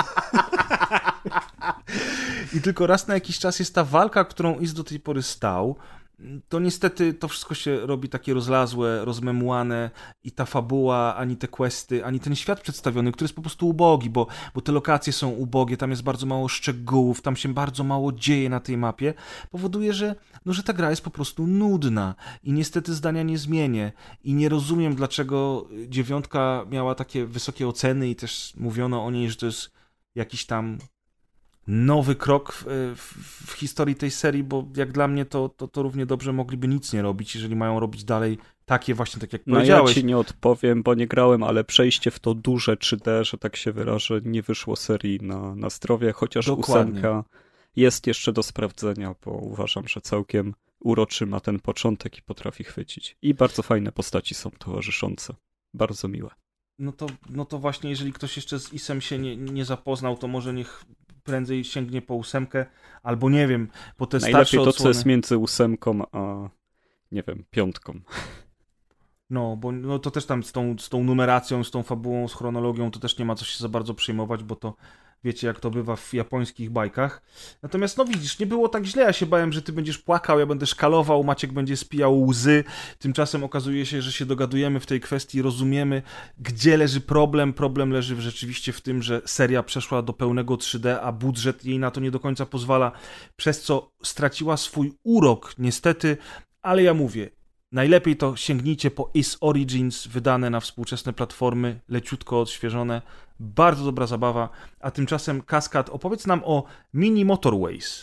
I tylko raz na jakiś czas jest ta walka, którą Is do tej pory stał. To niestety to wszystko się robi takie rozlazłe, rozmemłane i ta fabuła, ani te questy, ani ten świat przedstawiony, który jest po prostu ubogi, bo, bo te lokacje są ubogie, tam jest bardzo mało szczegółów, tam się bardzo mało dzieje na tej mapie, powoduje, że, no, że ta gra jest po prostu nudna i niestety zdania nie zmienię i nie rozumiem, dlaczego dziewiątka miała takie wysokie oceny i też mówiono o niej, że to jest jakiś tam nowy krok w, w, w historii tej serii, bo jak dla mnie to, to, to równie dobrze mogliby nic nie robić, jeżeli mają robić dalej takie właśnie, tak jak No ja powiedziałeś. ci nie odpowiem, bo nie grałem, ale przejście w to duże trzy D, że tak się wyrażę, nie wyszło serii na, na zdrowie, chociaż Dokładnie. ósemka jest jeszcze do sprawdzenia, bo uważam, że całkiem uroczy ma ten początek i potrafi chwycić. I bardzo fajne postaci są towarzyszące. Bardzo miłe. No to, no to właśnie, jeżeli ktoś jeszcze z Isem się nie, nie zapoznał, to może niech prędzej sięgnie po ósemkę, albo nie wiem, po te starsze Najlepiej to, odsłony. co jest między ósemką a, nie wiem, piątką. No, bo no to też tam z tą, z tą numeracją, z tą fabułą, z chronologią, to też nie ma co się za bardzo przejmować, bo to wiecie, jak to bywa w japońskich bajkach. Natomiast, no widzisz, nie było tak źle. Ja się bałem, że ty będziesz płakał, ja będę szkalował, Maciek będzie spijał łzy. Tymczasem okazuje się, że się dogadujemy w tej kwestii, rozumiemy, gdzie leży problem. Problem leży rzeczywiście w tym, że seria przeszła do pełnego trzy D, a budżet jej na to nie do końca pozwala, przez co straciła swój urok, niestety, ale ja mówię, najlepiej to sięgnijcie po Is Origins, wydane na współczesne platformy, leciutko odświeżone. Bardzo dobra zabawa. A tymczasem, Kaskad, opowiedz nam o Mini Motorways.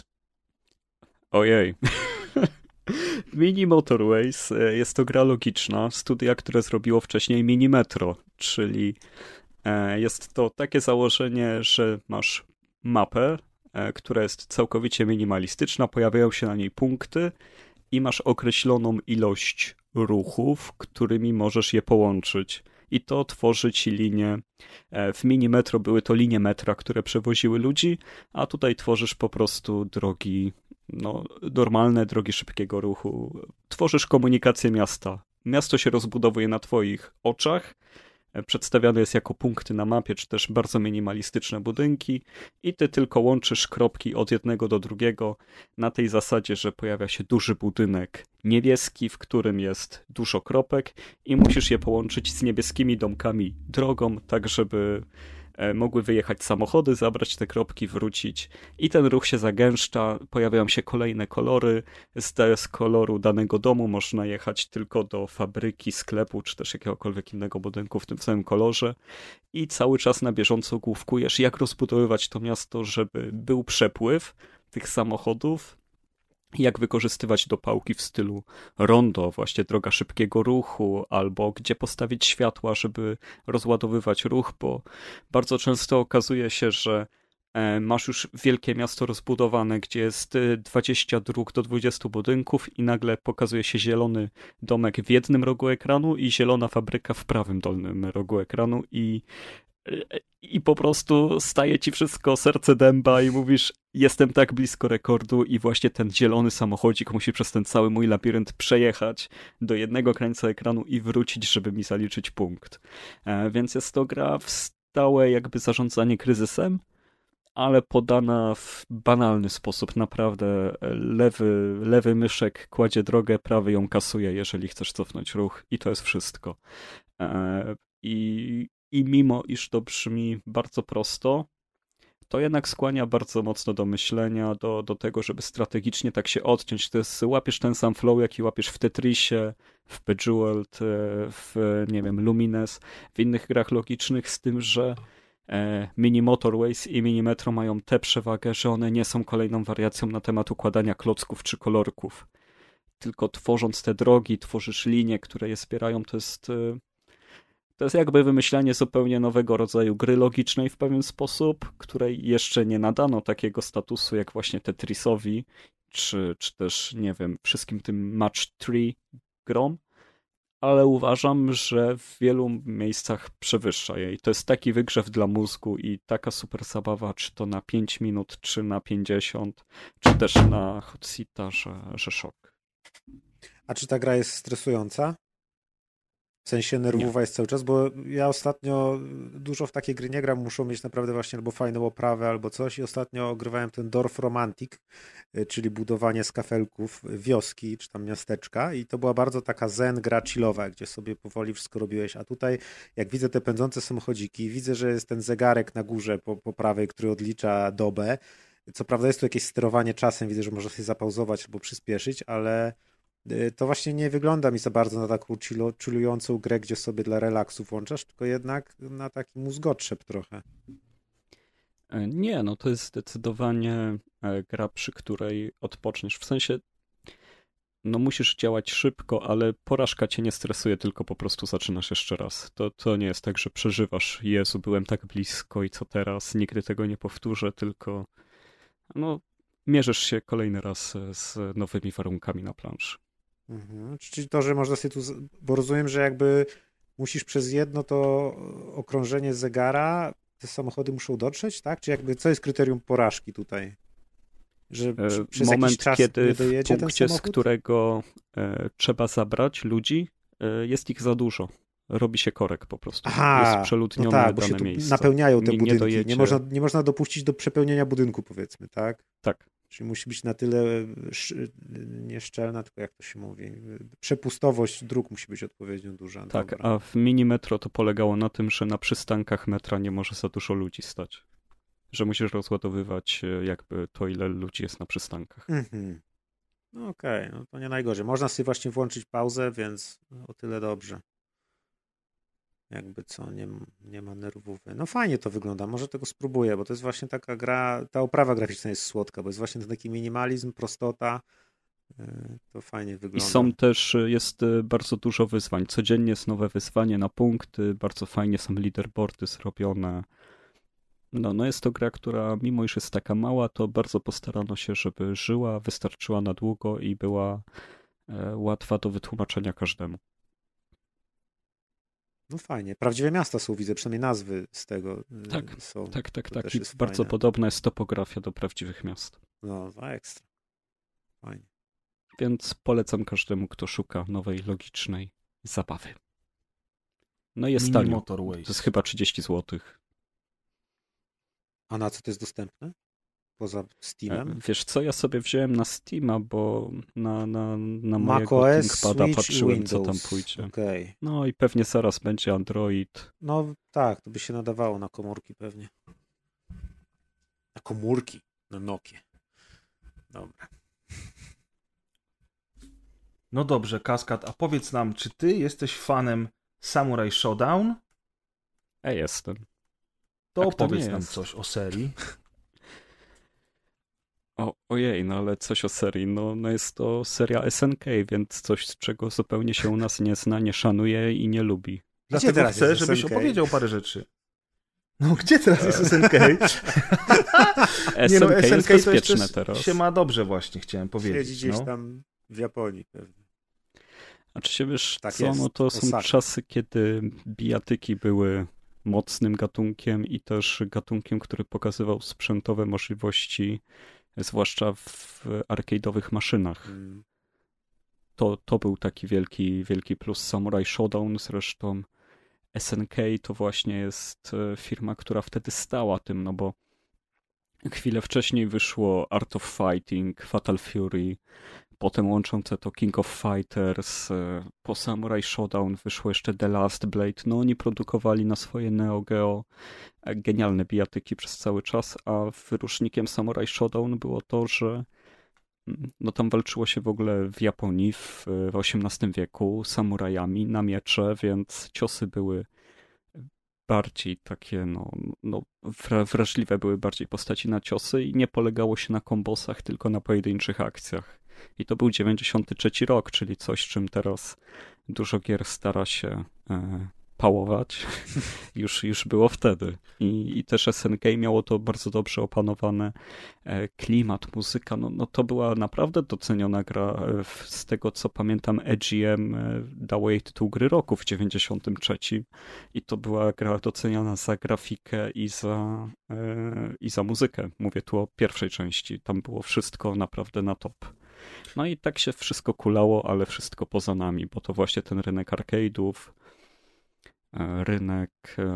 Ojej. Mini Motorways jest to gra logiczna studia, które zrobiło wcześniej Mini Metro, czyli jest to takie założenie, że masz mapę, która jest całkowicie minimalistyczna, pojawiają się na niej punkty, i masz określoną ilość ruchów, którymi możesz je połączyć. I to tworzy ci linie. W Mini Metro były to linie metra, które przewoziły ludzi, a tutaj tworzysz po prostu drogi, no, normalne drogi szybkiego ruchu. Tworzysz komunikację miasta. Miasto się rozbudowuje na twoich oczach, przedstawiane jest jako punkty na mapie, czy też bardzo minimalistyczne budynki i ty tylko łączysz kropki od jednego do drugiego na tej zasadzie, że pojawia się duży budynek niebieski, w którym jest dużo kropek i musisz je połączyć z niebieskimi domkami drogą, tak żeby mogły wyjechać samochody, zabrać te kropki, wrócić i ten ruch się zagęszcza, pojawiają się kolejne kolory, z, z koloru danego domu można jechać tylko do fabryki, sklepu, czy też jakiegokolwiek innego budynku w tym samym kolorze i cały czas na bieżąco główkujesz, jak rozbudowywać to miasto, żeby był przepływ tych samochodów, jak wykorzystywać dopałki w stylu rondo, właśnie droga szybkiego ruchu, albo gdzie postawić światła, żeby rozładowywać ruch, bo bardzo często okazuje się, że masz już wielkie miasto rozbudowane, gdzie jest dwadzieścia dróg do dwudziestu budynków i nagle pokazuje się zielony domek w jednym rogu ekranu i zielona fabryka w prawym dolnym rogu ekranu i I po prostu staje ci wszystko, serce dęba i mówisz, jestem tak blisko rekordu i właśnie ten zielony samochodzik musi przez ten cały mój labirynt przejechać do jednego krańca ekranu i wrócić, żeby mi zaliczyć punkt. E, więc jest to gra w stałe jakby zarządzanie kryzysem, ale podana w banalny sposób. Naprawdę lewy, lewy myszek kładzie drogę, prawy ją kasuje, jeżeli chcesz cofnąć ruch i to jest wszystko. E, I I mimo iż to brzmi bardzo prosto, to jednak skłania bardzo mocno do myślenia, do, do tego, żeby strategicznie tak się odciąć. To jest, łapiesz ten sam flow, jaki łapiesz w Tetrisie, w Bejeweled, w, nie wiem, Lumines, w innych grach logicznych, z tym, że e, Mini Motorways i Mini Metro mają tę przewagę, że one nie są kolejną wariacją na temat układania klocków czy kolorków. Tylko tworząc te drogi, tworzysz linie, które je wspierają, to jest... E, To jest jakby wymyślanie zupełnie nowego rodzaju gry logicznej w pewien sposób, której jeszcze nie nadano takiego statusu jak właśnie Tetrisowi, czy, czy też, nie wiem, wszystkim tym Match trzy grom, ale uważam, że w wielu miejscach przewyższa jej. To jest taki wygrzew dla mózgu i taka super zabawa, czy to na pięć minut, czy na pięćdziesiąt, czy też na hot seata, że, że szok. A czy ta gra jest stresująca? W sensie nerwowa jest cały czas, bo ja ostatnio dużo w takie gry nie gram, muszą mieć naprawdę właśnie albo fajną oprawę, albo coś i ostatnio ogrywałem ten Dorf Romantik, czyli budowanie z kafelków wioski, czy tam miasteczka i to była bardzo taka zen gra chillowa, gdzie sobie powoli wszystko robiłeś, a tutaj jak widzę te pędzące samochodziki, widzę, że jest ten zegarek na górze po, po prawej, który odlicza dobę, co prawda jest tu jakieś sterowanie czasem, widzę, że można sobie zapauzować albo przyspieszyć, ale to właśnie nie wygląda mi za bardzo na taką chillującą grę, gdzie sobie dla relaksu włączasz, tylko jednak na taki mózgotrzep trochę. Nie, no to jest zdecydowanie gra, przy której odpoczniesz. W sensie, no musisz działać szybko, ale porażka cię nie stresuje, tylko po prostu zaczynasz jeszcze raz. To, to nie jest tak, że przeżywasz, Jezu, byłem tak blisko i co teraz, nigdy tego nie powtórzę, tylko no mierzysz się kolejny raz z nowymi warunkami na planszy. Mhm. Czyli to, że można sobie tu, bo rozumiem, że jakby musisz przez jedno to okrążenie zegara, te samochody muszą dotrzeć, tak? Czy jakby co jest kryterium porażki tutaj? Że przy, przez Moment, jakiś czas kiedy nie dojedzie w punkcie, ten z samochód? którego e, trzeba zabrać ludzi, e, jest ich za dużo. Robi się korek po prostu. Aha, jest przeludnione no tak, bo dane się tu miejsce. napełniają te Nie, nie budynki. dojedzie... Nie można, nie można dopuścić do przepełnienia budynku, powiedzmy, tak? Tak. Czyli musi być na tyle sz- nieszczelna, tylko jak to się mówi, przepustowość dróg musi być odpowiednio duża. Tak, Dobra. a w mini metro to polegało na tym, że na przystankach metra nie może za dużo ludzi stać. Że musisz rozładowywać jakby to, ile ludzi jest na przystankach. Mhm. No okej, okay, no to nie najgorzej. Można sobie właśnie włączyć pauzę, więc o tyle dobrze. Jakby co, nie, nie ma nerwów. No fajnie to wygląda, może tego spróbuję, bo to jest właśnie taka gra, ta oprawa graficzna jest słodka, bo jest właśnie ten taki minimalizm, prostota, to fajnie wygląda. I są też, jest bardzo dużo wyzwań. Codziennie jest nowe wyzwanie na punkty, bardzo fajnie są leaderboardy zrobione. No, no jest to gra, która mimo iż jest taka mała, to bardzo postarano się, żeby żyła, wystarczyła na długo i była e, łatwa do wytłumaczenia każdemu. No fajnie. Prawdziwe miasta są, widzę, przynajmniej nazwy z tego tak, są. Tak, tak, to tak. I bardzo fajne. podobna jest topografia do prawdziwych miast. No, to ekstra. Fajnie. Więc polecam każdemu, kto szuka nowej, logicznej zabawy. No i jest Mini tanio. Motorways. To jest chyba trzydzieści złotych. A na co to jest dostępne? Poza Steamem? Wiesz co, ja sobie wziąłem na Steama, bo na, na, na mojego macOS, ThinkPada Switch patrzyłem, i co tam Windows. pójdzie. Okay. No i pewnie zaraz będzie Android. No tak, to by się nadawało na komórki pewnie. Na komórki, na Nokia. Dobra. No dobrze, Kaskad, a powiedz nam, czy ty jesteś fanem Samurai Showdown? Ja jestem. To A kto opowiedz nie nam jest? coś o serii. O, ojej, no ale coś o serii. No, no jest to seria S N K, więc coś, z czego zupełnie się u nas nie zna, nie szanuje i nie lubi. Dlatego teraz chcę, jest żebyś S N K? opowiedział parę rzeczy. No gdzie teraz jest S N K? S Nie N K no, S N jest K to bezpieczne jeszcze teraz. się ma dobrze właśnie, chciałem powiedzieć. Siedzi gdzieś no. tam w Japonii pewnie. Znaczy się wiesz Tak co, jest, no to są Osaka. czasy, kiedy bijatyki były mocnym gatunkiem i też gatunkiem, który pokazywał sprzętowe możliwości, zwłaszcza w arcade'owych maszynach. Mm. To, to był taki wielki, wielki plus. Samurai Showdown zresztą. S N K to właśnie jest firma, która wtedy stała tym, no bo chwilę wcześniej wyszło Art of Fighting, Fatal Fury, potem łączące to King of Fighters, po Samurai Showdown wyszło jeszcze The Last Blade. No oni produkowali na swoje Neo Geo genialne bijatyki przez cały czas, a wyróżnikiem Samurai Showdown było to, że no tam walczyło się w ogóle w Japonii w, w osiemnastym wieku samurajami na miecze, więc ciosy były bardziej takie, no, no wrażliwe były bardziej postaci na ciosy i nie polegało się na kombosach, tylko na pojedynczych akcjach. I to był dziewięćdziesiąty trzeci rok, czyli coś, czym teraz dużo gier stara się e, pałować. już, już było wtedy. I, I też S N K miało to bardzo dobrze opanowane. E, klimat, muzyka, no, no to była naprawdę doceniona gra. E, z tego, co pamiętam, E G M e, dało jej tytuł gry roku w dziewięćdziesiątym trzecim. I to była gra doceniana za grafikę i za, e, i za muzykę. Mówię tu o pierwszej części. Tam było wszystko naprawdę na top. No i tak się wszystko kulało, ale wszystko poza nami, bo to właśnie ten rynek arcade'ów, rynek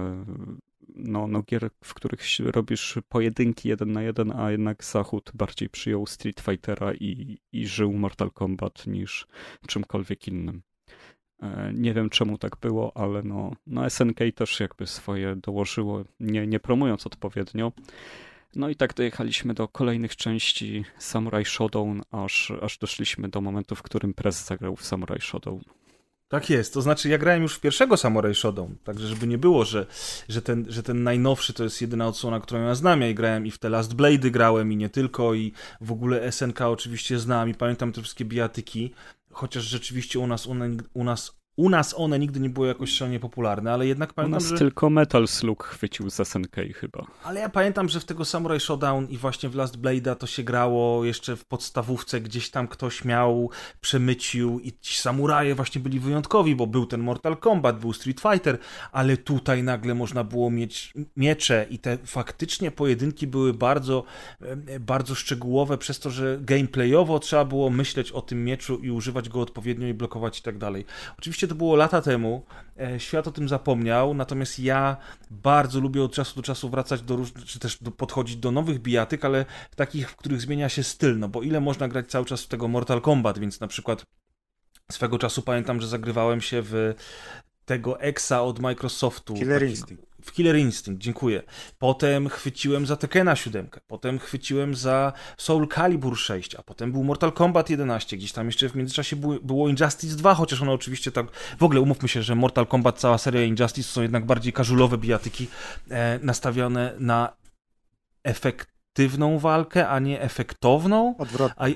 no, no gier, w których robisz pojedynki jeden na jeden, a jednak Zachód bardziej przyjął Street Fightera i, i żył Mortal Kombat niż czymkolwiek innym. Nie wiem czemu tak było, ale no, no S N K też jakby swoje dołożyło, nie, nie promując odpowiednio. No i tak dojechaliśmy do kolejnych części Samurai Showdown, aż, aż doszliśmy do momentu, w którym Prez zagrał w Samurai Showdown. Tak jest, to znaczy ja grałem już w pierwszego Samurai Showdown, także żeby nie było, że, że, ten, że ten najnowszy to jest jedyna odsłona, którą ja znam. Ja i grałem i w te Last Blade'y grałem i nie tylko, i w ogóle S N K oczywiście znam i pamiętam te wszystkie bijatyki, chociaż rzeczywiście u nas, u, u nas U nas one nigdy nie były jakoś szalenie popularne, ale jednak U pamiętam, nas że... tylko Metal Slug chwycił za Senkei chyba. Ale ja pamiętam, że w tego Samurai Showdown i właśnie w Last Blade'a to się grało jeszcze w podstawówce, gdzieś tam ktoś miał, przemycił i ci samuraje właśnie byli wyjątkowi, bo był ten Mortal Kombat, był Street Fighter, ale tutaj nagle można było mieć miecze i te faktycznie pojedynki były bardzo, bardzo szczegółowe przez to, że gameplayowo trzeba było myśleć o tym mieczu i używać go odpowiednio i blokować i tak dalej. Oczywiście to było lata temu, świat o tym zapomniał, natomiast ja bardzo lubię od czasu do czasu wracać do różnych, czy też do, podchodzić do nowych bijatyk, ale takich, w których zmienia się styl, no bo ile można grać cały czas w tego Mortal Kombat, więc na przykład swego czasu pamiętam, że zagrywałem się w tego Exa od Microsoftu. Killer Instinct. W Killer Instinct, dziękuję. Potem chwyciłem za Tekkena siedem, potem chwyciłem za Soul Calibur sześć, a potem był Mortal Kombat jedenaście, gdzieś tam jeszcze w międzyczasie było, było Injustice dwa, chociaż ono oczywiście tak, w ogóle umówmy się, że Mortal Kombat, cała seria Injustice są jednak bardziej casualowe bijatyki e, nastawione na efektywną walkę, a nie efektowną. Odwrotnie. A,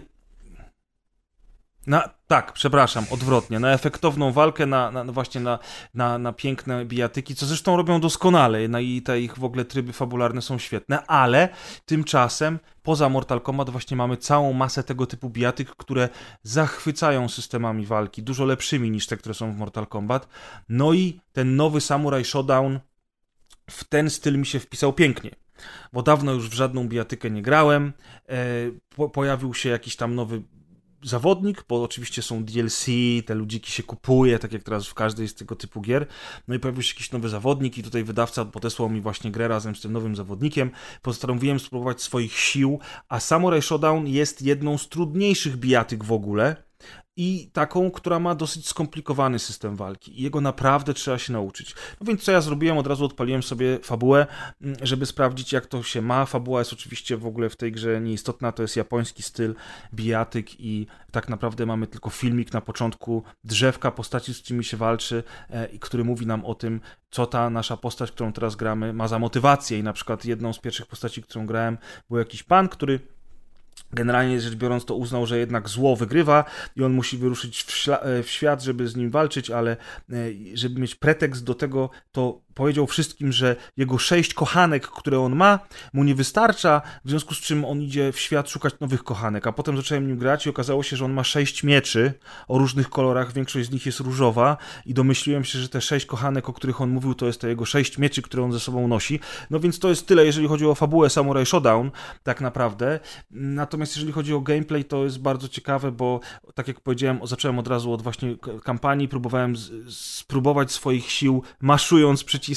Na, tak, przepraszam, odwrotnie. Na efektowną walkę, na, na właśnie na, na, na piękne bijatyki, co zresztą robią doskonale, no i te ich w ogóle tryby fabularne są świetne, ale tymczasem poza Mortal Kombat właśnie mamy całą masę tego typu bijatyk, które zachwycają systemami walki, dużo lepszymi niż te, które są w Mortal Kombat. No i ten nowy Samurai Showdown w ten styl mi się wpisał pięknie. Bo dawno już w żadną bijatykę nie grałem, e, po, pojawił się jakiś tam nowy zawodnik, bo oczywiście są D L C, te ludziki się kupuje, tak jak teraz w każdej z tego typu gier. No i pojawił się jakiś nowy zawodnik i tutaj wydawca podesłał mi właśnie grę razem z tym nowym zawodnikiem. Postanowiłem spróbować swoich sił, a Samurai Showdown jest jedną z trudniejszych bijatyk w ogóle i taką, która ma dosyć skomplikowany system walki i jego naprawdę trzeba się nauczyć. No więc co ja zrobiłem? Od razu odpaliłem sobie fabułę, żeby sprawdzić, jak to się ma. Fabuła jest oczywiście w ogóle w tej grze nieistotna, to jest japoński styl bijatyk i tak naprawdę mamy tylko filmik na początku drzewka postaci, z którymi się walczy i który mówi nam o tym, co ta nasza postać, którą teraz gramy, ma za motywację i na przykład jedną z pierwszych postaci, którą grałem, był jakiś pan, który generalnie rzecz biorąc to uznał, że jednak zło wygrywa i on musi wyruszyć w, śla- w świat, żeby z nim walczyć, ale żeby mieć pretekst do tego, to powiedział wszystkim, że jego sześć kochanek, które on ma, mu nie wystarcza, w związku z czym on idzie w świat szukać nowych kochanek, a potem zacząłem nim grać i okazało się, że on ma sześć mieczy o różnych kolorach, większość z nich jest różowa i domyśliłem się, że te sześć kochanek, o których on mówił, to jest to jego sześć mieczy, które on ze sobą nosi. No więc to jest tyle, jeżeli chodzi o fabułę Samurai Showdown, tak naprawdę. Natomiast jeżeli chodzi o gameplay, to jest bardzo ciekawe, bo tak jak powiedziałem, zacząłem od razu od właśnie kampanii, próbowałem z- spróbować swoich sił maszując przyciski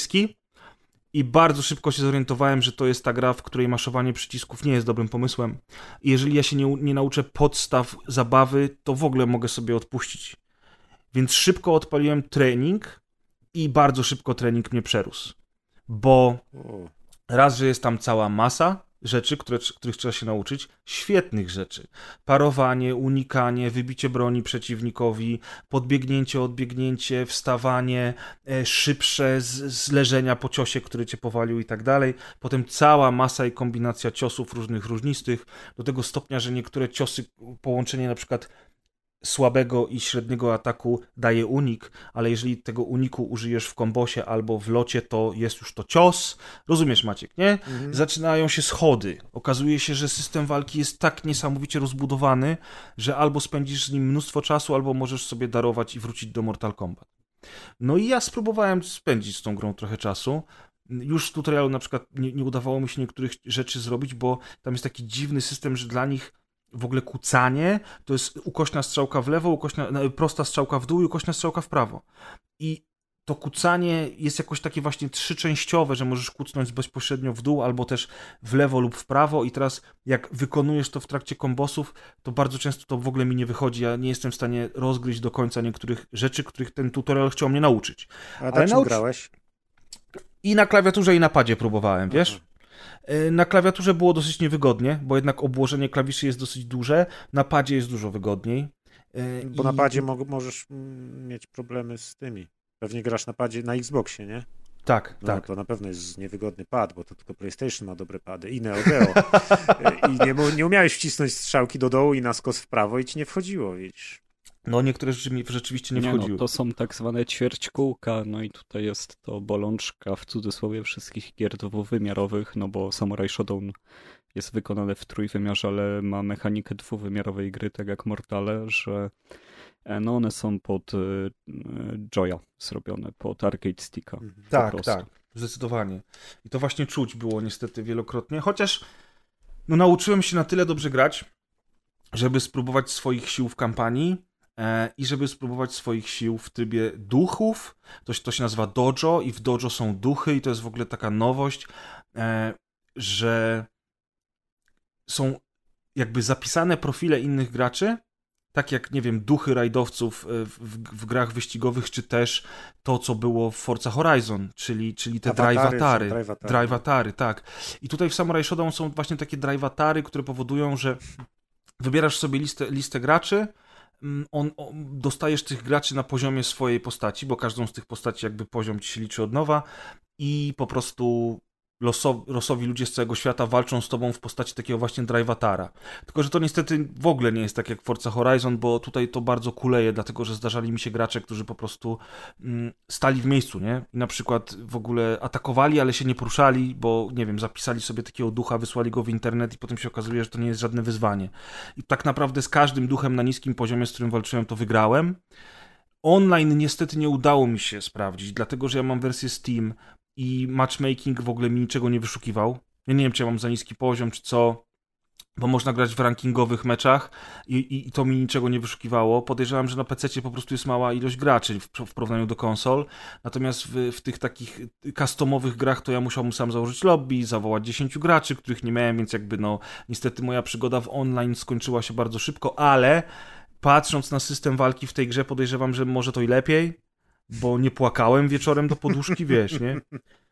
i bardzo szybko się zorientowałem, że to jest ta gra, w której maszowanie przycisków nie jest dobrym pomysłem. I jeżeli ja się nie, nie nauczę podstaw zabawy, to w ogóle mogę sobie odpuścić. Więc szybko odpaliłem trening i bardzo szybko trening mnie przerósł. Bo raz, że jest tam cała masa rzeczy, które, których trzeba się nauczyć, świetnych rzeczy. Parowanie, unikanie, wybicie broni przeciwnikowi, podbiegnięcie, odbiegnięcie, wstawanie, e, szybsze z, z leżenia po ciosie, który cię powalił i tak dalej. Potem cała masa i kombinacja ciosów różnych, różnistych, do tego stopnia, że niektóre ciosy, połączenie na przykład słabego i średniego ataku daje unik, ale jeżeli tego uniku użyjesz w kombosie albo w locie, to jest już to cios. Rozumiesz, Maciek, nie? Mhm. Zaczynają się schody. Okazuje się, że system walki jest tak niesamowicie rozbudowany, że albo spędzisz z nim mnóstwo czasu, albo możesz sobie darować i wrócić do Mortal Kombat. No i ja spróbowałem spędzić z tą grą trochę czasu. Już w tutorialu na przykład nie, nie udawało mi się niektórych rzeczy zrobić, bo tam jest taki dziwny system, że dla nich w ogóle kucanie to jest ukośna strzałka w lewo, ukośna, prosta strzałka w dół i ukośna strzałka w prawo. I to kucanie jest jakoś takie właśnie trzyczęściowe, że możesz kucnąć bezpośrednio w dół albo też w lewo lub w prawo i teraz jak wykonujesz to w trakcie kombosów, to bardzo często to w ogóle mi nie wychodzi. Ja nie jestem w stanie rozgryźć do końca niektórych rzeczy, których ten tutorial chciał mnie nauczyć. A tak nauczy... grałeś? I na klawiaturze i na padzie próbowałem, wiesz? Aha. Na klawiaturze było dosyć niewygodnie, bo jednak obłożenie klawiszy jest dosyć duże, na padzie jest dużo wygodniej. Bo I... na padzie mo- możesz mieć problemy z tymi. Pewnie grasz na padzie na Xboxie, nie? Tak, no, tak. To na pewno jest niewygodny pad, bo to tylko PlayStation ma dobre pady i Neo Geo. I nie, nie umiałeś wcisnąć strzałki do dołu i na skos w prawo i ci nie wchodziło, widzisz. No niektóre rzeczy mi rzeczywiście nie, Nie wchodziły. no, to są tak zwane ćwierćkółka, no i tutaj jest to bolączka w cudzysłowie wszystkich gier dwuwymiarowych, no bo Samurai Shodown jest wykonane w trójwymiarze, ale ma mechanikę dwuwymiarowej gry, tak jak Mortale, że no one są pod y, Joya zrobione, pod Arcade Sticka. Mhm. Tak, tak, zdecydowanie. I to właśnie czuć było niestety wielokrotnie, chociaż no nauczyłem się na tyle dobrze grać, żeby spróbować swoich sił w kampanii e, i żeby spróbować swoich sił w trybie duchów. To, to się nazywa dojo i w dojo są duchy i to jest w ogóle taka nowość, e, że są jakby zapisane profile innych graczy, tak jak, nie wiem, duchy rajdowców w, w, w grach wyścigowych, czy też to, co było w Forza Horizon, czyli, czyli te drive-atary. Drive-atary, tak. I tutaj w Samurai Shodown są właśnie takie drive-atary, które powodują, że wybierasz sobie listę, listę graczy, on, on, dostajesz tych graczy na poziomie swojej postaci, bo każdą z tych postaci jakby poziom ci się liczy od nowa i po prostu losowi, losowi ludzie z całego świata walczą z tobą w postaci takiego właśnie drive-atara. Tylko, że to niestety w ogóle nie jest tak jak Forza Horizon, bo tutaj to bardzo kuleje, dlatego, że zdarzali mi się gracze, którzy po prostu mm, stali w miejscu, nie? I na przykład w ogóle atakowali, ale się nie poruszali, bo, nie wiem, zapisali sobie takiego ducha, wysłali go w internet i potem się okazuje, że to nie jest żadne wyzwanie. I tak naprawdę z każdym duchem na niskim poziomie, z którym walczyłem, to wygrałem. Online niestety nie udało mi się sprawdzić, dlatego, że ja mam wersję Steam i matchmaking w ogóle mi niczego nie wyszukiwał. Ja nie wiem, czy ja mam za niski poziom, czy co, bo można grać w rankingowych meczach i, i, i to mi niczego nie wyszukiwało. Podejrzewam, że na pececie po prostu jest mała ilość graczy w, w porównaniu do konsol, natomiast w, w tych takich customowych grach to ja musiałbym sam założyć lobby, zawołać dziesięciu graczy, których nie miałem, więc jakby no niestety moja przygoda w online skończyła się bardzo szybko, ale patrząc na system walki w tej grze podejrzewam, że może to i lepiej, bo nie płakałem wieczorem do poduszki, wiesz, nie?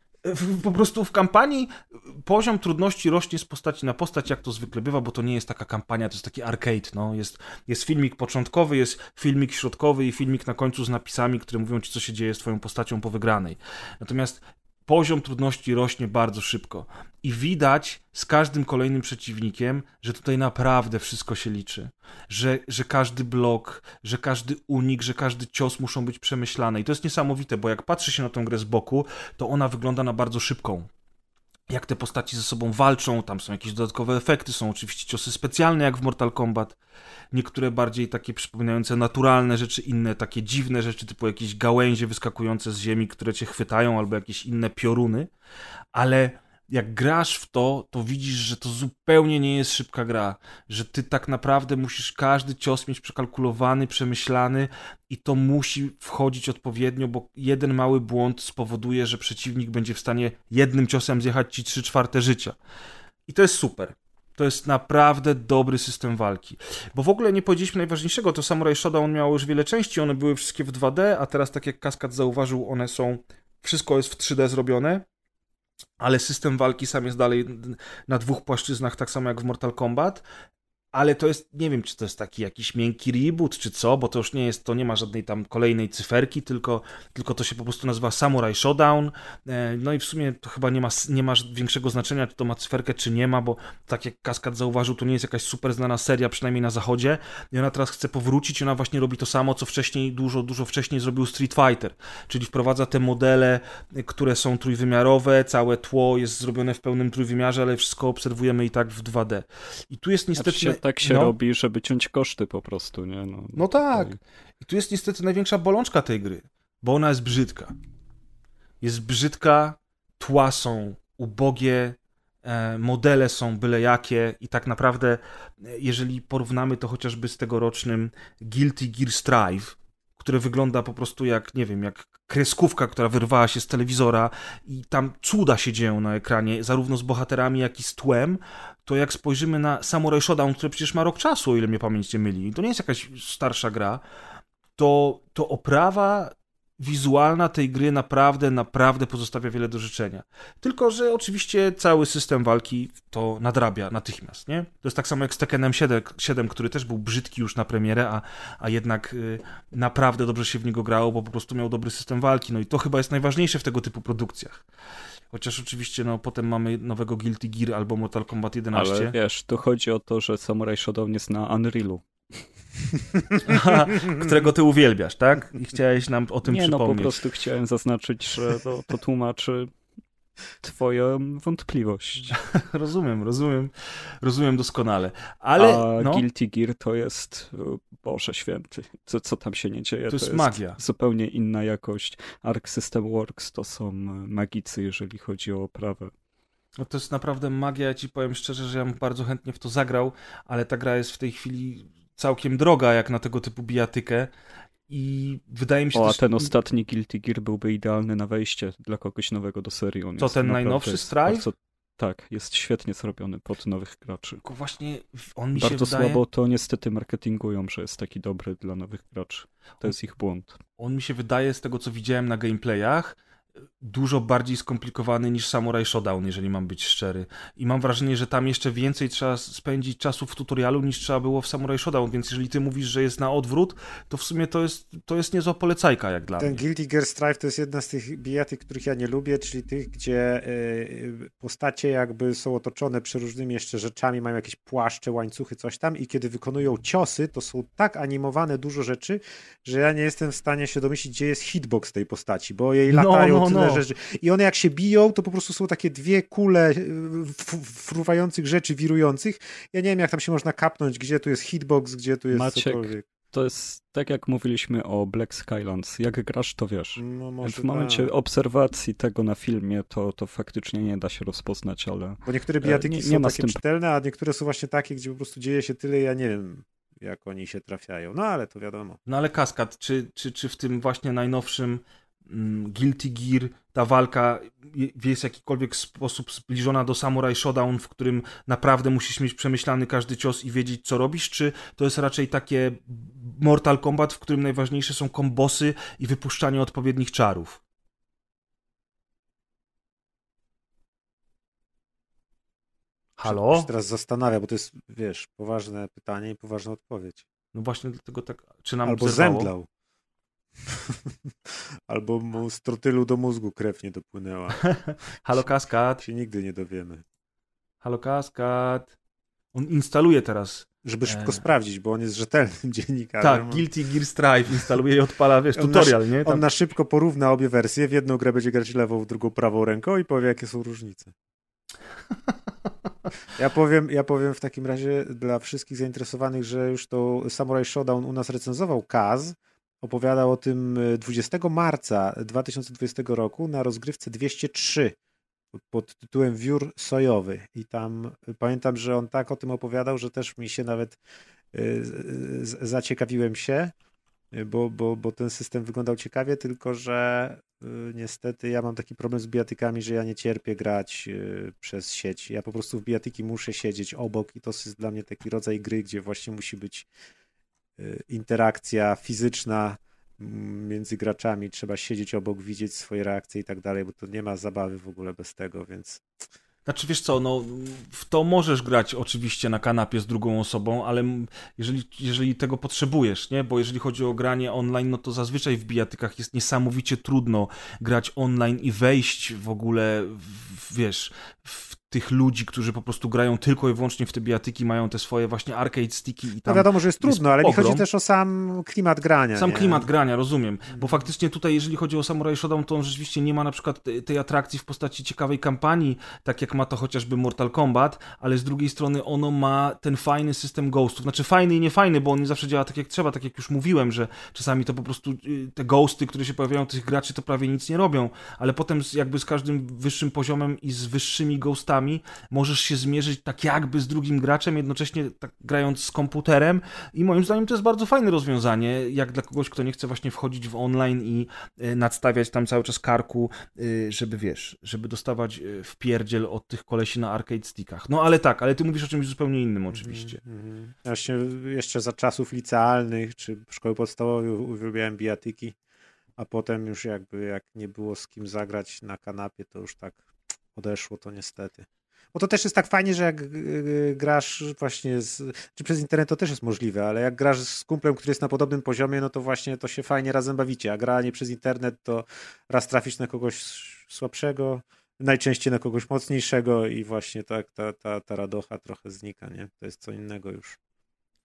Po prostu w kampanii poziom trudności rośnie z postaci na postać, jak to zwykle bywa, bo to nie jest taka kampania, to jest taki arcade, no. Jest, jest filmik początkowy, jest filmik środkowy i filmik na końcu z napisami, które mówią ci, co się dzieje z twoją postacią po wygranej. Natomiast poziom trudności rośnie bardzo szybko i widać z każdym kolejnym przeciwnikiem, że tutaj naprawdę wszystko się liczy. Że, że każdy blok, że każdy unik, że każdy cios muszą być przemyślane. I to jest niesamowite, bo jak patrzy się na tę grę z boku, to ona wygląda na bardzo szybką. Jak te postaci ze sobą walczą, tam są jakieś dodatkowe efekty, są oczywiście ciosy specjalne jak w Mortal Kombat, niektóre bardziej takie przypominające naturalne rzeczy, inne takie dziwne rzeczy, typu jakieś gałęzie wyskakujące z ziemi, które cię chwytają, albo jakieś inne pioruny, ale jak grasz w to, to widzisz, że to zupełnie nie jest szybka gra, że ty tak naprawdę musisz każdy cios mieć przekalkulowany, przemyślany i to musi wchodzić odpowiednio, bo jeden mały błąd spowoduje, że przeciwnik będzie w stanie jednym ciosem zjechać ci trzy czwarte życia. I to jest super. To jest naprawdę dobry system walki. Bo w ogóle nie powiedzieliśmy najważniejszego, to Samurai Shodown miało już wiele części, one były wszystkie w dwa D, a teraz tak jak Kaskad zauważył, one są, wszystko jest w trzy D zrobione, ale system walki sam jest dalej na dwóch płaszczyznach, tak samo jak w Mortal Kombat, ale to jest, nie wiem, czy to jest taki jakiś miękki reboot, czy co, bo to już nie jest, to nie ma żadnej tam kolejnej cyferki, tylko, tylko to się po prostu nazywa Samurai Shodown, no i w sumie to chyba nie ma, nie ma większego znaczenia, czy to ma cyferkę, czy nie ma, bo tak jak Kaskad zauważył, to nie jest jakaś super znana seria, przynajmniej na zachodzie, i ona teraz chce powrócić, i ona właśnie robi to samo, co wcześniej, dużo, dużo wcześniej zrobił Street Fighter, czyli wprowadza te modele, które są trójwymiarowe, całe tło jest zrobione w pełnym trójwymiarze, ale wszystko obserwujemy i tak w dwa D. I tu jest niestety... Znaczy, tak się no. robi, żeby ciąć koszty po prostu, nie? No, no tak. I tu jest niestety największa bolączka tej gry, bo ona jest brzydka. Jest brzydka, tła są ubogie, e, modele są byle jakie i tak naprawdę, jeżeli porównamy to chociażby z tegorocznym Guilty Gear Strive, które wygląda po prostu jak, nie wiem, jak kreskówka, która wyrwała się z telewizora i tam cuda się dzieją na ekranie, zarówno z bohaterami, jak i z tłem, to jak spojrzymy na Samurai Shodown, które przecież ma rok czasu, o ile mnie pamięć nie myli, to nie jest jakaś starsza gra, to, to oprawa wizualna tej gry naprawdę, naprawdę pozostawia wiele do życzenia. Tylko, że oczywiście cały system walki to nadrabia natychmiast, nie? To jest tak samo jak z Tekkenem siedem, który też był brzydki już na premierę, a, a jednak y, naprawdę dobrze się w niego grało, bo po prostu miał dobry system walki. No i to chyba jest najważniejsze w tego typu produkcjach. Chociaż oczywiście, no, potem mamy nowego Guilty Gear albo Mortal Kombat jedenaście. Ale wiesz, tu chodzi o to, że Samurai Shodown jest na Unrealu. Aha, którego ty uwielbiasz, tak? I chciałeś nam o tym Nie, przypomnieć. no po prostu chciałem zaznaczyć, że to, to tłumaczy twoją wątpliwość. Rozumiem, rozumiem, rozumiem doskonale. Ale A no, Guilty Gear to jest, o Boże święty, co, co tam się nie dzieje? To jest magia. Zupełnie inna jakość. Arc System Works to są magicy, jeżeli chodzi o oprawę. no to jest naprawdę magia. Ja ci powiem szczerze, że ja bym bardzo chętnie w to zagrał, ale ta gra jest w tej chwili całkiem droga, jak na tego typu bijatykę. I wydaje mi się O, a też... ten ostatni Guilty Gear byłby idealny na wejście dla kogoś nowego do serii. On Co, jest ten naprawdę- najnowszy jest Strive? bardzo- Tak, jest świetnie zrobiony pod nowych graczy. Tylko właśnie on mi Bardzo się wydaje... słabo to niestety marketingują, że jest taki dobry dla nowych graczy. To jest ich błąd. On mi się wydaje, z tego co widziałem na gameplayach, dużo bardziej skomplikowany niż Samurai Shodown, jeżeli mam być szczery. I mam wrażenie, że tam jeszcze więcej trzeba spędzić czasu w tutorialu niż trzeba było w Samurai Shodown, więc jeżeli ty mówisz, że jest na odwrót, to w sumie to jest, to jest niezła polecajka jak dla Ten mnie. Guilty Gear Strive to jest jedna z tych bijatyk, których ja nie lubię, czyli tych, gdzie y, postacie jakby są otoczone przeróżnymi jeszcze rzeczami, mają jakieś płaszcze, łańcuchy, coś tam i kiedy wykonują ciosy, to są tak animowane dużo rzeczy, że ja nie jestem w stanie się domyślić, gdzie jest hitbox tej postaci, bo jej No, latają no, tyle no. rzeczy. I one jak się biją, to po prostu są takie dwie kule y, f- fruwających rzeczy, wirujących. Ja nie wiem, jak tam się można kapnąć, gdzie tu jest hitbox, gdzie tu jest Maciek, cokolwiek. To jest tak jak mówiliśmy o Black Skylands. Jak grasz, to wiesz. No, może W momencie tak. obserwacji tego na filmie, to, to faktycznie nie da się rozpoznać, ale Bo niektóre bijatyki nie- nie są ma z takie tym- czytelne, a niektóre są właśnie takie, gdzie po prostu dzieje się tyle, ja nie wiem, jak oni się trafiają. No ale to wiadomo. No ale Kaskad, czy, czy, czy w tym właśnie najnowszym mm, Guilty Gear ta walka je- jest w jakikolwiek sposób zbliżona do Samurai Shodown, w którym naprawdę musisz mieć przemyślany każdy cios i wiedzieć, co robisz, czy to jest raczej takie Mortal Kombat, w którym najważniejsze są kombosy i wypuszczanie odpowiednich czarów? Halo? Się teraz zastanawia, bo to jest, wiesz, poważne pytanie i poważna odpowiedź. No właśnie dlatego tak, czy nam Albo zerwało? zemdlał. Albo mu z trotylu do mózgu krew nie dopłynęła. Halo Kaskad, Się nigdy nie dowiemy. halo Kaskad. On instaluje teraz. Żeby szybko E. sprawdzić, bo on jest rzetelnym dziennikarzem. Tak, Guilty Gear Strive instaluje i odpala, wiesz, On na- tutorial, nie? On Tam... na szybko porówna obie wersje. W jedną grę będzie grać lewą, w drugą prawą ręką i powie, jakie są różnice. Ja powiem, ja powiem w takim razie dla wszystkich zainteresowanych, że już to Samurai Shodown u nas recenzował Kaz. Opowiadał o tym dwudziestego marca dwa tysiące dwudziestego roku na rozgrywce dwieście trzy pod tytułem Wiór Sojowy. I tam pamiętam, że on tak o tym opowiadał, że też mi się nawet y, z- zaciekawiłem się, bo, bo, bo ten system wyglądał ciekawie, tylko że y, niestety ja mam taki problem z bijatykami, że ja nie cierpię grać y, przez sieć. Ja po prostu w bijatyki muszę siedzieć obok i to jest dla mnie taki rodzaj gry, gdzie właśnie musi być y, interakcja fizyczna mm, między graczami. Trzeba siedzieć obok, widzieć swoje reakcje i tak dalej, bo to nie ma zabawy w ogóle bez tego, więc Znaczy, wiesz co, no, w to możesz grać oczywiście na kanapie z drugą osobą, ale m- jeżeli, jeżeli tego potrzebujesz, nie? Bo jeżeli chodzi o granie online, no to zazwyczaj w bijatykach jest niesamowicie trudno grać online i wejść w ogóle, w, wiesz, w tych ludzi, którzy po prostu grają tylko i wyłącznie w te bijatyki, mają te swoje właśnie arcade sticki i no tam... wiadomo, że jest trudno, ale mi pogrom. chodzi też o sam klimat grania. Sam nie? klimat grania, rozumiem. Bo faktycznie tutaj, jeżeli chodzi o Samurai Shodown, to on rzeczywiście nie ma na przykład te- tej atrakcji w postaci ciekawej kampanii, tak jak ma to chociażby Mortal Kombat, ale z drugiej strony ono ma ten fajny system ghostów. Znaczy fajny i niefajny, bo on nie zawsze działa tak jak trzeba, tak jak już mówiłem, że czasami to po prostu y, te ghosty, które się pojawiają tych graczy, to prawie nic nie robią, ale potem z, jakby z każdym wyższym poziomem i z wyższymi ghostami możesz się zmierzyć tak jakby z drugim graczem, jednocześnie tak grając z komputerem i moim zdaniem to jest bardzo fajne rozwiązanie, jak dla kogoś, kto nie chce właśnie wchodzić w online i y, nadstawiać tam cały czas karku, y, żeby wiesz, żeby dostawać y, wpierdziel od tych kolesi na arcade stickach. No ale tak, ale ty mówisz o czymś zupełnie innym oczywiście. Mhm. Właśnie jeszcze za czasów licealnych czy szkoły podstawowej uwielbiałem bijatyki, a potem już jakby jak nie było z kim zagrać na kanapie, to już tak odeszło to niestety. Bo to też jest tak fajnie, że jak y, grasz właśnie z, czy przez internet to też jest możliwe, ale jak grasz z kumplem, który jest na podobnym poziomie, no to właśnie to się fajnie razem bawicie, a granie przez internet to raz trafisz na kogoś słabszego, najczęściej na kogoś mocniejszego i właśnie tak ta, ta, ta radocha trochę znika, nie? To jest co innego już.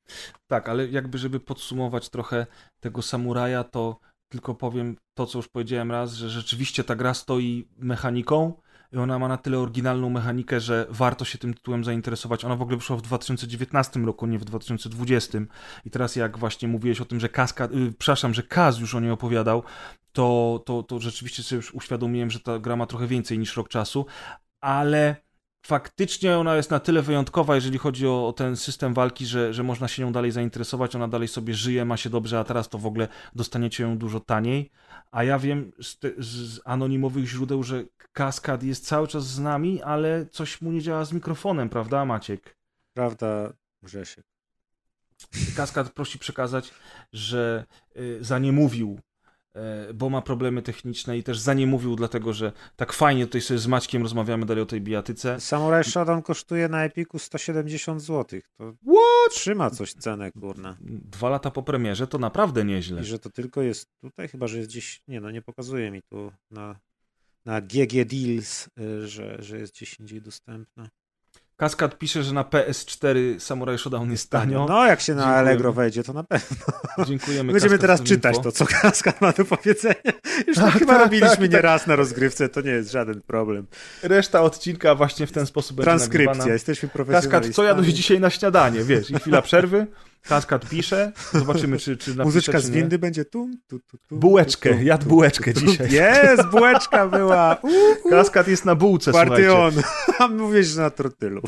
Tak, ale jakby żeby podsumować trochę tego samuraja, to tylko powiem to, co już powiedziałem raz, że rzeczywiście ta gra stoi mechaniką i ona ma na tyle oryginalną mechanikę, że warto się tym tytułem zainteresować. Ona w ogóle wyszła w dwa tysiące dziewiętnastym roku, nie w dwa tysiące dwudziestym. I teraz jak właśnie mówiłeś o tym, że Kaska, yy, przepraszam, że Kaz już o niej opowiadał, to, to, to rzeczywiście sobie już uświadomiłem, że ta gra ma trochę więcej niż rok czasu, ale faktycznie ona jest na tyle wyjątkowa, jeżeli chodzi o, o ten system walki, że, że można się nią dalej zainteresować, ona dalej sobie żyje, ma się dobrze, a teraz to w ogóle dostaniecie ją dużo taniej. A ja wiem z, te, z anonimowych źródeł, że Kaskad jest cały czas z nami, ale coś mu nie działa z mikrofonem, prawda, Maciek? Prawda, Grzesiek? Kaskad prosi przekazać, że y, zaniemówił, y, bo ma problemy techniczne i też zaniemówił, dlatego że tak fajnie tutaj sobie z Maćkiem rozmawiamy dalej o tej bijatyce. Samurai Shodown kosztuje na Epiku sto siedemdziesiąt złotych. To What? trzyma coś cenę, kurna. Dwa lata po premierze to naprawdę nieźle. I że to tylko jest tutaj, chyba że jest gdzieś, nie no, nie pokazuje mi tu na, na G G Deals, y, że, że jest gdzieś indziej dostępna. Kaskad pisze, że na P S cztery Samurai Shodown jest tanio. No, jak się na Dziękujemy. Allegro wejdzie, to na pewno. Dziękujemy. Będziemy Kaskad, teraz za czytać info. to, co Kaskad ma do powiedzenia. Już to Tak, chyba tak, robiliśmy tak, nie tak. raz na rozgrywce, to nie jest żaden problem. Reszta odcinka właśnie w ten sposób będzie Transkrypcja, nagrywana. jesteśmy profesjonalistami. Kaskad, co jadłeś dzisiaj na śniadanie? Wiesz, i chwila przerwy. Kaskad pisze. Zobaczymy, czy, czy napisze, Muzyczka czy z nie. windy będzie tu, tu, tu, tu. Bułeczkę, tu, tu, jadł tu, bułeczkę tu, tu. dzisiaj. Jest, bułeczka była. Uh, uh. Kaskad jest na bułce, słuchajcie. Partion. A mówisz, że na trotylu.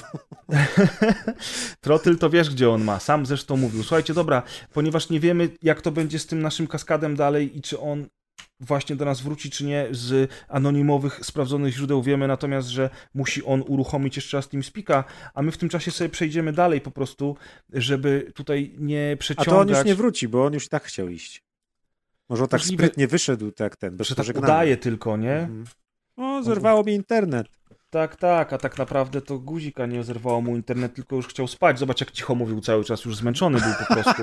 Trotyl to wiesz, gdzie on ma. Sam zresztą mówił. Słuchajcie, dobra, ponieważ nie wiemy, jak to będzie z tym naszym Kaskadem dalej i czy on właśnie do nas wróci, czy nie, z anonimowych, sprawdzonych źródeł wiemy natomiast, że musi on uruchomić jeszcze raz TeamSpeaka, a my w tym czasie sobie przejdziemy dalej po prostu, żeby tutaj nie A przeciągać. to on już nie wróci, bo on już i tak chciał iść. Może on tak Możliwe, sprytnie wyszedł, tak ten, bez że tak pożegnania. udaje tylko, nie? Mhm. O, zerwało mi internet. Tak, tak, a tak naprawdę to guzika nie zerwało mu internet, tylko już chciał spać. Zobacz, jak cicho mówił cały czas, już zmęczony był po prostu.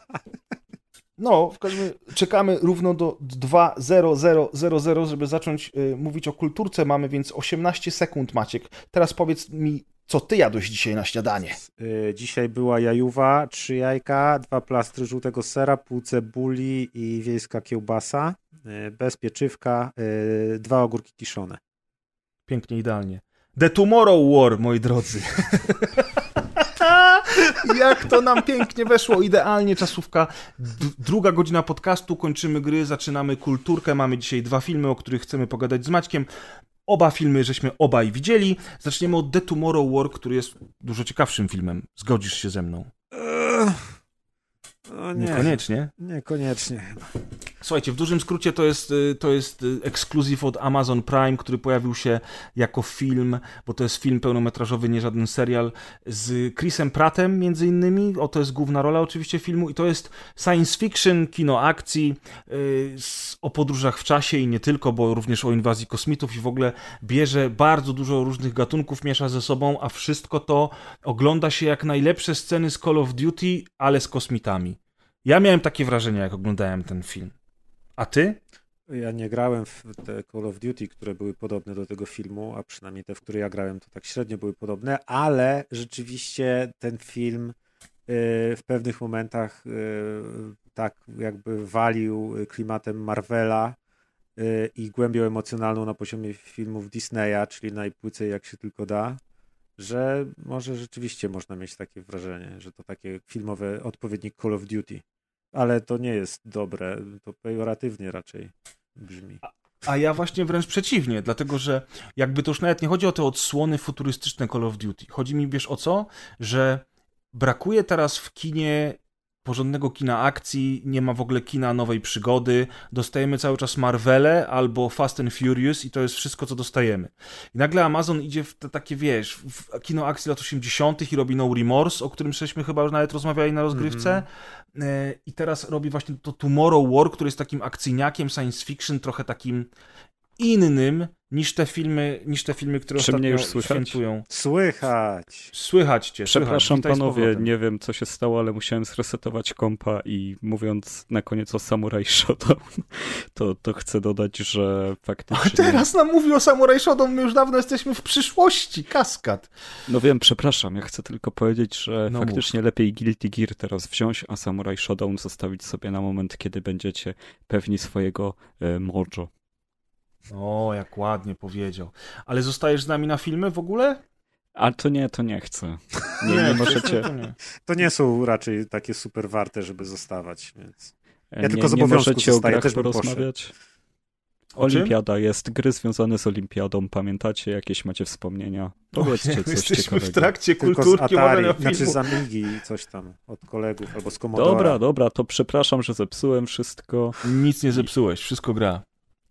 No, w każdym razie czekamy równo do dwa zero zero zero zero, żeby zacząć y, mówić o kulturce. Mamy więc osiemnaście sekund, Maciek. Teraz powiedz mi, co ty jadłeś dzisiaj na śniadanie? Y, dzisiaj była jajuwa, trzy jajka, dwa plastry żółtego sera, pół cebuli i wiejska kiełbasa, y, bez pieczywka, y, dwa ogórki kiszone. Pięknie, idealnie. The Tomorrow War, moi drodzy. Jak to nam pięknie weszło, idealnie czasówka. D- druga godzina podcastu, kończymy gry, zaczynamy kulturkę. Mamy dzisiaj dwa filmy, o których chcemy pogadać z Maćkiem. Oba filmy żeśmy obaj widzieli. Zaczniemy od The Tomorrow War, który jest dużo ciekawszym filmem. Zgodzisz się ze mną? O nie, Niekoniecznie. niekoniecznie chyba. Słuchajcie, w dużym skrócie to jest, to jest ekskluzyw od Amazon Prime, który pojawił się jako film, bo to jest film pełnometrażowy, nie żaden serial, z Chrisem Prattem między innymi. O, to jest główna rola oczywiście filmu i to jest science fiction, kino akcji yy, o podróżach w czasie i nie tylko, bo również o inwazji kosmitów i w ogóle bierze bardzo dużo różnych gatunków, miesza ze sobą, a wszystko to ogląda się jak najlepsze sceny z Call of Duty, ale z kosmitami. Ja miałem takie wrażenie, jak oglądałem ten film. A ty? Ja nie grałem w te Call of Duty, które były podobne do tego filmu, a przynajmniej te, w które ja grałem, to tak średnio były podobne, ale rzeczywiście ten film y, w pewnych momentach y, tak jakby walił klimatem Marvela y, i głębią emocjonalną na poziomie filmów Disneya, czyli najpłycej jak się tylko da, że może rzeczywiście można mieć takie wrażenie, że to takie filmowe odpowiednik Call of Duty. Ale to nie jest dobre, to pejoratywnie raczej brzmi. A, a ja właśnie wręcz przeciwnie, dlatego że jakby to już nawet nie chodzi o te odsłony futurystyczne Call of Duty. Chodzi mi, wiesz o co? Że brakuje teraz w kinie porządnego kina akcji, nie ma w ogóle kina nowej przygody, dostajemy cały czas Marvele albo Fast and Furious i to jest wszystko, co dostajemy. I nagle Amazon idzie w te takie, wiesz, w kino akcji lat osiemdziesiątych i robi No Remorse, o którym żeśmy chyba już nawet rozmawiali na rozgrywce. Mm-hmm. I teraz robi właśnie to Tomorrow War, który jest takim akcyjniakiem, science fiction, trochę takim innym niż te filmy, niż te filmy, które Czy ostatnio mnie już słychać? świętują. Słychać. Słychać cię, Przepraszam słychać. Witaj z panowie, powrotem. nie wiem co się stało, ale musiałem zresetować kompa i mówiąc na koniec o Samurai Shodown, to, to chcę dodać, że faktycznie... A teraz nam mówi o Samurai Shodown, my już dawno jesteśmy w przyszłości, kaskad. No wiem, przepraszam, ja chcę tylko powiedzieć, że No faktycznie mów. lepiej Guilty Gear teraz wziąć, a Samurai Shodown zostawić sobie na moment, kiedy będziecie pewni swojego e, mojo. O, jak ładnie powiedział. Ale zostajesz z nami na filmy w ogóle? A to nie, to nie chcę. Nie, nie możecie... To nie. To nie są raczej takie super warte, żeby zostawać, więc... Ja tylko nie, z nie obowiązku możecie o zostaję, grach też bym porozmawiać? O czym? Olimpiada jest, gry związane z Olimpiadą, pamiętacie? Jakieś macie wspomnienia? Powiedzcie Ojej, coś jesteśmy ciekawego. w trakcie Tylko z kulturki Atari, omawiania znaczy filmu. z Amigi i coś tam od kolegów, albo z Commodora. Dobra, dobra, to przepraszam, że zepsułem wszystko Nic nie zepsułeś, wszystko gra.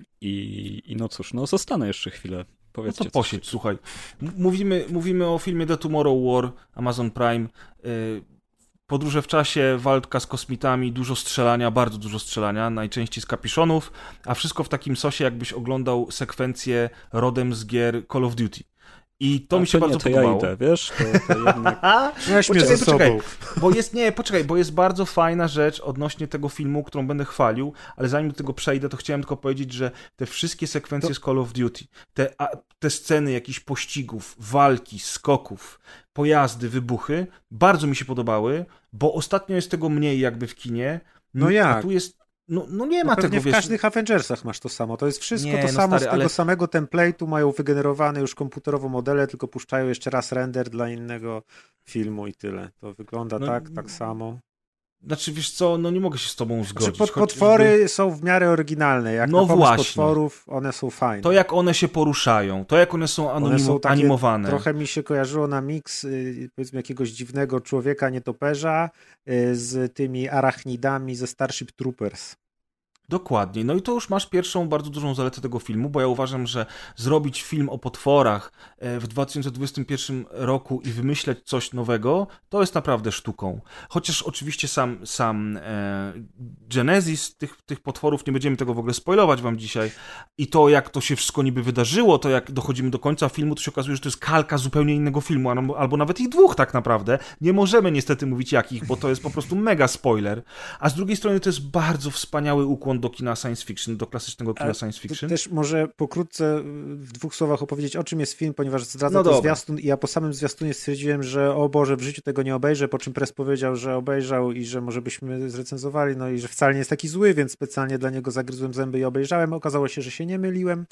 i, i no cóż, no zostanę jeszcze chwilę. No Powiedzcie to coś posiedź, ciekawego. słuchaj. M- Mówimy, mówimy o filmie The Tomorrow War, Amazon Prime. Y, Podróże w czasie, walka z kosmitami, dużo strzelania, bardzo dużo strzelania, najczęściej z kapiszonów, a wszystko w takim sosie, jakbyś oglądał sekwencję rodem z gier Call of Duty. I to A mi się to bardzo nie, to podobało. ja idę, wiesz? To, to jednak... Weź mnie Poczekaj, ze poczekaj. sobą. Bo jest, nie, poczekaj, bo jest bardzo fajna rzecz odnośnie tego filmu, którą będę chwalił, ale zanim do tego przejdę, to chciałem tylko powiedzieć, że te wszystkie sekwencje To- z Call of Duty, te, a, te sceny jakichś pościgów, walki, skoków, pojazdy, wybuchy, bardzo mi się podobały, bo ostatnio jest tego mniej jakby w kinie. No a jak? tu jest, no, no nie ma No pewnie tego, w wiesz. każdych Avengersach masz to samo. To jest wszystko Nie, to no samo stary, z tego ale- samego template'u, mają wygenerowane już komputerowo modele, tylko puszczają jeszcze raz render dla innego filmu i tyle. To wygląda No, tak, tak samo. Znaczy, wiesz co, no nie mogę się z tobą Znaczy, zgodzić. pod, choć- potwory są w miarę oryginalne. Jak No na pomysł właśnie. potworów, one są fajne. To jak one się poruszają, to jak one są One anonimo- są takie, animowane. trochę mi się kojarzyło na miks, y, powiedzmy, jakiegoś dziwnego człowieka nietoperza y, z tymi arachnidami ze Starship Troopers. Dokładnie. No i to już masz pierwszą bardzo dużą zaletę tego filmu, bo ja uważam, że zrobić film o potworach e, w dwa tysiące dwudziestym pierwszym roku i wymyśleć coś nowego, to jest naprawdę sztuką. Chociaż oczywiście sam, sam e, Genesis tych, tych potworów, nie będziemy tego w ogóle spoilować wam dzisiaj, i to jak to się wszystko niby wydarzyło, to jak dochodzimy do końca filmu, to się okazuje, że to jest kalka zupełnie innego filmu, albo, albo nawet ich dwóch tak naprawdę. Nie możemy niestety mówić jakich, bo to jest po prostu mega spoiler. A z drugiej strony to jest bardzo wspaniały ukłon do kina science fiction, do klasycznego kina Ale science To fiction. też może pokrótce w dwóch słowach opowiedzieć, o czym jest film, ponieważ zdradza No to dobra. zwiastun i ja po samym zwiastunie stwierdziłem, że o Boże, w życiu tego nie obejrzę, po czym Press powiedział, że obejrzał i że może byśmy zrecenzowali, no i że wcale nie jest taki zły, więc specjalnie dla niego zagryzłem zęby i obejrzałem. Okazało się, że się nie myliłem.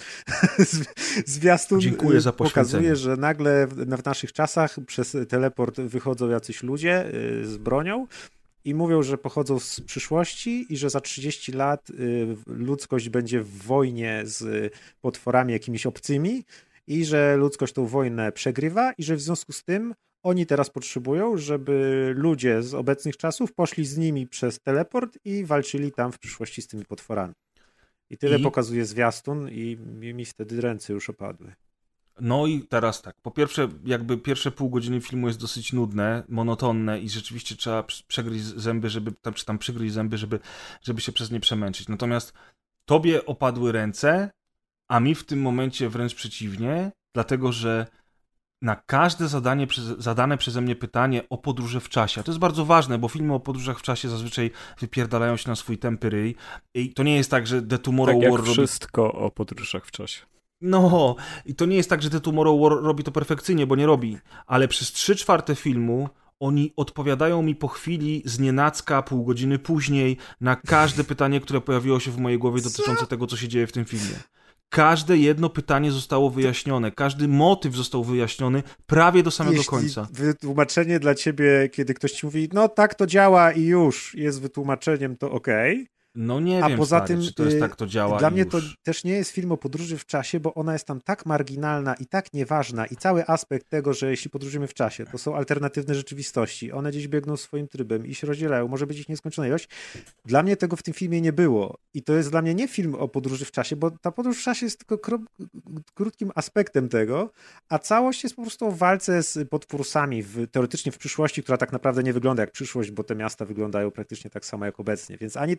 Zwiastun Dziękuję za pokazuje, poświęcenie. że nagle w, w naszych czasach przez teleport wychodzą jacyś ludzie y, z bronią i mówią, że pochodzą z przyszłości i że za trzydzieści lat y, ludzkość będzie w wojnie z potworami jakimiś obcymi i że ludzkość tą wojnę przegrywa i że w związku z tym oni teraz potrzebują, żeby ludzie z obecnych czasów poszli z nimi przez teleport i walczyli tam w przyszłości z tymi potworami. I tyle I? pokazuje zwiastun i mi, mi wtedy ręce już opadły. No i teraz tak, po pierwsze, jakby pierwsze pół godziny filmu jest dosyć nudne, monotonne i rzeczywiście trzeba pr- przegryźć zęby, żeby tam, czy tam przygryźć zęby, żeby, żeby się przez nie przemęczyć. Natomiast tobie opadły ręce, a mi w tym momencie wręcz przeciwnie, dlatego że na każde zadanie, przeze- zadane przeze mnie pytanie o podróże w czasie, a to jest bardzo ważne, bo filmy o podróżach w czasie zazwyczaj wypierdalają się na swój tępy ryj i to nie jest tak, że The Tomorrow Tak jak War robi... wszystko o podróżach w czasie. No, i to nie jest tak, że The Tomorrow War robi to perfekcyjnie, bo nie robi, ale przez trzy czwarte filmu oni odpowiadają mi po chwili z nienacka, pół godziny później, na każde pytanie, które pojawiło się w mojej głowie dotyczące tego, co się dzieje w tym filmie. Każde jedno pytanie zostało wyjaśnione, każdy motyw został wyjaśniony prawie do samego Jeśli końca. wytłumaczenie dla ciebie, kiedy ktoś ci mówi, no tak to działa i już jest wytłumaczeniem, to okej. No nie A wiem, poza stary, tym, czy to jest y, tak, to działa Dla i mnie już. to też nie jest film o podróży w czasie, bo ona jest tam tak marginalna i tak nieważna i cały aspekt tego, że jeśli podróżujemy w czasie, to są alternatywne rzeczywistości, one gdzieś biegną swoim trybem i się rozdzielają, może być ich nieskończona ilość. Dla mnie tego w tym filmie nie było i to jest dla mnie nie film o podróży w czasie, bo ta podróż w czasie jest tylko kro... krótkim aspektem tego, a całość jest po prostu o walce z potwórcami w, teoretycznie w przyszłości, która tak naprawdę nie wygląda jak przyszłość, bo te miasta wyglądają praktycznie tak samo jak obecnie, więc ani tam nie ma jakichś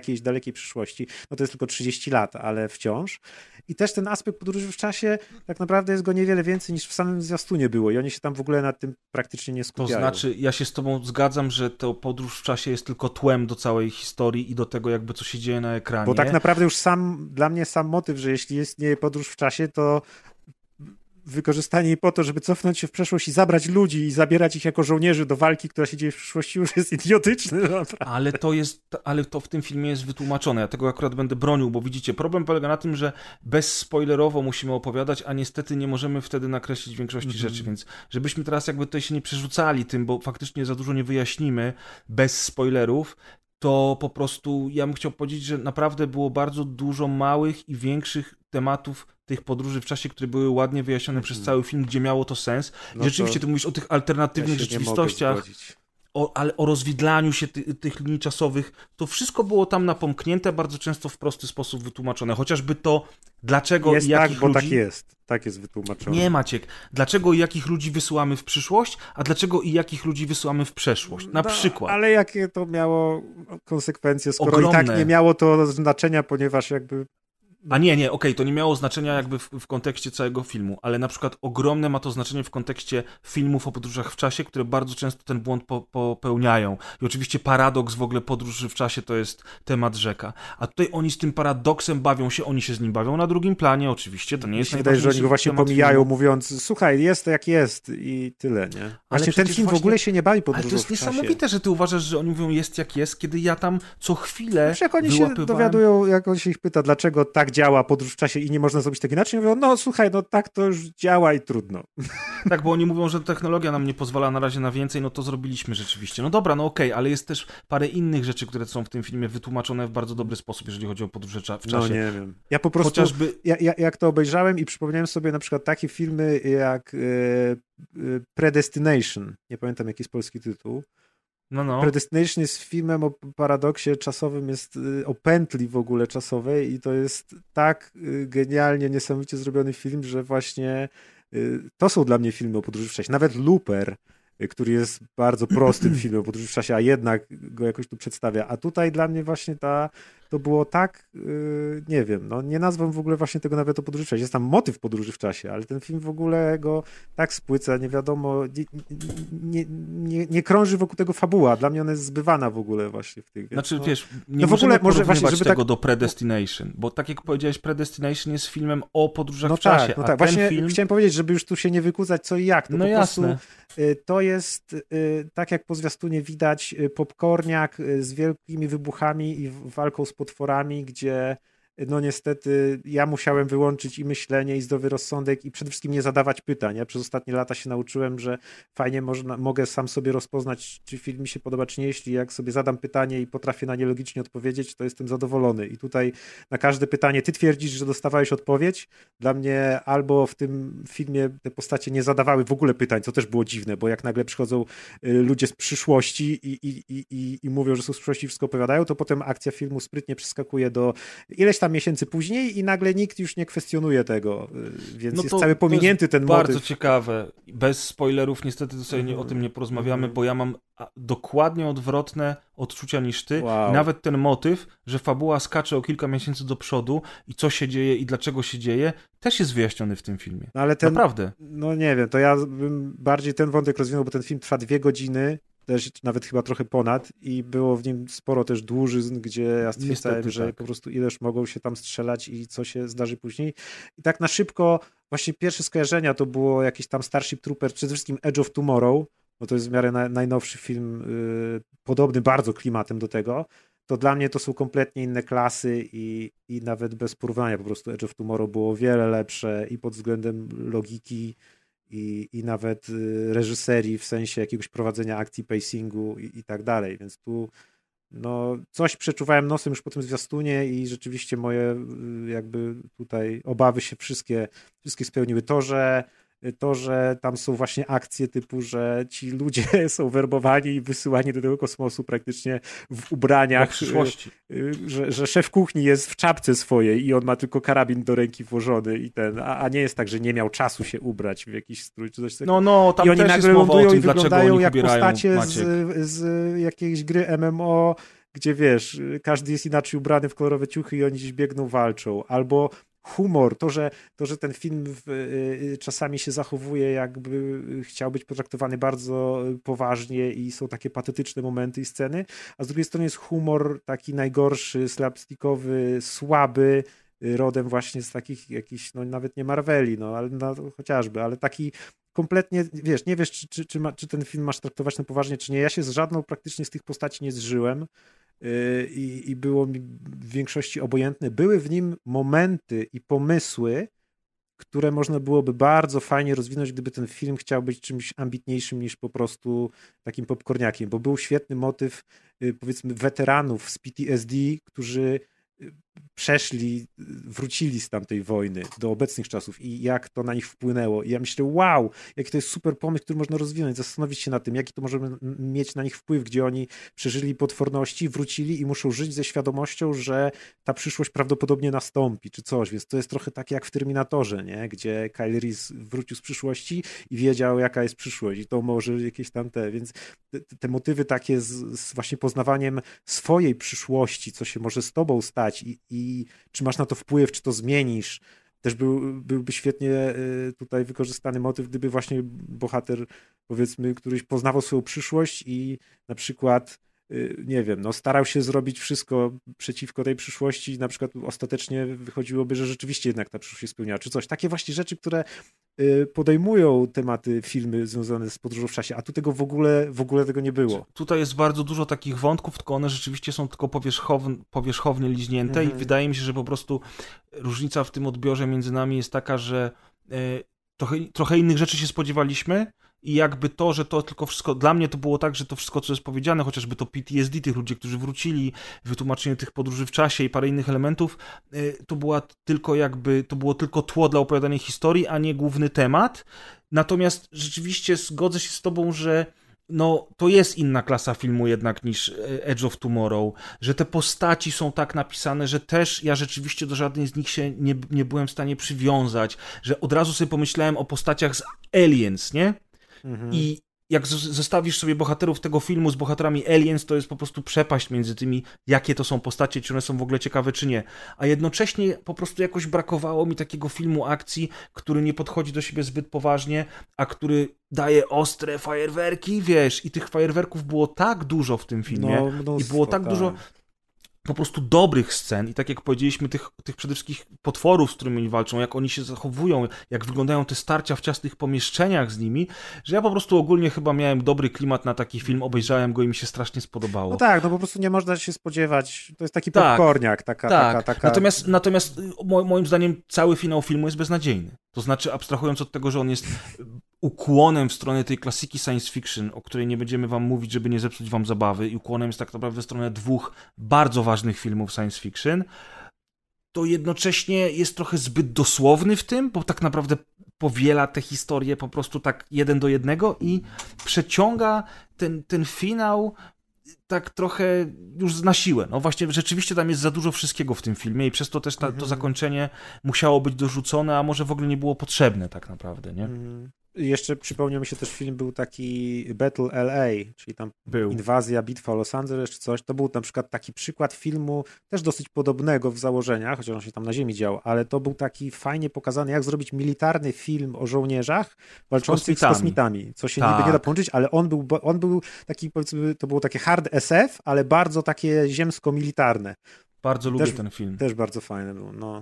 jakiejś dalekiej przyszłości. No to jest tylko trzydzieści lat, ale wciąż. I też ten aspekt podróży w czasie, tak naprawdę jest go niewiele więcej niż w samym zwiastunie było i oni się tam w ogóle nad tym praktycznie nie skupiają. To znaczy, ja się z tobą zgadzam, że to podróż w czasie jest tylko tłem do całej historii i do tego jakby co się dzieje na ekranie. Bo tak naprawdę już sam, dla mnie sam motyw, że jeśli istnieje podróż w czasie, to wykorzystanie jej po to, żeby cofnąć się w przeszłość i zabrać ludzi i zabierać ich jako żołnierzy do walki, która się dzieje w przyszłości, już jest idiotyczny. Naprawdę. Ale to jest, ale to w tym filmie jest wytłumaczone. Ja tego akurat będę bronił, bo widzicie, problem polega na tym, że bezspoilerowo musimy opowiadać, a niestety nie możemy wtedy nakreślić większości mm-hmm. rzeczy, więc żebyśmy teraz jakby tutaj się nie przerzucali tym, bo faktycznie za dużo nie wyjaśnimy bez spoilerów, to po prostu ja bym chciał powiedzieć, że naprawdę było bardzo dużo małych i większych tematów tych podróży w czasie, które były ładnie wyjaśnione mm-hmm. przez cały film, gdzie miało to sens. I no rzeczywiście, ty mówisz o tych alternatywnych ja rzeczywistościach, o, ale o rozwidlaniu się ty, tych linii czasowych, to wszystko było tam napomknięte, bardzo często w prosty sposób wytłumaczone. Chociażby to, dlaczego jest i jakich tak, bo ludzi... tak jest. Tak jest wytłumaczone. Nie, Maciek. Dlaczego i jakich ludzi wysyłamy w przyszłość, a dlaczego i jakich ludzi wysyłamy w przeszłość? Na no, przykład. Ale jakie to miało konsekwencje, skoro Ogromne. i tak nie miało to znaczenia, ponieważ jakby... A nie, nie, okej, okay, to nie miało znaczenia jakby w, w kontekście całego filmu, ale na przykład ogromne ma to znaczenie w kontekście filmów o podróżach w czasie, które bardzo często ten błąd po, popełniają. I oczywiście paradoks w ogóle podróży w czasie to jest temat rzeka. A tutaj oni z tym paradoksem bawią się, oni się z nim bawią na drugim planie, oczywiście, to nie jest najważniejsze. Wydaje, że oni go właśnie pomijają, filmu. mówiąc, słuchaj, jest to jak jest i tyle, nie? Właśnie ten film właśnie... w ogóle się nie bawi podróżą w czasie. Ale to jest niesamowite, że ty uważasz, że oni mówią jest jak jest, kiedy ja tam co chwilę no, jak oni wyłapywałem... się dowiadują, jak on się ich pyta, dlaczego tak działa podróż w czasie i nie można zrobić tak inaczej, mówią, no słuchaj, no tak to już działa i trudno. Tak, bo oni mówią, że technologia nam nie pozwala na razie na więcej, no to zrobiliśmy rzeczywiście. No dobra, no okej, okay, ale jest też parę innych rzeczy, które są w tym filmie wytłumaczone w bardzo dobry sposób, jeżeli chodzi o podróże w czasie. No nie wiem. Ja po prostu, Chociażby... ja, ja, jak to obejrzałem i przypomniałem sobie na przykład takie filmy jak e, e, Predestination, nie pamiętam jaki jest polski tytuł. No, no. Predestination jest filmem o paradoksie czasowym, jest o pętli w ogóle czasowej i to jest tak genialnie, niesamowicie zrobiony film, że właśnie to są dla mnie filmy o podróży w czasie. Nawet Looper, który jest bardzo prostym filmem o podróży w czasie, a jednak go jakoś tu przedstawia. A tutaj dla mnie właśnie ta, to było tak, yy, nie wiem, no nie nazwę w ogóle właśnie tego nawet o podróży w czasie. Jest tam motyw podróży w czasie, ale ten film w ogóle go tak spłyca, nie wiadomo, nie, nie, nie, nie krąży wokół tego fabuła. Dla mnie ona jest zbywana w ogóle właśnie w tych... Więc, znaczy, no, wiesz, nie no w ogóle może właśnie, żeby tego tak... do Predestination, bo tak jak powiedziałeś, Predestination jest filmem o podróżach no w czasie, tak, no a tak. ten Właśnie film... chciałem powiedzieć, żeby już tu się nie wykłócać co i jak, to no po jasne. prostu y, to jest y, tak jak po zwiastunie widać y, popcorniak y, z wielkimi wybuchami i walką z potworami, gdzie no niestety ja musiałem wyłączyć i myślenie, i zdrowy rozsądek i przede wszystkim nie zadawać pytań. Ja przez ostatnie lata się nauczyłem, że fajnie można, mogę sam sobie rozpoznać, czy film mi się podoba, czy nie. Jeśli jak sobie zadam pytanie i potrafię na nie logicznie odpowiedzieć, to jestem zadowolony. I tutaj na każde pytanie ty twierdzisz, że dostawałeś odpowiedź. Dla mnie albo w tym filmie te postacie nie zadawały w ogóle pytań, co też było dziwne, bo jak nagle przychodzą ludzie z przyszłości i, i, i, i, i mówią, że są z przyszłości i wszystko opowiadają, to potem akcja filmu sprytnie przeskakuje do ileś tam miesięcy później i nagle nikt już nie kwestionuje tego, więc no jest cały pominięty jest ten motyw. Bardzo ciekawe. Bez spoilerów niestety sobie nie, o tym nie porozmawiamy, bo ja mam dokładnie odwrotne odczucia niż ty. Wow. I nawet ten motyw, że fabuła skacze o kilka miesięcy do przodu i co się dzieje i dlaczego się dzieje, też jest wyjaśniony w tym filmie. No, ale ten, naprawdę. No nie wiem, to ja bym bardziej ten wątek rozwinął, bo ten film trwa dwie godziny, też nawet chyba trochę ponad i było w nim sporo też dłużyzn, gdzie ja stwierdzałem, Niestety, że tak. po prostu ileż mogą się tam strzelać i co się zdarzy później. I tak na szybko właśnie pierwsze skojarzenia to było jakiś tam Starship Trooper, przede wszystkim Edge of Tomorrow, bo to jest w miarę na, najnowszy film yy, podobny bardzo klimatem do tego. To dla mnie to są kompletnie inne klasy i, i nawet bez porównania po prostu Edge of Tomorrow było o wiele lepsze i pod względem logiki I, i nawet reżyserii w sensie jakiegoś prowadzenia akcji, pacingu i, i tak dalej, więc tu no coś przeczuwałem nosem już po tym zwiastunie i rzeczywiście moje jakby tutaj obawy się wszystkie, wszystkie spełniły. To, że to, że tam są właśnie akcje typu, że ci ludzie są werbowani i wysyłani do tego kosmosu praktycznie w ubraniach. Do przyszłości. Że, że szef kuchni jest w czapce swojej i on ma tylko karabin do ręki włożony i ten, a, a nie jest tak, że nie miał czasu się ubrać w jakiś strój czy coś takiego. No, no, tam I oni też nagle jest mowa lądują o tym, i wyglądają oni jak postacie z, z jakiejś gry M M O, gdzie wiesz, każdy jest inaczej ubrany w kolorowe ciuchy i oni gdzieś biegną, walczą. Albo humor, to, że, to, że ten film w, y, czasami się zachowuje, jakby chciał być potraktowany bardzo poważnie i są takie patetyczne momenty i sceny, a z drugiej strony jest humor taki najgorszy, slapstickowy, słaby, rodem właśnie z takich jakichś, no nawet nie Marveli, no ale no, chociażby, ale taki kompletnie, wiesz, nie wiesz, czy, czy, czy, ma, czy ten film masz traktować na poważnie, czy nie. Ja się z żadną praktycznie z tych postaci nie zżyłem yy, i, i było mi w większości obojętne. Były w nim momenty i pomysły, które można byłoby bardzo fajnie rozwinąć, gdyby ten film chciał być czymś ambitniejszym niż po prostu takim popcorniakiem, bo był świetny motyw, yy, powiedzmy, weteranów z P T S D, którzy przeszli, wrócili z tamtej wojny do obecnych czasów i jak to na nich wpłynęło. I ja myślę, wow, jaki to jest super pomysł, który można rozwinąć, zastanowić się nad tym, jaki to może mieć na nich wpływ, gdzie oni przeżyli potworności, wrócili i muszą żyć ze świadomością, że ta przyszłość prawdopodobnie nastąpi, czy coś, więc to jest trochę tak jak w Terminatorze, nie? Gdzie Kyle Reese wrócił z przyszłości i wiedział, jaka jest przyszłość i to może jakieś tam te, więc te, te motywy takie z, z właśnie poznawaniem swojej przyszłości, co się może z tobą stać i, i czy masz na to wpływ, czy to zmienisz. Też był, byłby świetnie tutaj wykorzystany motyw, gdyby właśnie bohater, powiedzmy, któryś poznawał swoją przyszłość i na przykład, nie wiem, no starał się zrobić wszystko przeciwko tej przyszłości i na przykład ostatecznie wychodziłoby, że rzeczywiście jednak ta przyszłość się spełniała, czy coś. Takie właśnie rzeczy, które podejmują tematy, filmy związane z podróżą w czasie, a tu tego w ogóle, w ogóle tego nie było. Tutaj jest bardzo dużo takich wątków, tylko one rzeczywiście są tylko powierzchownie, powierzchownie liźnięte mhm. i wydaje mi się, że po prostu różnica w tym odbiorze między nami jest taka, że y, trochę, trochę innych rzeczy się spodziewaliśmy i jakby to, że to tylko wszystko, dla mnie to było tak, że to wszystko, co jest powiedziane, chociażby to P T S D tych ludzi, którzy wrócili, wytłumaczenie tych podróży w czasie i parę innych elementów, to była tylko jakby, to było tylko tło dla opowiadania historii, a nie główny temat. Natomiast rzeczywiście zgodzę się z tobą, że no, to jest inna klasa filmu jednak niż Edge of Tomorrow, że te postaci są tak napisane, że też ja rzeczywiście do żadnej z nich się nie, nie byłem w stanie przywiązać, że od razu sobie pomyślałem o postaciach z Aliens, nie? Mhm. I jak zestawisz sobie bohaterów tego filmu z bohaterami Aliens, to jest po prostu przepaść między tymi, jakie to są postacie, czy one są w ogóle ciekawe, czy nie. A jednocześnie po prostu jakoś brakowało mi takiego filmu akcji, który nie podchodzi do siebie zbyt poważnie, a który daje ostre fajerwerki, wiesz, i tych fajerwerków było tak dużo w tym filmie no, mnóstwo, i było tak, tak dużo po prostu dobrych scen i tak jak powiedzieliśmy, tych, tych przede wszystkim potworów, z którymi oni walczą, jak oni się zachowują, jak wyglądają te starcia w ciasnych pomieszczeniach z nimi, że ja po prostu ogólnie chyba miałem dobry klimat na taki film, obejrzałem go i mi się strasznie spodobało. No tak, no po prostu nie można się spodziewać, to jest taki tak, popcorniak, taka, tak. taka, taka... Natomiast, natomiast moim zdaniem cały finał filmu jest beznadziejny. To znaczy, abstrahując od tego, że on jest ukłonem w stronę tej klasyki science fiction, o której nie będziemy wam mówić, żeby nie zepsuć wam zabawy, i ukłonem jest tak naprawdę w stronę dwóch bardzo ważnych filmów science fiction, to jednocześnie jest trochę zbyt dosłowny w tym, bo tak naprawdę powiela te historie po prostu tak jeden do jednego i przeciąga ten, ten finał tak trochę już na siłę. No właśnie, rzeczywiście tam jest za dużo wszystkiego w tym filmie i przez to też ta, to zakończenie musiało być dorzucone, a może w ogóle nie było potrzebne tak naprawdę, nie? Mhm. Jeszcze przypomniał mi się też film, był taki Battle L A, czyli tam był. Inwazja, Bitwa Los Angeles czy coś. To był na przykład taki przykład filmu też dosyć podobnego w założeniach, chociaż on się tam na ziemi dział, ale to był taki fajnie pokazany, jak zrobić militarny film o żołnierzach walczących z kosmitami, z kosmitami co się tak. niby nie da połączyć, ale on był, on był taki, powiedzmy, to było takie hard S F, ale bardzo takie ziemsko-militarne. Bardzo lubię też, ten film. Też bardzo fajny był, no.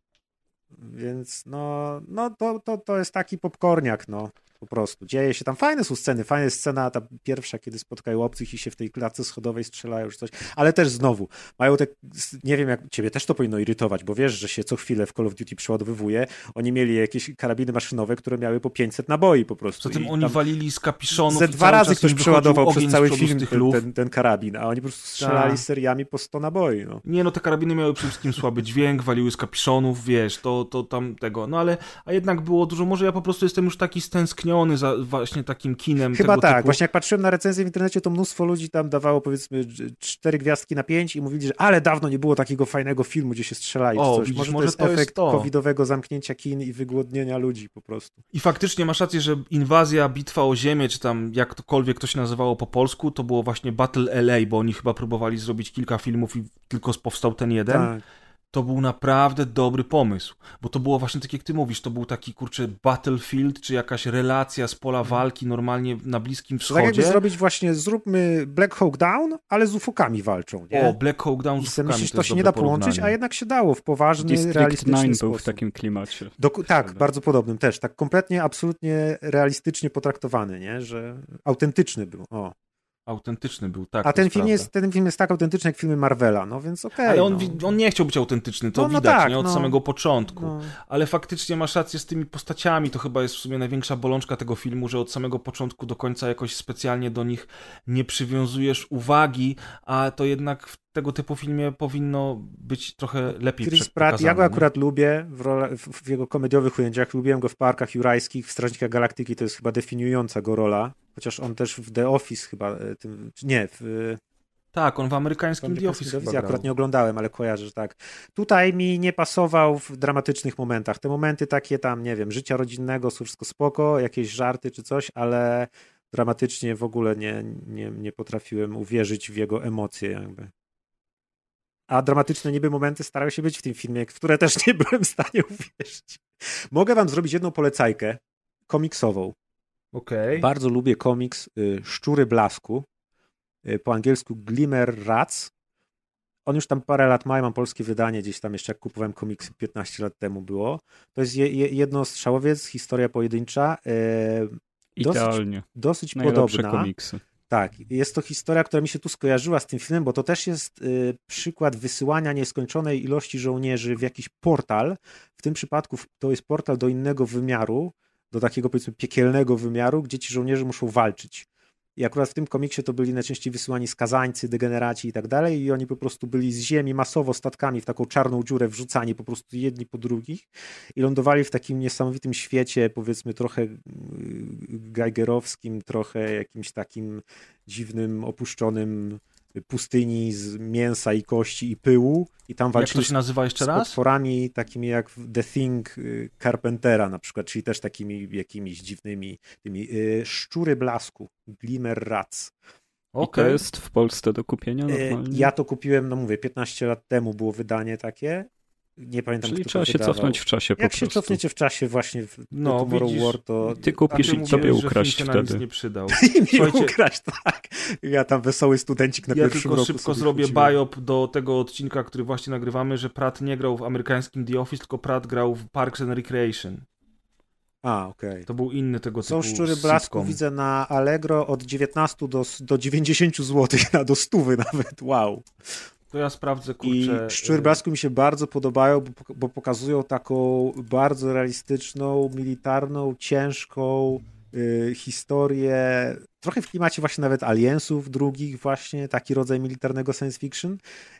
Więc no, no to, to, to jest taki popcorniak, no, po prostu. Dzieje się tam, fajne są sceny, fajna jest scena ta pierwsza, kiedy spotkają obcych i się w tej klatce schodowej strzelają czy coś, ale też znowu, mają te, nie wiem jak, ciebie też to powinno irytować, bo wiesz, że się co chwilę w Call of Duty przeładowywuje, oni mieli jakieś karabiny maszynowe, które miały po pięćset naboi po prostu. Zatem oni walili z kapiszonów. Ze dwa razy ktoś przeładował przez cały film ten, ten, ten karabin, a oni po prostu strzelali Ta. seriami po sto naboi, no. Nie, no te karabiny miały przede wszystkim słaby dźwięk, waliły z kapiszonów, wiesz, to, to tam tego, no ale, a jednak było dużo, może ja po prostu jestem już taki stęskniony stęskniony za właśnie takim kinem Chyba tego tak, typu. właśnie jak patrzyłem na recenzję w internecie, to mnóstwo ludzi tam dawało powiedzmy cztery gwiazdki na pięć i mówili, że ale dawno nie było takiego fajnego filmu, gdzie się strzelali O, czy coś. widzisz, Może, może to jest to jest efekt to. covidowego zamknięcia kin i wygłodnienia ludzi po prostu. I faktycznie masz rację, że inwazja, bitwa o ziemię, czy tam jak tokolwiek to się nazywało po polsku, to było właśnie Battle L A, bo oni chyba próbowali zrobić kilka filmów i tylko powstał ten jeden. Tak. To był naprawdę dobry pomysł, bo to było właśnie tak jak ty mówisz, to był taki kurczę battlefield, czy jakaś relacja z pola walki normalnie na Bliskim To tak jakby Wschodzie. zrobić właśnie, zróbmy Black Hawk Down, ale z ufokami walczą, nie? O, Black Hawk Down I z sobie ufukami, myślisz, to to jest się nie dobre da połączyć, porównanie. a jednak się dało w poważny, District realistyczny dziewięć sposób. był w takim klimacie. Doku- tak, bardzo podobnym też, tak kompletnie, absolutnie realistycznie potraktowany, nie? Że autentyczny był, o. Autentyczny był, tak. A to ten jest film, prawda. jest, ten film jest tak autentyczny jak filmy Marvela, no więc okej. Ale on, no. wi- on nie chciał być autentyczny, to No, no widać, tak, nie? Od no. samego początku. No. Ale faktycznie masz rację z tymi postaciami, to chyba jest w sumie największa bolączka tego filmu, że od samego początku do końca jakoś specjalnie do nich nie przywiązujesz uwagi, a to jednak w tego typu filmie powinno być trochę lepiej Chris przek- Pratt, ja go pokazane, akurat lubię w, role, w, w jego komediowych ujęciach, lubiłem go w Parkach Jurajskich, w Strażnikach Galaktyki to jest chyba definiująca go rola, chociaż on też w The Office chyba, e, tym, czy nie, w, nie? Tak, on w amerykańskim The Office chyba ja grał. akurat nie oglądałem, ale kojarzę, że tak. Tutaj mi nie pasował w dramatycznych momentach. Te momenty takie tam, nie wiem, życia rodzinnego, wszystko spoko, jakieś żarty czy coś, ale dramatycznie w ogóle nie, nie, nie potrafiłem uwierzyć w jego emocje jakby. A dramatyczne niby momenty starały się być w tym filmie, w które też nie byłem w stanie uwierzyć. Mogę wam zrobić jedną polecajkę komiksową. Okej. Bardzo lubię komiks y, Szczury Blasku, y, po angielsku Glimmer Rats. On już tam parę lat ma, ja mam polskie wydanie, gdzieś tam jeszcze jak kupowałem komiksy piętnaście lat temu było. To jest je, je, jednostrzałowiec, historia pojedyncza. Y, Idealnie. dosyć Najlepsze podobna. komiksy. Tak, jest to historia, która mi się tu skojarzyła z tym filmem, bo to też jest y, przykład wysyłania nieskończonej ilości żołnierzy w jakiś portal. W tym przypadku to jest portal do innego wymiaru, do takiego powiedzmy piekielnego wymiaru, gdzie ci żołnierze muszą walczyć. I akurat w tym komiksie to byli najczęściej wysyłani skazańcy, degeneraci i tak dalej i oni po prostu byli z ziemi masowo statkami w taką czarną dziurę wrzucani po prostu jedni po drugich i lądowali w takim niesamowitym świecie, powiedzmy trochę geigerowskim, trochę jakimś takim dziwnym, opuszczonym pustyni z mięsa i kości i pyłu i tam Jak walczyli to się nazywa jeszcze z raz? potworami takimi jak w The Thing y, Carpentera na przykład, czyli też takimi jakimiś dziwnymi tymi y, szczury blasku, Glimmer Rats. I Okej. to jest w Polsce do kupienia Y, normalnie? Ja to kupiłem, no mówię, piętnaście lat temu było wydanie takie. Nie pamiętam, Czyli kto trzeba to się wydawał. cofnąć w czasie po Jak się prostu. cofniecie w czasie właśnie w No, no, Tomorrow widzisz, War, to Ty kupisz A ty i sobie mówiłeś, że ukraść film się na nic wtedy. nie przydał. i mi Słuchajcie, ukraść, tak. Ja tam wesoły studencik na ja pierwszym tylko roku szybko sobie zrobię chwyciłem. biop do tego odcinka, który właśnie nagrywamy, że Pratt nie grał w amerykańskim The Office, tylko Pratt grał w Parks and Recreation. A, okej. To był inny tego Są typu szczury blasku, sitcom. widzę na Allegro od dziewiętnastu do, do dziewięćdziesięciu złotych, na do stówy nawet, wow. To ja sprawdzę, I kurczę... szczury y, blasku mi się bardzo podobają, bo, bo pokazują taką bardzo realistyczną, militarną, ciężką y, historię, trochę w klimacie właśnie nawet Aliensów drugich właśnie, taki rodzaj militarnego science fiction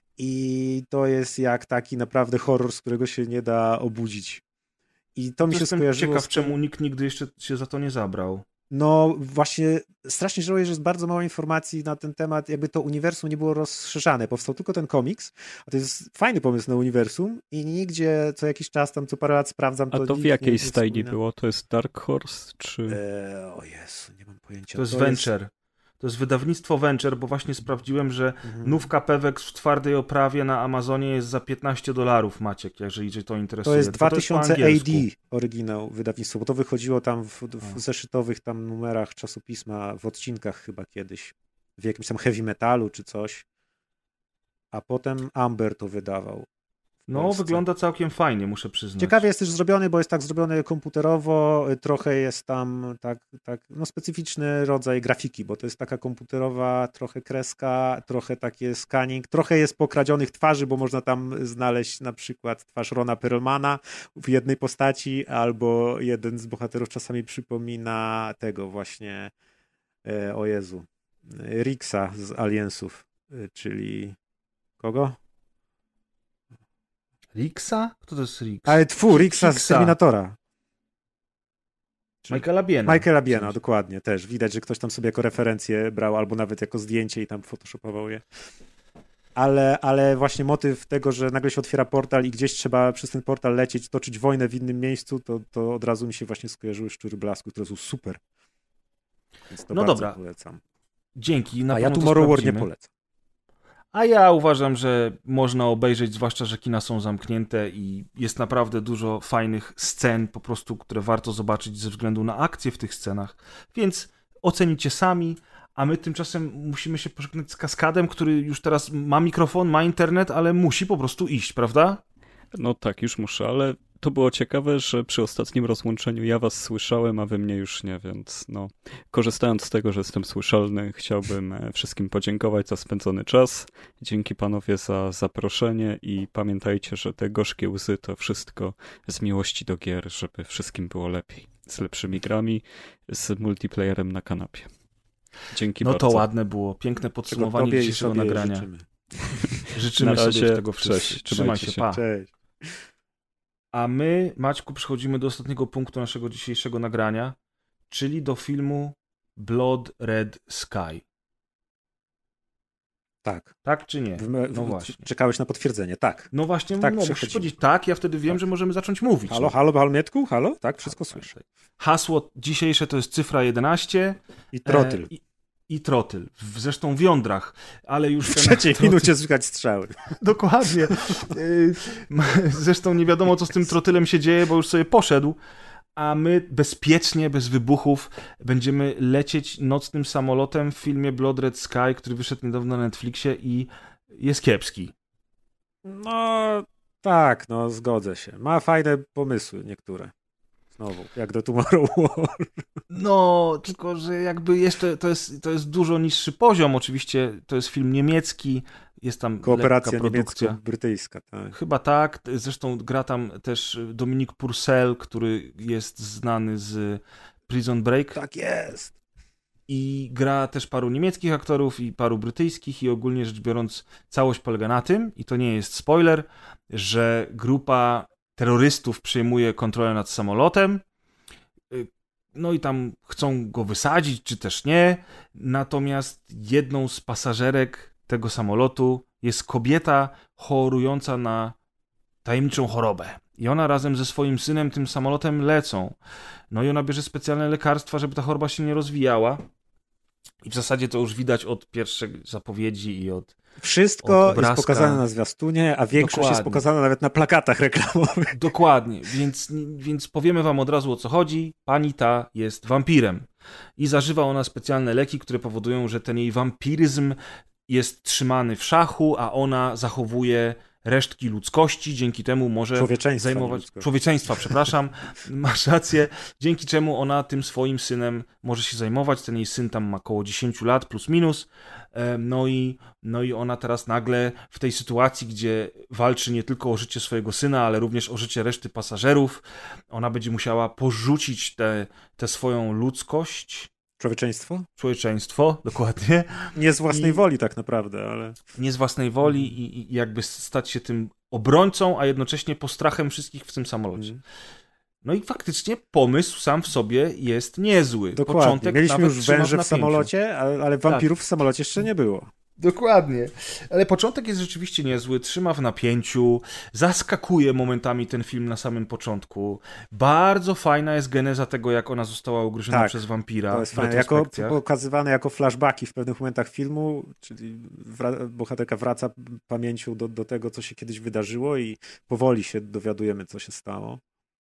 i to jest jak taki naprawdę horror, z którego się nie da obudzić. I to mi się Jestem skojarzyło ciekaw, z tym, czemu nikt nigdy jeszcze się za to nie zabrał. no właśnie strasznie żałuję, że jest bardzo mało informacji na ten temat, jakby to uniwersum nie było rozszerzane. Powstał tylko ten komiks, a to jest fajny pomysł na uniwersum i nigdzie co jakiś czas, tam co parę lat sprawdzam, A to to w nikt nie- jakiej nie stajni wspomina. było? To jest Dark Horse, czy... Eee, o Jezu, nie mam pojęcia. To jest Venture. To jest wydawnictwo Venture, bo właśnie sprawdziłem, że Mhm. nówka Peweks w twardej oprawie na Amazonie jest za piętnaście dolarów, Maciek, jeżeli cię to interesuje. To jest Tylko dwa tysiące po angielsku. A D oryginał wydawnictwo, bo to wychodziło tam w, w A. zeszytowych tam numerach czasopisma, w odcinkach chyba kiedyś, w jakimś tam heavy metalu czy coś. A potem Amber to wydawał. w No, Polsce. wygląda całkiem fajnie, muszę przyznać. Ciekawie jest też zrobiony, bo jest tak zrobiony komputerowo, trochę jest tam tak, tak, no specyficzny rodzaj grafiki, bo to jest taka komputerowa, trochę kreska, trochę takie scanning, trochę jest pokradzionych twarzy, bo można tam znaleźć na przykład twarz Rona Perlmana w jednej postaci, albo jeden z bohaterów czasami przypomina tego właśnie, e, o Jezu, Rixa z Aliensów, e, czyli kogo? Rixa? Kto to jest Rix? Ale tfu, Rixa z Hicksa. Terminatora. Michaela Biena. Michaela Biena, dokładnie, też. Widać, że ktoś tam sobie jako referencję brał, albo nawet jako zdjęcie i tam photoshopował je. Ale, ale właśnie motyw tego, że nagle się otwiera portal i gdzieś trzeba przez ten portal lecieć, toczyć wojnę w innym miejscu, to, to od razu mi się właśnie skojarzyły Szczury Blasku, które są super. Więc to no bardzo dobra. polecam. Dzięki. Na A ja pewno to Tomorrow War nie sprawdzimy. polecam. A ja uważam, że można obejrzeć, zwłaszcza, że kina są zamknięte i jest naprawdę dużo fajnych scen, po prostu, które warto zobaczyć ze względu na akcje w tych scenach. Więc ocenicie sami, a my tymczasem musimy się pożegnać z Kaskadem, który już teraz ma mikrofon, ma internet, ale musi po prostu iść, prawda? No tak, już muszę, ale to było ciekawe, że przy ostatnim rozłączeniu ja was słyszałem, a wy mnie już nie, więc no, korzystając z tego, że jestem słyszalny, chciałbym wszystkim podziękować za spędzony czas. Dzięki panowie za zaproszenie i pamiętajcie, że te gorzkie łzy to wszystko z miłości do gier, żeby wszystkim było lepiej. Z lepszymi grami, z multiplayerem na kanapie. Dzięki no bardzo. No to ładne było, piękne podsumowanie Czego tobie dzisiejszego i sobie nagrania. Życzymy. Życzymy Na razie, sobie tego wszyscy. cześć, Trzymaj trzymajcie się, się. pa. Cześć. A my, Maćku, przechodzimy do ostatniego punktu naszego dzisiejszego nagrania, czyli do filmu Blood Red Sky. Tak. Tak czy nie? W- No w- właśnie. Czekałeś na potwierdzenie, tak. No właśnie, Tak, no, musisz przechodzimy. powiedzieć tak, ja wtedy wiem, Tak. że możemy zacząć mówić. Halo, No. halo, Balmietku? Halo? Tak, wszystko słyszę. Hasło dzisiejsze to jest cyfra jedenaście. I trotyl. E, i, I trotyl. W- Zresztą w jądrach, ale już W ten trzeciej trotyl- minucie słychać strzały. Dokładnie. Y, Zresztą nie wiadomo, co z tym trotylem się dzieje, bo już sobie poszedł, a my bezpiecznie, bez wybuchów będziemy lecieć nocnym samolotem w filmie Blood Red Sky, który wyszedł niedawno na Netflixie i jest kiepski. No, tak, no zgodzę się. Ma fajne pomysły niektóre. Znowu, jak do Tomorrow War. No, tylko że jakby jeszcze to jest, to jest dużo niższy poziom. Oczywiście to jest film niemiecki, jest tam Kooperacja lekka produkcja. niemiecko-brytyjska, tak. Chyba tak. Zresztą gra tam też Dominique Purcell, który jest znany z Prison Break. Tak jest. I gra też paru niemieckich aktorów i paru brytyjskich i ogólnie rzecz biorąc całość polega na tym, i to nie jest spoiler, że grupa terrorystów przejmuje kontrolę nad samolotem, no i tam chcą go wysadzić, czy też nie, natomiast jedną z pasażerek tego samolotu jest kobieta chorująca na tajemniczą chorobę. I ona razem ze swoim synem tym samolotem lecą. No i ona bierze specjalne lekarstwa, żeby ta choroba się nie rozwijała. I w zasadzie to już widać od pierwszych zapowiedzi i od Wszystko od jest obrazka. pokazane na zwiastunie, a większość Dokładnie. jest pokazana nawet na plakatach reklamowych. Dokładnie, więc, więc powiemy wam od razu, o co chodzi. Pani ta jest wampirem i zażywa ona specjalne leki, które powodują, że ten jej wampiryzm jest trzymany w szachu, a ona zachowuje resztki ludzkości, dzięki temu może Człowieczeństwa, nie zajmować... ludzkości. Człowieczeństwa, przepraszam, masz rację, dzięki czemu ona tym swoim synem może się zajmować. Ten jej syn tam ma około dziesięć lat, plus minus. No i, no i ona teraz nagle w tej sytuacji, gdzie walczy nie tylko o życie swojego syna, ale również o życie reszty pasażerów, ona będzie musiała porzucić tę tę swoją ludzkość, Człowieczeństwo? człowieczeństwo, dokładnie, Nie z własnej I- woli tak naprawdę, ale... nie z własnej woli i, i jakby stać się tym obrońcą, a jednocześnie postrachem wszystkich w tym samolocie. Mm. No i faktycznie pomysł sam w sobie jest niezły. Dokładnie. Początek Mieliśmy nawet już trzyma węże w napięciu. samolocie, ale, ale wampirów w samolocie jeszcze nie było. Dokładnie. Ale początek jest rzeczywiście niezły, trzyma w napięciu, zaskakuje momentami ten film na samym początku. Bardzo fajna jest geneza tego, jak ona została ugryziona Tak, przez wampira. To jest w fajne. Jako retrospekcjach. pokazywane jako flashbacki w pewnych momentach filmu, czyli wra- bohaterka wraca pamięcią do, do tego, co się kiedyś wydarzyło i powoli się dowiadujemy, co się stało.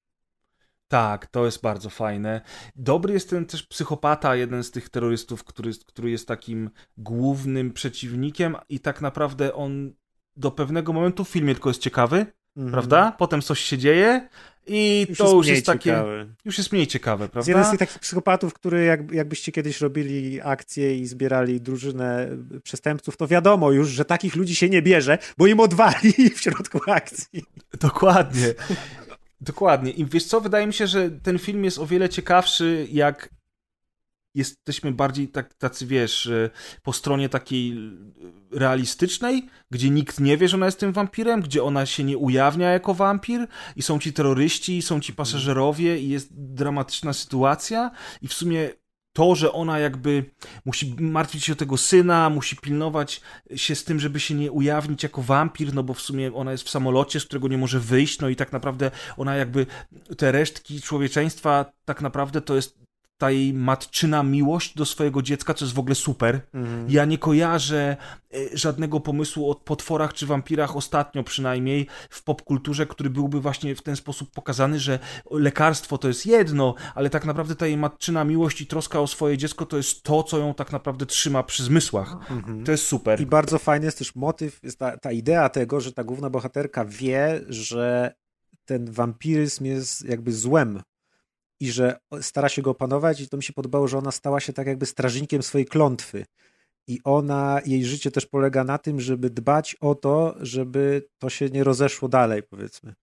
Tak, to jest bardzo fajne. Dobry jest ten też psychopata, jeden z tych terrorystów, który, który jest takim głównym przeciwnikiem i tak naprawdę on do pewnego momentu w filmie tylko jest ciekawy, Mhm. prawda? Potem coś się dzieje i Już to jest już mniej jest takie... ciekawe. Już jest mniej ciekawe, Z jeden z prawda? tych takich psychopatów, który jak, jakbyście kiedyś robili akcję i zbierali drużynę przestępców, to wiadomo już, że takich ludzi się nie bierze, bo im odwali w środku akcji. Dokładnie. Dokładnie. I wiesz co, wydaje mi się, że ten film jest o wiele ciekawszy, jak jesteśmy bardziej tak, tacy, wiesz, po stronie takiej realistycznej, gdzie nikt nie wie, że ona jest tym wampirem, gdzie ona się nie ujawnia jako wampir i są ci terroryści, i są ci pasażerowie i jest dramatyczna sytuacja i w sumie to, że ona jakby musi martwić się o tego syna, musi pilnować się z tym, żeby się nie ujawnić jako wampir, no bo w sumie ona jest w samolocie, z którego nie może wyjść, no i tak naprawdę ona jakby, te resztki człowieczeństwa, tak naprawdę to jest ta jej matczyna miłość do swojego dziecka, co jest w ogóle super. Mhm. Ja nie kojarzę żadnego pomysłu o potworach czy wampirach, ostatnio przynajmniej, w popkulturze, który byłby właśnie w ten sposób pokazany, że lekarstwo to jest jedno, ale tak naprawdę ta jej matczyna miłość i troska o swoje dziecko to jest to, co ją tak naprawdę trzyma przy zmysłach. Mhm. To jest super. I bardzo fajny jest też motyw, jest ta, ta idea tego, że ta główna bohaterka wie, że ten wampiryzm jest jakby złem, i że stara się go opanować i to mi się podobało, że ona stała się tak jakby strażnikiem swojej klątwy. I ona, jej życie też polega na tym, żeby dbać o to, żeby to się nie rozeszło dalej, powiedzmy.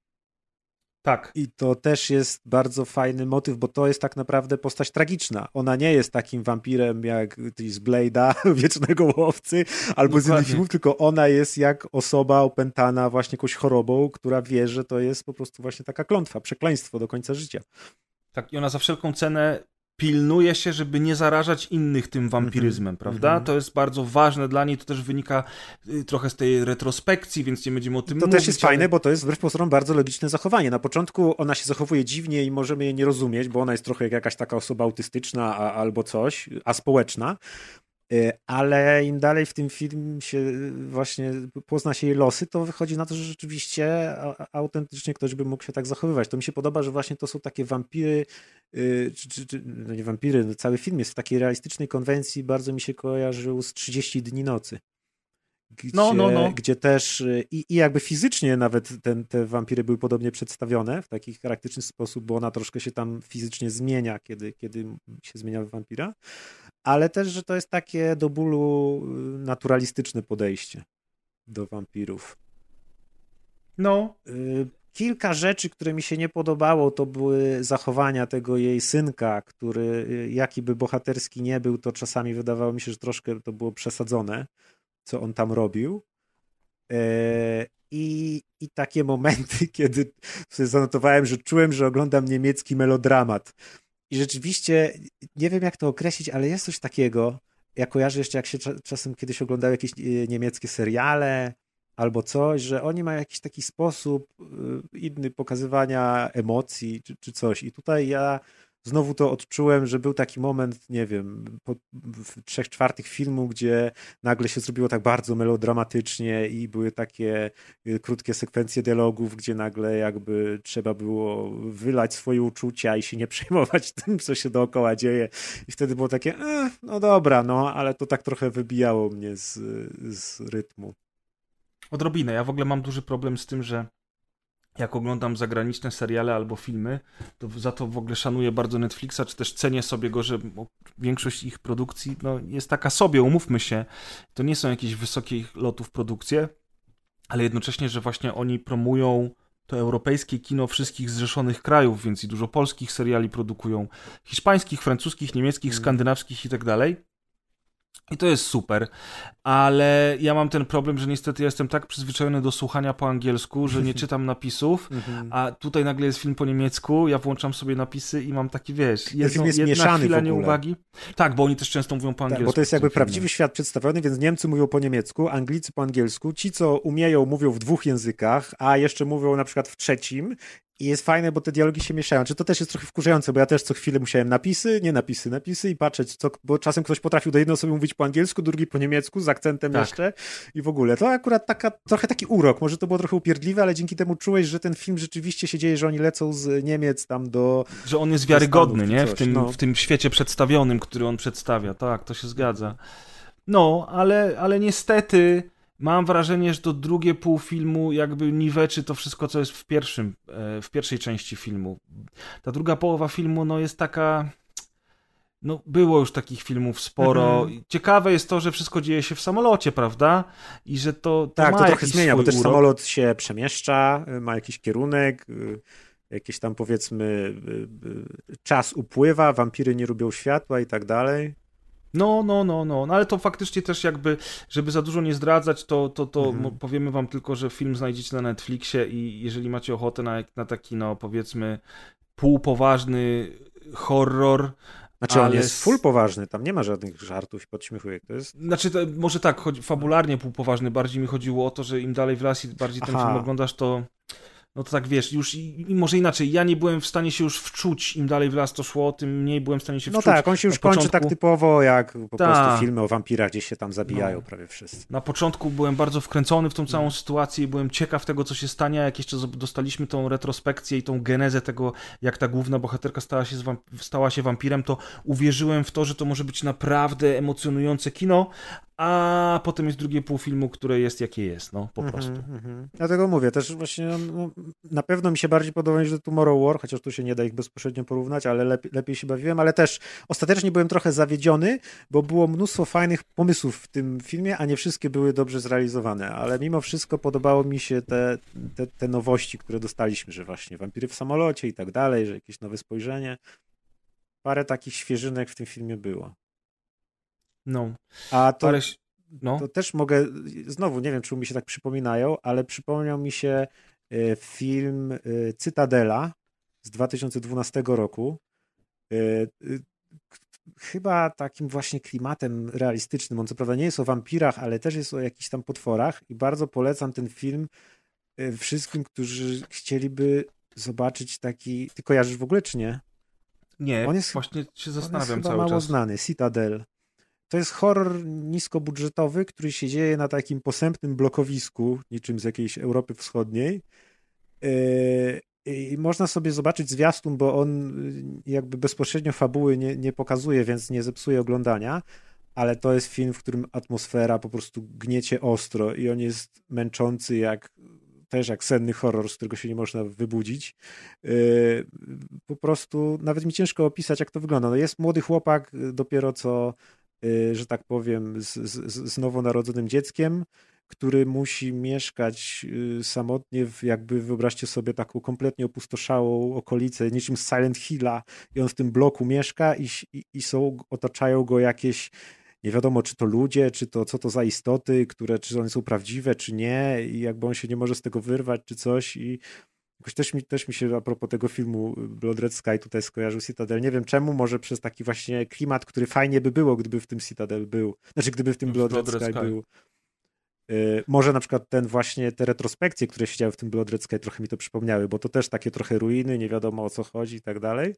Tak. I to też jest bardzo fajny motyw, bo to jest tak naprawdę postać tragiczna. Ona nie jest takim wampirem jak z Blade'a, Wiecznego Łowcy, albo Dokładnie. z innych filmów, tylko ona jest jak osoba opętana właśnie jakąś chorobą, która wie, że to jest po prostu właśnie taka klątwa, przekleństwo do końca życia. Tak, i ona za wszelką cenę pilnuje się, żeby nie zarażać innych tym wampiryzmem, mm-hmm. prawda? Mm-hmm. To jest bardzo ważne dla niej, to też wynika y, trochę z tej retrospekcji, więc nie będziemy o tym to mówić. To też jest ale... fajne, bo to jest wbrew pozorom bardzo logiczne zachowanie. Na początku ona się zachowuje dziwnie i możemy jej nie rozumieć, bo ona jest trochę jak jakaś taka osoba autystyczna a, albo coś, aspołeczna. Ale im dalej w tym filmie się właśnie pozna się jej losy, to wychodzi na to, że rzeczywiście autentycznie ktoś by mógł się tak zachowywać. To mi się podoba, że właśnie to są takie wampiry, czy, czy, czy no nie wampiry, cały film jest w takiej realistycznej konwencji, bardzo mi się kojarzył z trzydzieści dni nocy. Gdzie, no, no, no. gdzie też i, i jakby fizycznie nawet ten, te wampiry były podobnie przedstawione w taki charakterystyczny sposób, bo ona troszkę się tam fizycznie zmienia, kiedy, kiedy się zmienia w wampira, ale też, że to jest takie do bólu naturalistyczne podejście do wampirów. No. Kilka rzeczy, które mi się nie podobało, to były zachowania tego jej synka, który jaki by bohaterski nie był, to czasami wydawało mi się, że troszkę to było przesadzone, co on tam robił. I, i takie momenty, kiedy sobie zanotowałem, że czułem, że oglądam niemiecki melodramat. I rzeczywiście, nie wiem jak to określić, ale jest coś takiego, ja kojarzę jeszcze jak się czasem kiedyś oglądały jakieś niemieckie seriale albo coś, że oni mają jakiś taki sposób inny pokazywania emocji czy, czy coś. I tutaj ja znowu to odczułem, że był taki moment, nie wiem, po, w trzech czwartych filmu, gdzie nagle się zrobiło tak bardzo melodramatycznie i były takie krótkie sekwencje dialogów, gdzie nagle jakby trzeba było wylać swoje uczucia i się nie przejmować tym, co się dookoła dzieje. I wtedy było takie, e, no dobra, no, ale to tak trochę wybijało mnie z, z rytmu. Odrobinę. Ja w ogóle mam duży problem z tym, że jak oglądam zagraniczne seriale albo filmy, to za to w ogóle szanuję bardzo Netflixa, czy też cenię sobie go, że większość ich produkcji no, jest taka sobie, umówmy się. To nie są jakieś wysokich lotów produkcje, ale jednocześnie, że właśnie oni promują to europejskie kino wszystkich zrzeszonych krajów, więc i dużo polskich seriali produkują, hiszpańskich, francuskich, niemieckich, mm. skandynawskich i tak dalej. I to jest super, ale ja mam ten problem, że niestety ja jestem tak przyzwyczajony do słuchania po angielsku, że nie czytam napisów, a tutaj nagle jest film po niemiecku, ja włączam sobie napisy i mam taki, wiesz, jedno, jest jedna chwila nieuwagi. Tak, bo oni też często mówią po angielsku. Tak, bo to jest jakby prawdziwy świat przedstawiony, więc Niemcy mówią po niemiecku, Anglicy po angielsku, ci co umieją mówią w dwóch językach, a jeszcze mówią na przykład w trzecim. I jest fajne, bo te dialogi się mieszają. Czy to też jest trochę wkurzające, bo ja też co chwilę musiałem napisy, nie napisy, napisy i patrzeć, co, bo czasem ktoś potrafił do jednej osoby mówić po angielsku, drugi po niemiecku, z akcentem tak. jeszcze i w ogóle. To akurat taka, trochę taki urok. Może to było trochę upierdliwe, ale dzięki temu czułeś, że ten film rzeczywiście się dzieje, że oni lecą z Niemiec tam do... Że on jest wiarygodny, nie? W tym, no. w tym świecie przedstawionym, który on przedstawia. Tak, to się zgadza. No, ale, ale niestety... Mam wrażenie, że to drugie pół filmu jakby niweczy to wszystko, co jest w pierwszym, w pierwszej części filmu. Ta druga połowa filmu no jest taka... No było już takich filmów sporo. Mhm. Ciekawe jest to, że wszystko dzieje się w samolocie, prawda? I że to, to tak, ma to trochę zmienia, bo też urok. Samolot się przemieszcza, ma jakiś kierunek, jakieś tam powiedzmy czas upływa, wampiry nie lubią światła i tak dalej. No, no, no, no, no, ale to faktycznie też jakby, żeby za dużo nie zdradzać, to, to, to Mhm. powiemy wam tylko, że film znajdziecie na Netflixie i jeżeli macie ochotę na, na taki, no powiedzmy, półpoważny horror. Znaczy on ale jest s- full poważny, tam nie ma żadnych żartów i podśmiechujek, to jest... Znaczy, to, może tak, chodzi, fabularnie półpoważny, bardziej mi chodziło o to, że im dalej w las i bardziej ten Aha. film oglądasz, to no to tak wiesz, już i, i może inaczej, ja nie byłem w stanie się już wczuć, im dalej w las to szło, tym mniej byłem w stanie się No wczuć. tak, on się już Na kończy początku- tak typowo jak po Ta. prostu filmy o wampirach, gdzieś się tam zabijają No. prawie wszyscy. Na początku byłem bardzo wkręcony w tą całą Mhm. sytuację i byłem ciekaw tego, co się stanie, a jak jeszcze zob- dostaliśmy tą retrospekcję i tą genezę tego, jak ta główna bohaterka stała się, z wamp- stała się wampirem, to uwierzyłem w to, że to może być naprawdę emocjonujące kino, a potem jest drugie pół filmu, które jest jakie jest, no po prostu. Mhm, mhm. Dlatego mówię, też właśnie no, na pewno mi się bardziej podoba niż The Tomorrow War, chociaż tu się nie da ich bezpośrednio porównać, ale lepiej, lepiej się bawiłem, ale też ostatecznie byłem trochę zawiedziony, bo było mnóstwo fajnych pomysłów w tym filmie, a nie wszystkie były dobrze zrealizowane, ale mimo wszystko podobało mi się te, te, te nowości, które dostaliśmy, że właśnie wampiry w samolocie i tak dalej, że jakieś nowe spojrzenie. Parę takich świeżynek w tym filmie było. No, A to, parę... no. to też mogę, znowu nie wiem, czy mi się tak przypominają, ale przypomniał mi się e, film e, Cytadela z dwa tysiące dwunastego roku. E, e, k- Chyba takim właśnie klimatem realistycznym. On co prawda nie jest o wampirach, ale też jest o jakichś tam potworach i bardzo polecam ten film e, wszystkim, którzy chcieliby zobaczyć taki... Ty kojarzysz w ogóle, czy nie? Nie, On jest- właśnie się On jest zastanawiam chyba cały mało czas. znany, Citadel. To jest horror niskobudżetowy, który się dzieje na takim posępnym blokowisku, niczym z jakiejś Europy Wschodniej. Yy, I można sobie zobaczyć zwiastun, bo on yy, jakby bezpośrednio fabuły nie, nie pokazuje, więc nie zepsuje oglądania, ale to jest film, w którym atmosfera po prostu gniecie ostro i on jest męczący jak też jak senny horror, z którego się nie można wybudzić. Yy, Po prostu nawet mi ciężko opisać, jak to wygląda. No jest młody chłopak, yy, dopiero co, yy, że tak powiem, z, z, z nowonarodzonym dzieckiem, który musi mieszkać yy, samotnie w, jakby wyobraźcie sobie taką kompletnie opustoszałą okolicę, niczym z Silent Hilla, i on w tym bloku mieszka i, i, i są, otaczają go jakieś, nie wiadomo, czy to ludzie, czy to co to za istoty, które, czy one są prawdziwe, czy nie, i jakby on się nie może z tego wyrwać, czy coś. I jakoś też mi, też mi się a propos tego filmu Blood Red Sky tutaj skojarzył Citadel. Nie wiem czemu, może przez taki właśnie klimat, który fajnie by było, gdyby w tym Citadel był. Znaczy, gdyby w tym W Blood, Blood Red Red Sky Sky. był. Y, może na przykład ten właśnie, te retrospekcje, które się działy w tym Blood Red Sky, trochę mi to przypomniały, bo to też takie trochę ruiny, nie wiadomo o co chodzi i tak dalej.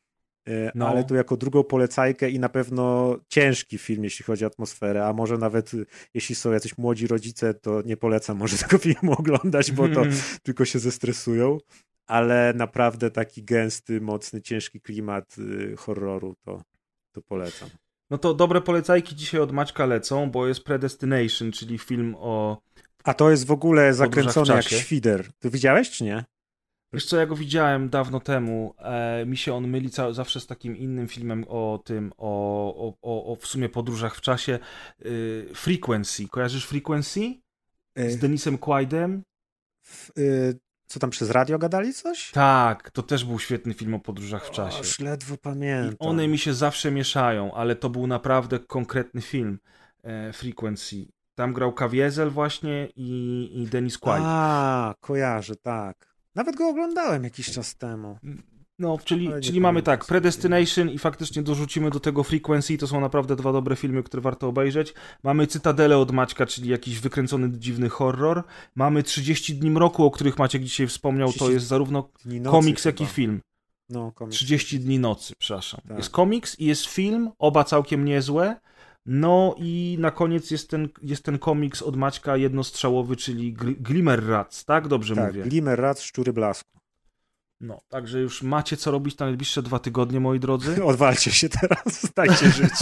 Y, No. Ale tu jako drugą polecajkę i na pewno ciężki film, jeśli chodzi o atmosferę, a może nawet y, jeśli są jacyś młodzi rodzice, to nie polecam może tego filmu oglądać, bo to tylko się zestresują, ale naprawdę taki gęsty, mocny, ciężki klimat y, horroru to, to polecam. No to dobre polecajki dzisiaj od Maćka lecą, bo jest Predestination, czyli film o... A to jest w ogóle zakręcony jak czasie. świder. Ty widziałeś, czy nie? Wiesz co, ja go widziałem dawno temu, e, mi się on myli ca- zawsze z takim innym filmem o tym, o, o, o, o w sumie podróżach w czasie. Y, Frequency, kojarzysz Frequency? Z Y, Denisem Quaidem? w- y, Co tam przez radio gadali coś? Tak, to też był świetny film o podróżach w czasie. Aż ledwo I pamiętam. one mi się zawsze mieszają, ale to był naprawdę konkretny film, e, Frequency. Tam grał Caviezel właśnie i, i Denis Quaid. A, kojarzę, tak. Nawet go oglądałem jakiś czas temu. No, czyli, Ale nie czyli mamy pamiętam tak, sobie. Predestination i faktycznie dorzucimy do tego Frequency, to są naprawdę dwa dobre filmy, które warto obejrzeć. Mamy Cytadelę od Maćka, czyli jakiś wykręcony, dziwny horror. Mamy trzydzieści dni mroku, o których Maciek dzisiaj wspomniał, to trzydzieści jest zarówno Dni nocy komiks, jak i chyba. film. No, komiks. trzydzieści dni nocy, przepraszam. Tak. Jest komiks i jest film, oba całkiem niezłe. No i na koniec jest ten, jest ten komiks od Maćka jednostrzałowy, czyli Gl- Glimmer Rats, tak? Dobrze Tak, mówię. Glimmer Rats, Szczury Blasku. No, także już macie co robić na najbliższe dwa tygodnie, moi drodzy. Odwalcie się teraz, dajcie żyć.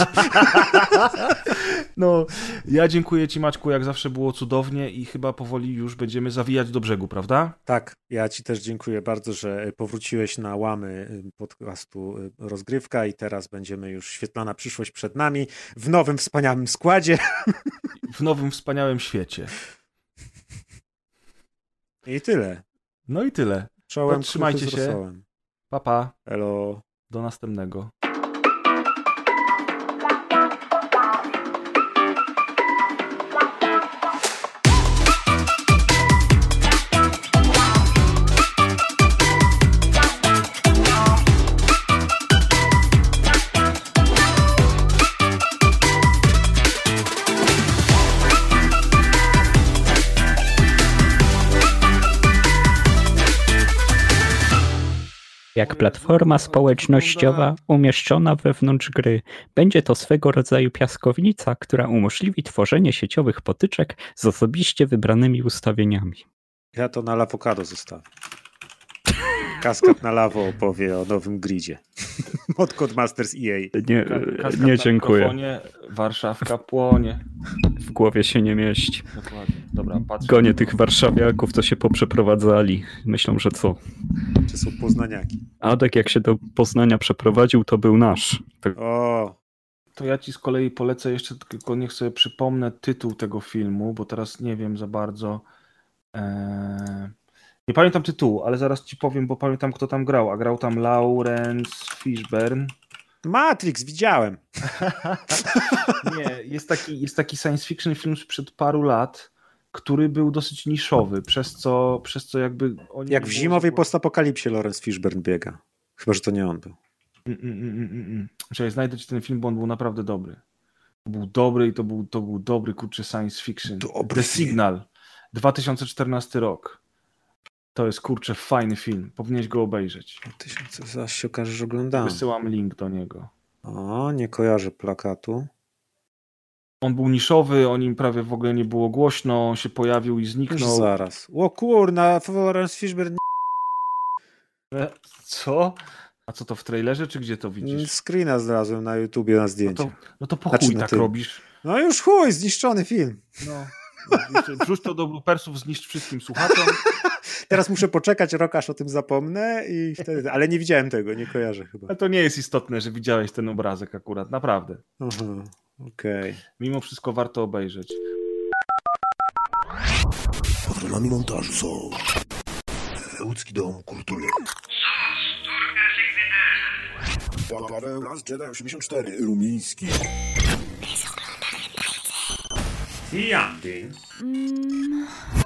No, ja dziękuję Ci, Maćku, jak zawsze było cudownie i chyba powoli już będziemy zawijać do brzegu, prawda? Tak, ja Ci też dziękuję bardzo, że powróciłeś na łamy podcastu Rozgrywka i teraz będziemy już świetlana przyszłość przed nami w nowym, wspaniałym składzie. W nowym, wspaniałym świecie. I tyle. No i tyle. Czołem, trzymajcie kruchy z się. rosołem. Pa, pa. Elo. Do następnego. Jak platforma społecznościowa umieszczona wewnątrz gry. Będzie to swego rodzaju piaskownica, która umożliwi tworzenie sieciowych potyczek z osobiście wybranymi ustawieniami. Ja to na Lawokado zostawię. Kaskad na lawo opowie o nowym gridzie. Od Codemasters E A. Nie, Kaskad nie na dziękuję. mikrofonie, Warszawka płonie. W głowie się nie mieści. Dokładnie. Dobra, patrz. Gonię tych warszawiaków, co się poprzeprowadzali. Myślą, że co? Czy są poznaniaki? Adek jak się do Poznania przeprowadził, to był nasz. Tak. O, To ja ci z kolei polecę jeszcze, tylko niech sobie przypomnę tytuł tego filmu, bo teraz nie wiem za bardzo. Eee... Nie pamiętam tytułu, ale zaraz ci powiem, bo pamiętam, kto tam grał. A grał tam Lawrence Fishburne. Matrix, widziałem. Nie, jest taki, jest taki science fiction film sprzed paru lat, który był dosyć niszowy, przez co, przez co jakby... Oni Jak w nie zimowej było- postapokalipsie Lawrence Fishburne biega. Chyba, że to nie on był. Mm, mm, mm, mm, mm. Czekaj, znajdę ci ten film, bo on był naprawdę dobry. To był dobry i to był, to był dobry, kurczę, science fiction. Dobry The film. Signal, dwa tysiące czternasty rok. To jest, kurczę, fajny film. Powinieneś go obejrzeć. Tysiące, zaś się okaże, że oglądałem. Wysyłam link do niego. O, nie kojarzę plakatu. On był niszowy, o nim prawie w ogóle nie było głośno, on się pojawił i Już zniknął. zaraz. O kurna, Lawrence Fishburne. E, Co? A co to w trailerze, czy gdzie to widzisz? Screena znalazłem na YouTubie na No zdjęciu. to, no to po Znaczy chuj na tak tym. robisz. No już chuj, zniszczony film. No. Wrzuć to do bloopersów, zniszcz wszystkim słuchaczom. Teraz muszę poczekać rok, aż o tym zapomnę i wtedy... Ale nie widziałem tego, nie kojarzę chyba. Ale to nie jest istotne, że widziałeś ten obrazek akurat, naprawdę. Aha, okej. Mimo wszystko warto obejrzeć. Patronami montażu są Łódzki Dom Kultury, Paweł Las Jedi osiemdziesiąt cztery Rumiński, Jandy. Mm,